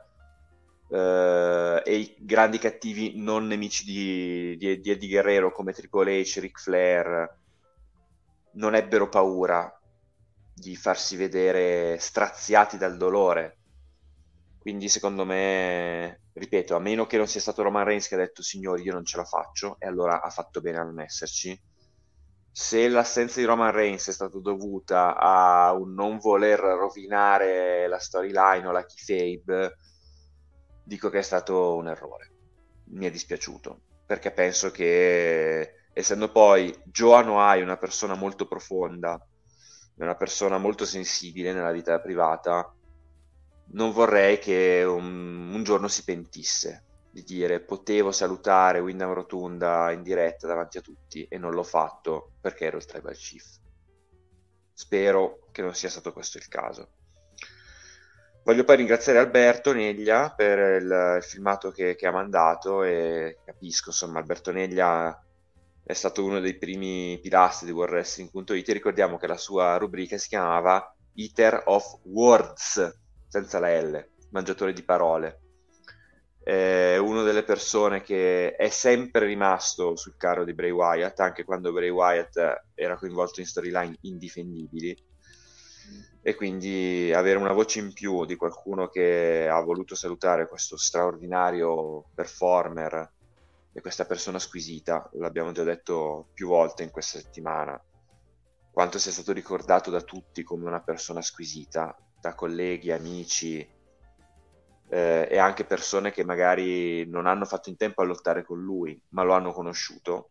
[SPEAKER 6] e i grandi cattivi non nemici di Eddie Guerrero come Triple H, Ric Flair, non ebbero paura di farsi vedere straziati dal dolore. Quindi secondo me, ripeto, a meno che non sia stato Roman Reigns che ha detto signori io non ce la faccio, e allora ha fatto bene a non esserci, se l'assenza di Roman Reigns è stata dovuta a un non voler rovinare la storyline o la kayfabe, dico che è stato un errore. Mi è dispiaciuto, perché penso che, essendo poi Joe Anoa'i una persona molto profonda, una persona molto sensibile nella vita privata, non vorrei che un giorno si pentisse di dire potevo salutare Wyndham Rotunda in diretta davanti a tutti e non l'ho fatto perché ero il Tribal Chief. Spero che non sia stato questo il caso. Voglio poi ringraziare Alberto Neglia per il filmato che ha mandato, e capisco, insomma, Alberto Neglia è stato uno dei primi pilastri di WorldWrestling.it. Ricordiamo che la sua rubrica si chiamava Eater of Words, senza la L, mangiatore di parole. È una delle persone che è sempre rimasto sul carro di Bray Wyatt, anche quando Bray Wyatt era coinvolto in storyline indifendibili, e quindi avere una voce in più di qualcuno che ha voluto salutare questo straordinario performer e questa persona squisita, l'abbiamo già detto più volte in questa settimana, quanto sia stato ricordato da tutti come una persona squisita, da colleghi, amici, e anche persone che magari non hanno fatto in tempo a lottare con lui, ma lo hanno conosciuto.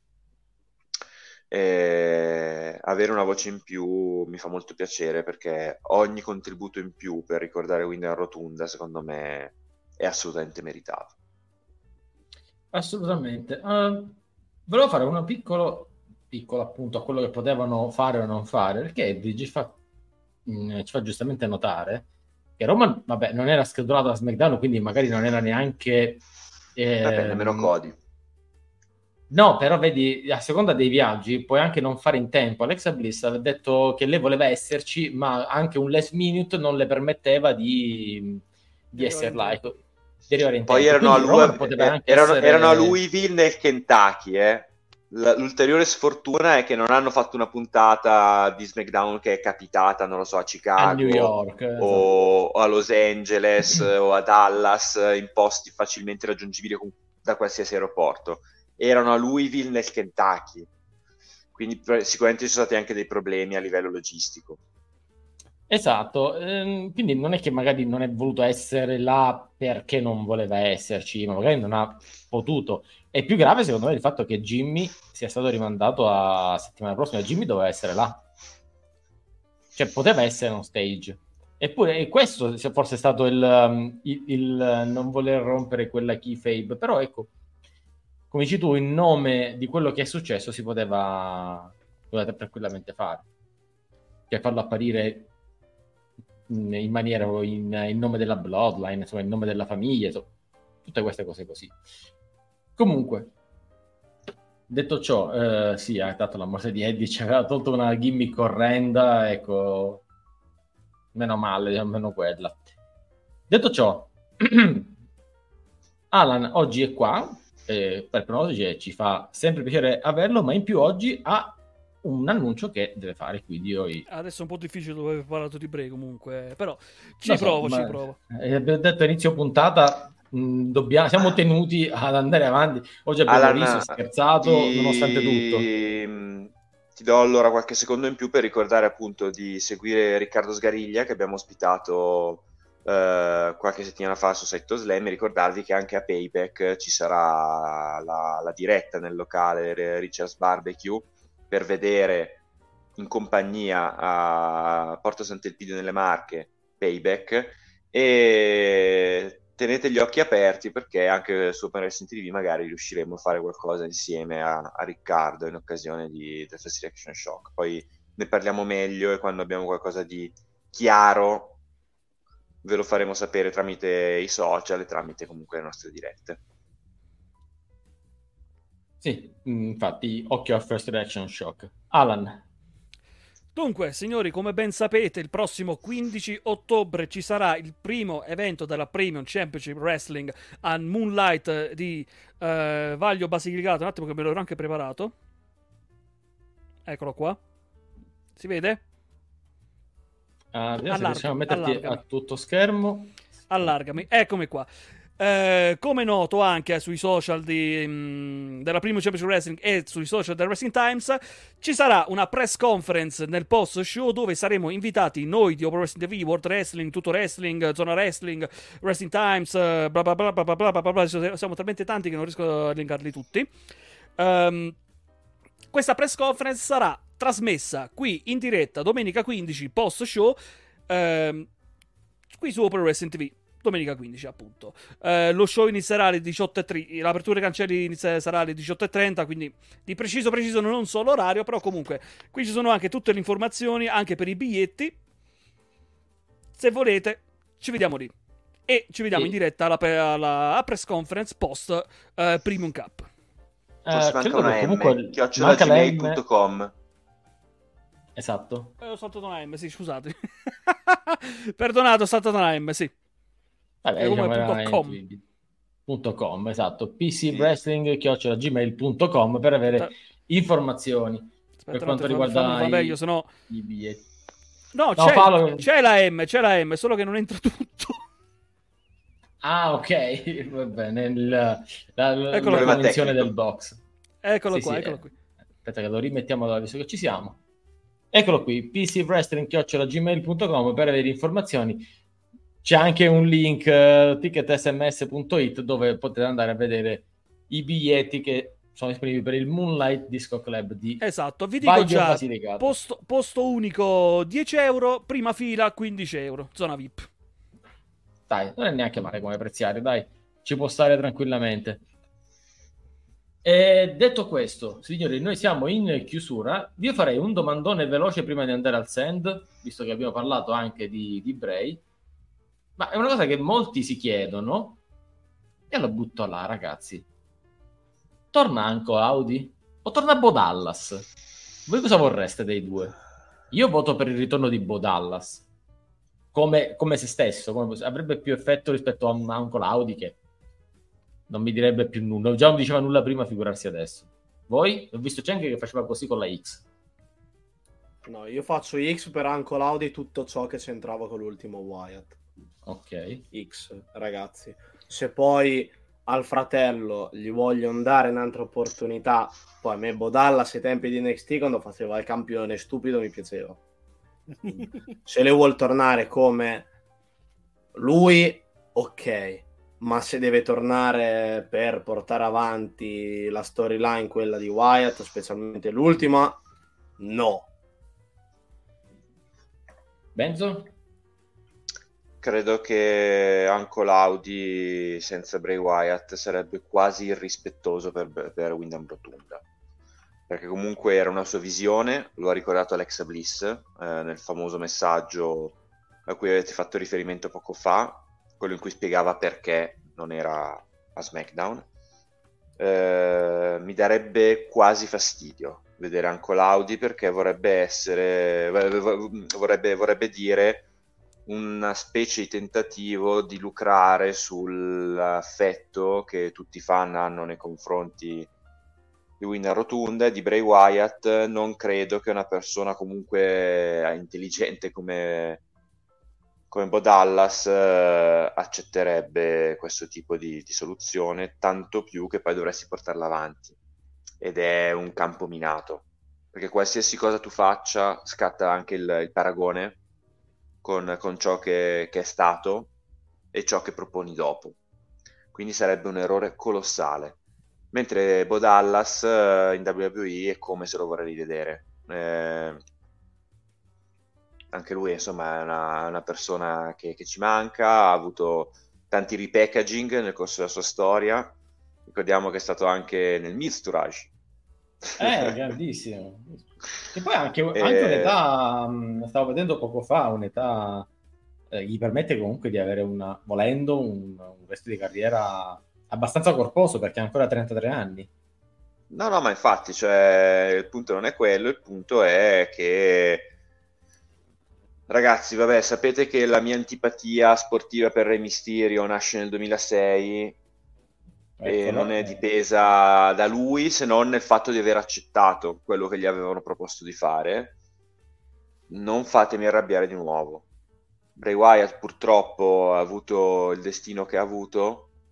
[SPEAKER 6] Avere una voce in più mi fa molto piacere, perché ogni contributo in più per ricordare Wyndham Rotunda, secondo me, è assolutamente meritato.
[SPEAKER 1] Assolutamente. Volevo fare una piccolo appunto a quello che potevano fare o non fare, perché ci fa giustamente notare che Roman, vabbè, non era schedulato a SmackDown, quindi magari non era neanche
[SPEAKER 6] nemmeno Cody.
[SPEAKER 1] No, però vedi, a seconda dei viaggi puoi anche non fare in tempo. Alexa Bliss aveva detto che lei voleva esserci, ma anche un last minute non le permetteva di essere là.
[SPEAKER 6] Poi erano a Louisville nel Kentucky, L'ulteriore sfortuna è che non hanno fatto una puntata di SmackDown che è capitata, non lo so, a Chicago,
[SPEAKER 1] a New York,
[SPEAKER 6] o a Los Angeles o a Dallas, in posti facilmente raggiungibili da qualsiasi aeroporto. Erano a Louisville nel Kentucky, quindi sicuramente ci sono stati anche dei problemi a livello logistico.
[SPEAKER 1] Esatto, quindi non è che magari non è voluto essere là perché non voleva esserci, ma magari non ha potuto. È più grave secondo me il fatto che Jimmy sia stato rimandato a settimana prossima. Jimmy doveva essere là, cioè poteva essere on stage. Eppure questo forse è stato il non voler rompere quella kayfabe, però ecco, come dici tu, in nome di quello che è successo si poteva tranquillamente fare, cioè farlo apparire in maniera in nome della bloodline, insomma, in nome della famiglia, insomma, tutte queste cose così. Comunque, detto ciò, sì, ha dato la morte di Eddie, ci aveva tolto una gimmick orrenda, ecco, meno male, almeno quella. Detto ciò, Alan oggi è qua per pronostici, ci fa sempre piacere averlo, ma in più oggi ha un annuncio che deve fare, quindi
[SPEAKER 3] adesso è un po' difficile dopo aver parlato di Bray comunque, però ci provo.
[SPEAKER 1] Abbiamo detto inizio puntata, siamo tenuti ad andare avanti. Oggi abbiamo riso e scherzato nonostante tutto.
[SPEAKER 6] Ti do allora qualche secondo in più per ricordare appunto di seguire Riccardo Sgariglia, che abbiamo ospitato qualche settimana fa su Saito Slam, e ricordarvi che anche a Payback ci sarà la diretta nel locale Richard's Barbecue per vedere in compagnia a Porto Sant'Elpidio nelle Marche Payback, e tenete gli occhi aperti perché anche su Open Wrestling TV magari riusciremo a fare qualcosa insieme a Riccardo in occasione del Fast Reaction Shock. Poi ne parliamo meglio e quando abbiamo qualcosa di chiaro ve lo faremo sapere tramite i social e tramite comunque le nostre dirette.
[SPEAKER 1] Sì, infatti, occhio a First Reaction Shock. Alan.
[SPEAKER 3] Dunque, signori, come ben sapete, il prossimo 15 ottobre ci sarà il primo evento della Premium Championship Wrestling a Moonlight di Vaglio Basilicata. Un attimo che me l'ho anche preparato. Eccolo qua. Si vede?
[SPEAKER 1] Adesso riusciamo a metterti a tutto schermo.
[SPEAKER 3] Allargami, eccomi qua. Come noto anche sui social della Premium Championship Wrestling e sui social del Wrestling Times, ci sarà una press conference nel post show dove saremo invitati noi di Open Wrestling TV, World Wrestling, Tutto Wrestling, Zona Wrestling, Wrestling Times, bla bla bla bla bla bla bla bla. Siamo talmente tanti che non riesco a elencarli tutti. Questa press conference sarà trasmessa qui in diretta domenica 15 post show qui su Open Wrestling TV. Domenica 15, appunto. Lo show inizierà alle 18:30. L'apertura dei cancelli sarà alle 18:30. Quindi di preciso non so l'orario. Però comunque qui ci sono anche tutte le informazioni, anche per i biglietti. Se volete, ci vediamo lì. E ci vediamo in diretta alla press conference post Premium Cup.
[SPEAKER 6] Forse manca una M. @gmail.com.
[SPEAKER 1] Esatto.
[SPEAKER 3] Ho saltato una M, sì, scusate. Perdonato, ho saltato una M, sì.
[SPEAKER 1] Vabbè, .com, esatto, pcwrestling@gmail.com per avere informazioni.
[SPEAKER 3] Aspetta,
[SPEAKER 1] per quanto riguarda
[SPEAKER 3] meglio, sennò...
[SPEAKER 1] i biglietti.
[SPEAKER 3] No, c'è la M, solo che non entra tutto.
[SPEAKER 1] Ah, ok, va bene, la convenzione del box.
[SPEAKER 3] Eccolo
[SPEAKER 1] sì,
[SPEAKER 3] qua,
[SPEAKER 1] sì,
[SPEAKER 3] eccolo qui.
[SPEAKER 1] Aspetta che lo rimettiamo visto che ci siamo. Eccolo qui, pcwrestling@gmail.com per avere informazioni. C'è anche un link ticketsms.it dove potete andare a vedere i biglietti che sono disponibili per il Moonlight Disco Club di
[SPEAKER 3] esatto, vi dico
[SPEAKER 1] Baglio
[SPEAKER 3] già,
[SPEAKER 1] Basilicata.
[SPEAKER 3] posto unico 10 euro, prima fila 15 euro, zona VIP.
[SPEAKER 1] Dai, non è neanche male come preziare, dai, ci può stare tranquillamente. E detto questo, signori, noi siamo in chiusura. Vi farei un domandone veloce prima di andare al send, visto che abbiamo parlato anche di Bray. Ma è una cosa che molti si chiedono e lo butto là, ragazzi. Torna Anco Audi o torna Bodallas? Voi cosa vorreste dei due? Io voto per il ritorno di Bodallas come se stesso, avrebbe più effetto rispetto a un Anco Audi che non mi direbbe più nulla. Già non diceva nulla prima, figurarsi adesso. Voi? Ho visto c'è anche che faceva così con la X.
[SPEAKER 2] No, io faccio X per Anco Audi tutto ciò che c'entrava con l'ultimo Wyatt.
[SPEAKER 1] Ok.
[SPEAKER 2] X, ragazzi. Se poi al fratello gli vogliono dare un'altra opportunità, poi a me Bodallas ai tempi di NXT quando faceva il campione stupido mi piaceva. Se le vuol tornare come lui, ok, ma se deve tornare per portare avanti la storyline, quella di Wyatt, specialmente l'ultima, no.
[SPEAKER 1] Benzo?
[SPEAKER 6] Credo che anche l'Audi senza Bray Wyatt sarebbe quasi irrispettoso per Wyndham Rotunda, perché comunque era una sua visione, lo ha ricordato Alexa Bliss nel famoso messaggio a cui avete fatto riferimento poco fa, quello in cui spiegava perché non era a SmackDown. Mi darebbe quasi fastidio vedere anche l'Audi, perché vorrebbe dire una specie di tentativo di lucrare sull'affetto che tutti i fan hanno nei confronti di Wyndham Rotunda e di Bray Wyatt. Non credo che una persona comunque intelligente come Bodallas accetterebbe questo tipo di soluzione, tanto più che poi dovresti portarla avanti, ed è un campo minato, perché qualsiasi cosa tu faccia scatta anche il paragone con ciò che è stato e ciò che proponi dopo, quindi sarebbe un errore colossale. Mentre Bodallas in WWE è come se lo vorrei rivedere. Anche lui insomma è una persona che ci manca, ha avuto tanti repackaging nel corso della sua storia. Ricordiamo che è stato anche nel Miztourage.
[SPEAKER 1] Grandissimo. E poi anche un'età, stavo vedendo poco fa, un'età gli permette comunque di avere volendo un resto di carriera abbastanza corposo, perché ha ancora 33 anni.
[SPEAKER 6] No, ma infatti, cioè, il punto non è quello, il punto è che, ragazzi, vabbè, sapete che la mia antipatia sportiva per Re Mysterio nasce nel 2006 e non è dipesa da lui, se non nel fatto di aver accettato quello che gli avevano proposto di fare. Non fatemi arrabbiare di nuovo. Bray Wyatt purtroppo ha avuto il destino che ha avuto,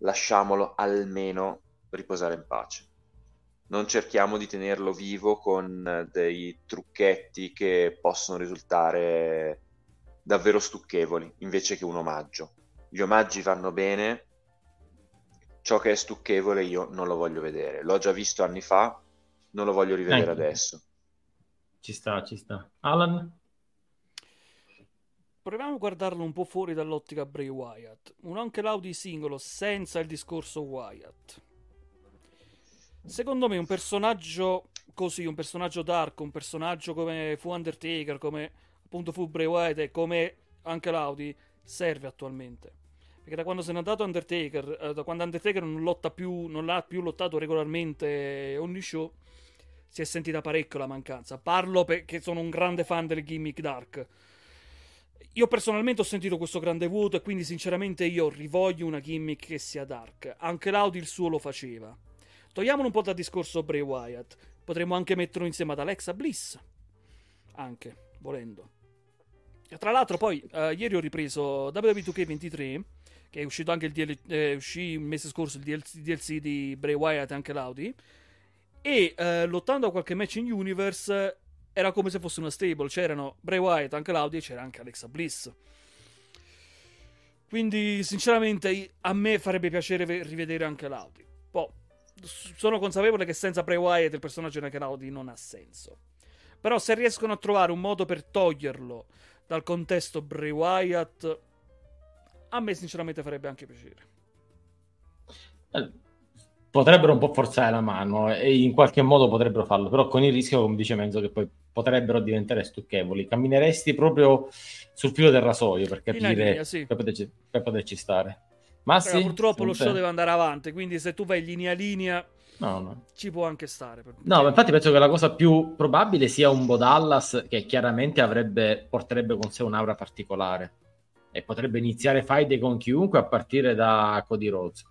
[SPEAKER 6] lasciamolo almeno riposare in pace. Non cerchiamo di tenerlo vivo con dei trucchetti che possono risultare davvero stucchevoli, invece che un omaggio. Gli omaggi vanno bene, ciò che è stucchevole io non lo voglio vedere. L'ho già visto anni fa, non lo voglio rivedere adesso.
[SPEAKER 1] Ci sta. Alan?
[SPEAKER 3] Proviamo a guardarlo un po' fuori dall'ottica Bray Wyatt. Un Uncle Howdy singolo senza il discorso Wyatt. Secondo me un personaggio così, un personaggio dark, un personaggio come fu Undertaker, come appunto fu Bray Wyatt e come Uncle Howdy, serve attualmente. Perché da quando se n'è andato Undertaker, da quando Undertaker non l'ha più lottato regolarmente ogni show, si è sentita parecchio la mancanza. Parlo perché sono un grande fan del gimmick dark. Io personalmente ho sentito questo grande vuoto e quindi sinceramente io rivoglio una gimmick che sia dark. Anche Laudi il suo lo faceva. Togliamolo un po' dal discorso Bray Wyatt. Potremmo anche metterlo insieme ad Alexa Bliss. Anche, volendo. E tra l'altro poi, ieri ho ripreso WWE 2K23, che è uscito anche uscì il mese scorso il DLC di Bray Wyatt e anche Laudi. E lottando a qualche match in Universe era come se fosse una stable. C'erano Bray Wyatt, anche Laudi e c'era anche Alexa Bliss. Quindi sinceramente a me farebbe piacere rivedere anche Laudi. Poi sono consapevole che senza Bray Wyatt il personaggio di anche Laudi non ha senso. Però se riescono a trovare un modo per toglierlo dal contesto Bray Wyatt, a me sinceramente farebbe anche piacere.
[SPEAKER 1] Potrebbero un po' forzare la mano e in qualche modo potrebbero farlo, però con il rischio, come dice Menzo, che poi potrebbero diventare stucchevoli. Cammineresti proprio sul filo del rasoio per capire,
[SPEAKER 3] linea, sì.
[SPEAKER 1] per poterci stare. Ma sì,
[SPEAKER 3] purtroppo lo show deve andare avanti, quindi se tu vai linea
[SPEAKER 1] no.
[SPEAKER 3] Ci può anche stare.
[SPEAKER 1] No, ma infatti penso che la cosa più probabile sia un Bo Dallas che chiaramente porterebbe con sé un'aura particolare e potrebbe iniziare faide con chiunque a partire da Cody Rhodes.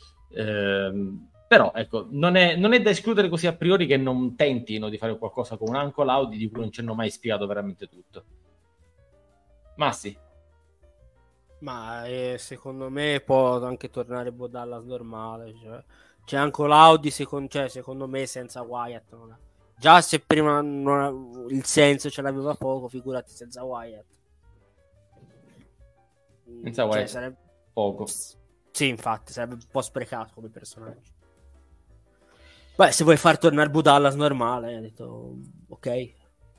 [SPEAKER 1] Però ecco, non è da escludere così a priori che non tentino di fare qualcosa con un Uncle Howdy di cui non ci hanno mai spiegato veramente tutto. Massi?
[SPEAKER 5] Ma secondo me può anche tornare Bo Dallas normale, cioè. C'è anche l'Audi, secondo me senza Wyatt non ha. Già se prima il senso ce l'aveva poco, figurati senza Wyatt.
[SPEAKER 1] Senza Wyatt sarebbe poco.
[SPEAKER 5] Sì, infatti, sarebbe un po' sprecato come personaggio. Beh, se vuoi far tornare Bo Dallas normale, ho detto ok.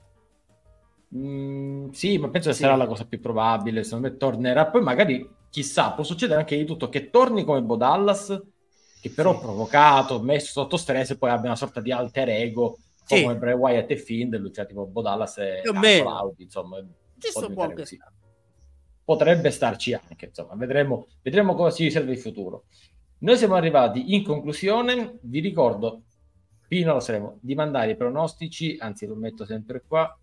[SPEAKER 1] Sì, ma penso che sarà la cosa più probabile. Secondo me tornerà. Poi magari, chissà, può succedere anche di tutto che torni come Bo Dallas, che però provocato, messo sotto stress e poi abbia una sorta di alter ego come Bray Wyatt e Finn, cioè tipo Bo Dallas e Audi, insomma, potrebbe starci anche, insomma, vedremo cosa ci riserva il futuro. Noi siamo arrivati in conclusione, vi ricordo, Pino lo saremo, di mandare i pronostici, anzi lo metto sempre qua,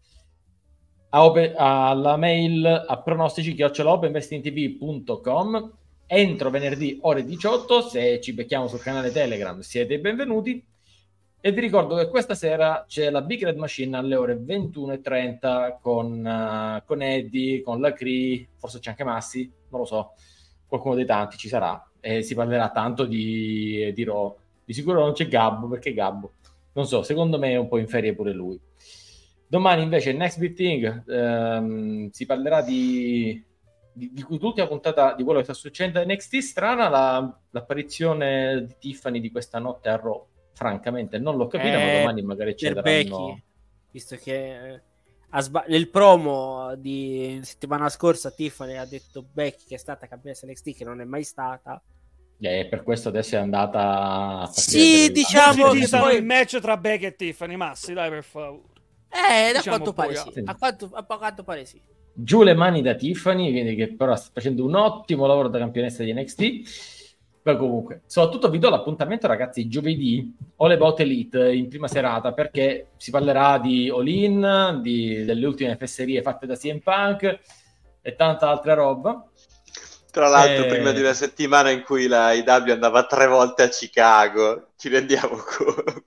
[SPEAKER 1] alla mail a pronostici@openinvestingtv.com entro venerdì ore 18. Se ci becchiamo sul canale Telegram siete benvenuti e vi ricordo che questa sera c'è la Big Red Machine alle ore 21:30 con Eddie, con la Cree, forse c'è anche Massi, non lo so, qualcuno dei tanti ci sarà e si parlerà tanto di Raw. Di sicuro non c'è Gabbo, perché Gabbo non so, secondo me è un po' in ferie pure lui. Domani invece Next Big Thing, si parlerà di l'ultima puntata di quello che sta succedendo a NXT. Strana l'apparizione di Tiffany di questa notte a Raw, francamente non l'ho capita, ma domani magari ci daranno,
[SPEAKER 5] visto che nel promo di settimana scorsa Tiffany ha detto Becky che è stata campionessa NXT, che non è mai stata,
[SPEAKER 1] per questo adesso è andata a
[SPEAKER 3] diciamo che sarà il match tra Becky e Tiffany. Massi, dai, per favore.
[SPEAKER 5] Da quanto pare sì. A quanto pare sì.
[SPEAKER 1] Giù le mani da Tiffany, quindi che però sta facendo un ottimo lavoro da campionessa di NXT. Ma comunque, soprattutto vi do l'appuntamento, ragazzi, giovedì All About Elite in prima serata, perché si parlerà di All-In, delle ultime fesserie fatte da CM Punk e tanta altra roba.
[SPEAKER 6] Tra l'altro, prima di una settimana in cui la IW andava 3 volte a Chicago, ci rendiamo conto.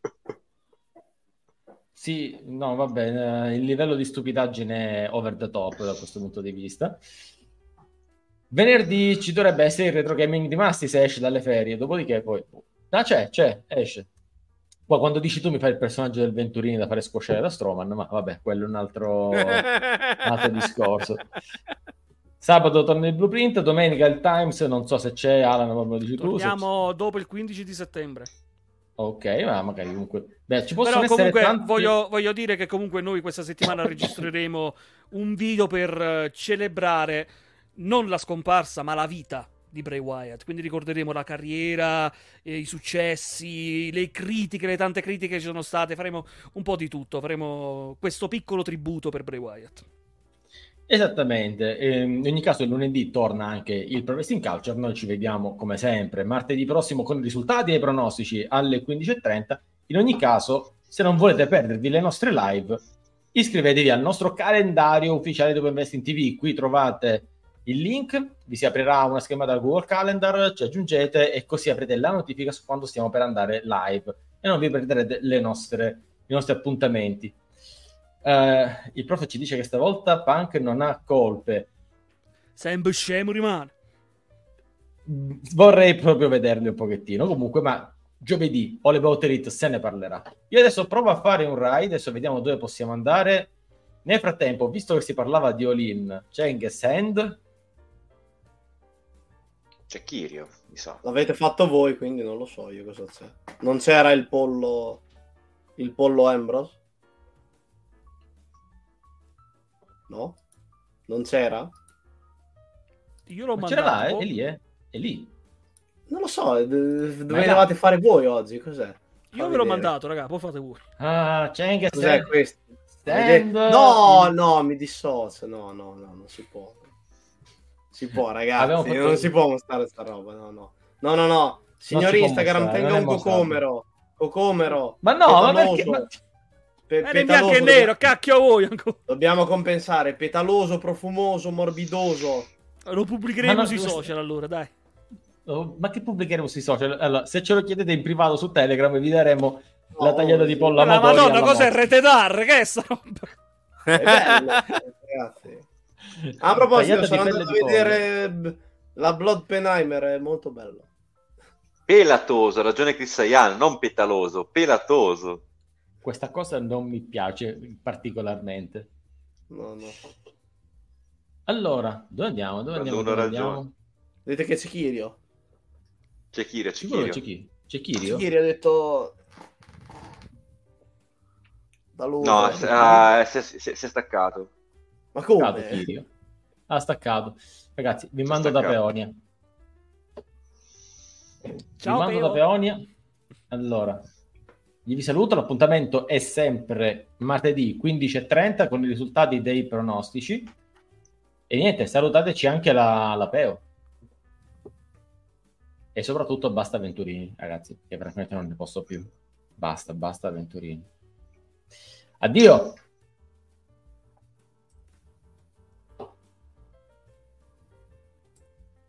[SPEAKER 1] Sì, no, vabbè, il livello di stupidaggine è over the top da questo punto di vista. Venerdì ci dovrebbe essere il Retro Gaming di Masti se esce dalle ferie, dopodiché poi... Ah, esce. Poi quando dici tu mi fai il personaggio del Venturini da fare scosciare da Strowman, ma vabbè, quello è un altro discorso. Sabato torna il Blueprint, domenica il Times, non so se c'è, Alan, me lo dici tu.
[SPEAKER 3] Torniamo dopo il 15 di settembre.
[SPEAKER 1] Ok, ma magari comunque... Beh, ci possono
[SPEAKER 3] però comunque
[SPEAKER 1] essere tanti...
[SPEAKER 3] voglio dire che comunque noi questa settimana registreremo un video per celebrare non la scomparsa, ma la vita di Bray Wyatt. Quindi ricorderemo la carriera, i successi, le critiche, le tante critiche che ci sono state. Faremo un po' di tutto, faremo questo piccolo tributo per Bray Wyatt.
[SPEAKER 1] Esattamente, in ogni caso il lunedì torna anche il Pro Wrestling Culture, noi ci vediamo come sempre martedì prossimo con i risultati e i pronostici alle 15:30. In ogni caso, se non volete perdervi le nostre live, iscrivetevi al nostro calendario ufficiale di Open Wrestling TV, qui trovate il link, vi si aprirà una schermata al Google Calendar, ci aggiungete e così avrete la notifica su quando stiamo per andare live e non vi perderete i nostri appuntamenti. Il prof ci dice che stavolta Punk non ha colpe.
[SPEAKER 3] Sempre scemo rimane.
[SPEAKER 1] Vorrei proprio vederli un pochettino. Comunque, ma giovedì All About Elite se ne parlerà. Io adesso provo a fare un ride, adesso vediamo dove possiamo andare. Nel frattempo, visto che si parlava di All-In, c'è Inges End.
[SPEAKER 6] C'è Kirio, mi sa.
[SPEAKER 2] L'avete fatto voi, quindi non lo so io cosa c'è. Non c'era il pollo Ambrose? No? Non c'era?
[SPEAKER 3] Io l'ho
[SPEAKER 1] mandato.
[SPEAKER 3] C'era là,
[SPEAKER 1] è lì, è lì.
[SPEAKER 2] Non lo so, dovevate fare voi oggi, cos'è?
[SPEAKER 3] Io ve l'ho mandato, raga, poi fate voi.
[SPEAKER 1] Ah, c'è Inges.
[SPEAKER 2] Cos'è questo?
[SPEAKER 1] Stand.
[SPEAKER 2] No, mi dissocio. No, non si può. Si può, ragazzi, non si può mostrare sta roba, no. Signor Instagram, tenga un cocomero.
[SPEAKER 1] Ma no, ma perché?
[SPEAKER 3] Era in bianco e nero, cacchio a voi ancora.
[SPEAKER 2] Dobbiamo compensare, petaloso, profumoso, morbidoso.
[SPEAKER 3] Lo pubblicheremo sui social allora, dai.
[SPEAKER 1] Ma che pubblicheremo sui social? Allora, se ce lo chiedete in privato su Telegram vi daremo la tagliata di pollo
[SPEAKER 3] a Madonna, cos'è Retetar? Che è sta roba?
[SPEAKER 2] È bello, ragazzi. A proposito, sono andato a vedere la Blood Penheimer, è molto bello.
[SPEAKER 6] Pelatoso, ragione Cristiano, non petaloso, pelatoso.
[SPEAKER 1] Questa cosa non mi piace particolarmente.
[SPEAKER 2] No.
[SPEAKER 1] Allora, dove andiamo?
[SPEAKER 2] Vedete che c'è Kirio?
[SPEAKER 6] C'è Kirio.
[SPEAKER 1] C'è Kirio?
[SPEAKER 2] Kirio ha detto...
[SPEAKER 6] No, si è staccato.
[SPEAKER 2] Ma come?
[SPEAKER 1] Ha staccato. Ragazzi, vi mando da Peonia.
[SPEAKER 3] Ciao,
[SPEAKER 1] vi mando da Peonia. Allora, vi saluto. L'appuntamento è sempre martedì 15:30 con i risultati dei pronostici. E niente, salutateci anche la Peo. E soprattutto basta Venturini, ragazzi, che veramente non ne posso più. Basta Venturini. Addio!